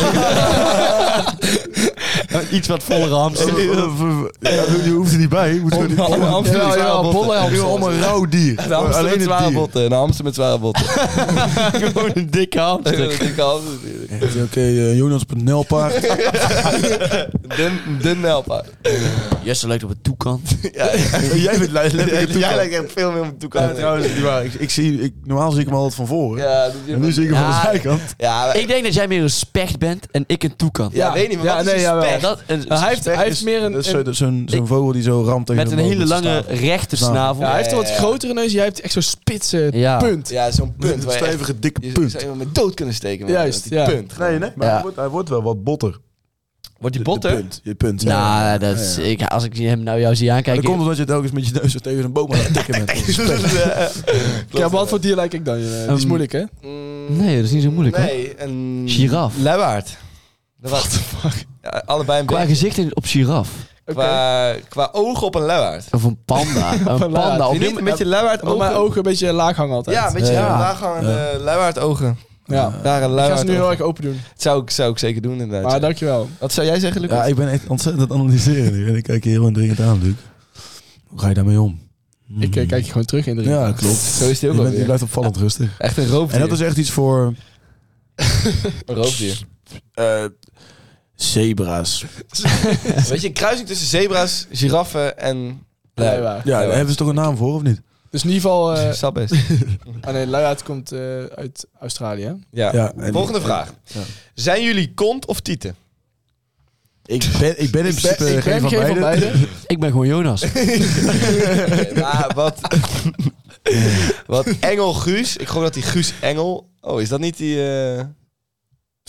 [SPEAKER 5] Iets wat vollere hamster.
[SPEAKER 3] Ja, die hoeft er niet bij. Je moet gewoon die
[SPEAKER 2] Een hamster met
[SPEAKER 4] Ja,
[SPEAKER 2] zware
[SPEAKER 4] ja,
[SPEAKER 2] botten.
[SPEAKER 4] bolle hamster.
[SPEAKER 3] allemaal rauw dier.
[SPEAKER 2] Een hamster met
[SPEAKER 3] het
[SPEAKER 2] zware
[SPEAKER 3] dier.
[SPEAKER 2] botten. Een hamster met zware botten.
[SPEAKER 5] Gewoon een dikke hamster.
[SPEAKER 2] Een dikke hamster natuurlijk.
[SPEAKER 3] Ja, Oké, eh, Jonas op een nelpaard.
[SPEAKER 2] Dun, dun nelpaard.
[SPEAKER 5] Jesse lijkt op een toekant.
[SPEAKER 2] Ja,
[SPEAKER 3] Jij bent
[SPEAKER 2] ja,
[SPEAKER 3] letterlijk
[SPEAKER 2] jij lijkt echt veel meer op de
[SPEAKER 3] Ja,
[SPEAKER 2] toekomst.
[SPEAKER 3] trouwens, niet waar. Ik, ik zie, ik, normaal zie ik hem altijd van voren.
[SPEAKER 2] Ja, dat is-
[SPEAKER 3] En nu zie ik hem
[SPEAKER 5] Ja.
[SPEAKER 3] van de zijkant.
[SPEAKER 2] Ja, maar-
[SPEAKER 5] Ik denk dat jij meer een specht bent en ik een toekant.
[SPEAKER 2] ja, weet niet, maar
[SPEAKER 4] Ja,
[SPEAKER 2] wat
[SPEAKER 4] nee,
[SPEAKER 2] is een
[SPEAKER 4] jawel.
[SPEAKER 2] specht?
[SPEAKER 5] Dat, een,
[SPEAKER 4] Nou, hij heeft, hij heeft
[SPEAKER 3] is-
[SPEAKER 4] meer een...
[SPEAKER 3] dat is zo-
[SPEAKER 4] een-
[SPEAKER 3] dat is zo'n zo'n
[SPEAKER 5] Ik-
[SPEAKER 3] vogel die zo ramt tegen
[SPEAKER 5] met
[SPEAKER 3] de
[SPEAKER 5] een
[SPEAKER 3] boom
[SPEAKER 5] hele
[SPEAKER 3] met zijn
[SPEAKER 5] lange
[SPEAKER 3] staart.
[SPEAKER 5] rechte
[SPEAKER 3] Snavel.
[SPEAKER 5] snavel.
[SPEAKER 4] ja, hij heeft een wat
[SPEAKER 2] Ja, ja.
[SPEAKER 4] grotere neus. Jij hebt echt zo'n spitse
[SPEAKER 5] Ja.
[SPEAKER 4] punt.
[SPEAKER 2] Ja, zo'n punt.
[SPEAKER 3] Een
[SPEAKER 2] waar je echt-
[SPEAKER 3] stevige, dikke
[SPEAKER 2] Je
[SPEAKER 3] punt.
[SPEAKER 2] zou iemand met dood kunnen steken. Met
[SPEAKER 4] Juist,
[SPEAKER 2] met die
[SPEAKER 4] ja.
[SPEAKER 2] punt.
[SPEAKER 3] Nee, nee, maar
[SPEAKER 5] Ja.
[SPEAKER 3] hij, wordt, hij wordt wel wat botter.
[SPEAKER 2] Wordt die
[SPEAKER 3] De- de
[SPEAKER 2] botter?
[SPEAKER 3] punt. Je punt.
[SPEAKER 5] Nou, dat is,
[SPEAKER 3] Ja, ja.
[SPEAKER 5] ik, als ik hem nou jou zie
[SPEAKER 3] Maar
[SPEAKER 5] aankijken...
[SPEAKER 3] dat komt omdat je telkens met je neus zo tegen een boom aan het tikken bent.
[SPEAKER 4] Ja, wat voor dier lijk ik dan? eh? Die is
[SPEAKER 5] Um,
[SPEAKER 4] moeilijk, hè?
[SPEAKER 5] Nee, dat is niet zo moeilijk, hè?
[SPEAKER 2] Nee, een...
[SPEAKER 5] Giraf.
[SPEAKER 2] Luipaard. Wat the fuck? Ja, allebei een
[SPEAKER 5] Qua
[SPEAKER 2] beetje.
[SPEAKER 5] gezicht op giraf.
[SPEAKER 2] Qua, qua ogen op een luipaard.
[SPEAKER 5] Of een panda. Een
[SPEAKER 4] luipaard.
[SPEAKER 5] panda. Op
[SPEAKER 2] Vind je
[SPEAKER 5] dit
[SPEAKER 2] niet? Een beetje luipaard
[SPEAKER 4] Omdat mijn
[SPEAKER 2] ogen.
[SPEAKER 4] ogen een beetje laag hangen altijd.
[SPEAKER 2] Ja, een beetje
[SPEAKER 3] Ja, ja.
[SPEAKER 2] laaghangende luipaard ogen.
[SPEAKER 4] Ja.
[SPEAKER 2] Daar een
[SPEAKER 4] Ik ga ze
[SPEAKER 2] luipaard
[SPEAKER 4] nu heel
[SPEAKER 2] ogen.
[SPEAKER 4] erg open doen.
[SPEAKER 2] Dat zou ik, zou ik zeker doen inderdaad.
[SPEAKER 4] Maar
[SPEAKER 2] ja.
[SPEAKER 4] dankjewel.
[SPEAKER 2] Wat zou jij zeggen, Lucas?
[SPEAKER 3] Ja, ik ben echt ontzettend aan het analyseren nu. En ik kijk je heel indringend aan, Luc. Hoe ga je daarmee om?
[SPEAKER 4] Ik eh, kijk je gewoon terug in de ring.
[SPEAKER 3] Ja, klopt.
[SPEAKER 2] Zo is die ook
[SPEAKER 3] Je, bent,
[SPEAKER 2] alweer.
[SPEAKER 3] je blijft opvallend rustig.
[SPEAKER 2] Echt een roofdier.
[SPEAKER 3] En dat is echt iets voor
[SPEAKER 2] een roofdier.
[SPEAKER 3] eh, zebra's.
[SPEAKER 2] Weet je, een kruising tussen zebra's, giraffen en...
[SPEAKER 4] Luipaard.
[SPEAKER 3] Ja, daar hebben ze toch een naam voor, of niet?
[SPEAKER 4] Dus in ieder geval... eh
[SPEAKER 2] Snap best.
[SPEAKER 4] ah nee, luipaard komt eh, uit Australië. hè?
[SPEAKER 2] Ja.
[SPEAKER 3] Ja, en-
[SPEAKER 2] Volgende vraag.
[SPEAKER 3] Ja.
[SPEAKER 2] Zijn jullie kont of tieten?
[SPEAKER 3] Ik ben, ik ben in
[SPEAKER 4] Ik ben,
[SPEAKER 3] principe
[SPEAKER 4] ik
[SPEAKER 3] geen
[SPEAKER 4] ben
[SPEAKER 3] van
[SPEAKER 4] geen
[SPEAKER 3] beide.
[SPEAKER 4] van beide.
[SPEAKER 5] Ik ben gewoon Jonas.
[SPEAKER 2] Oké, maar wat... wat Engel Guus. Ik geloof dat die Guus Engel... Oh, is dat niet die... eh,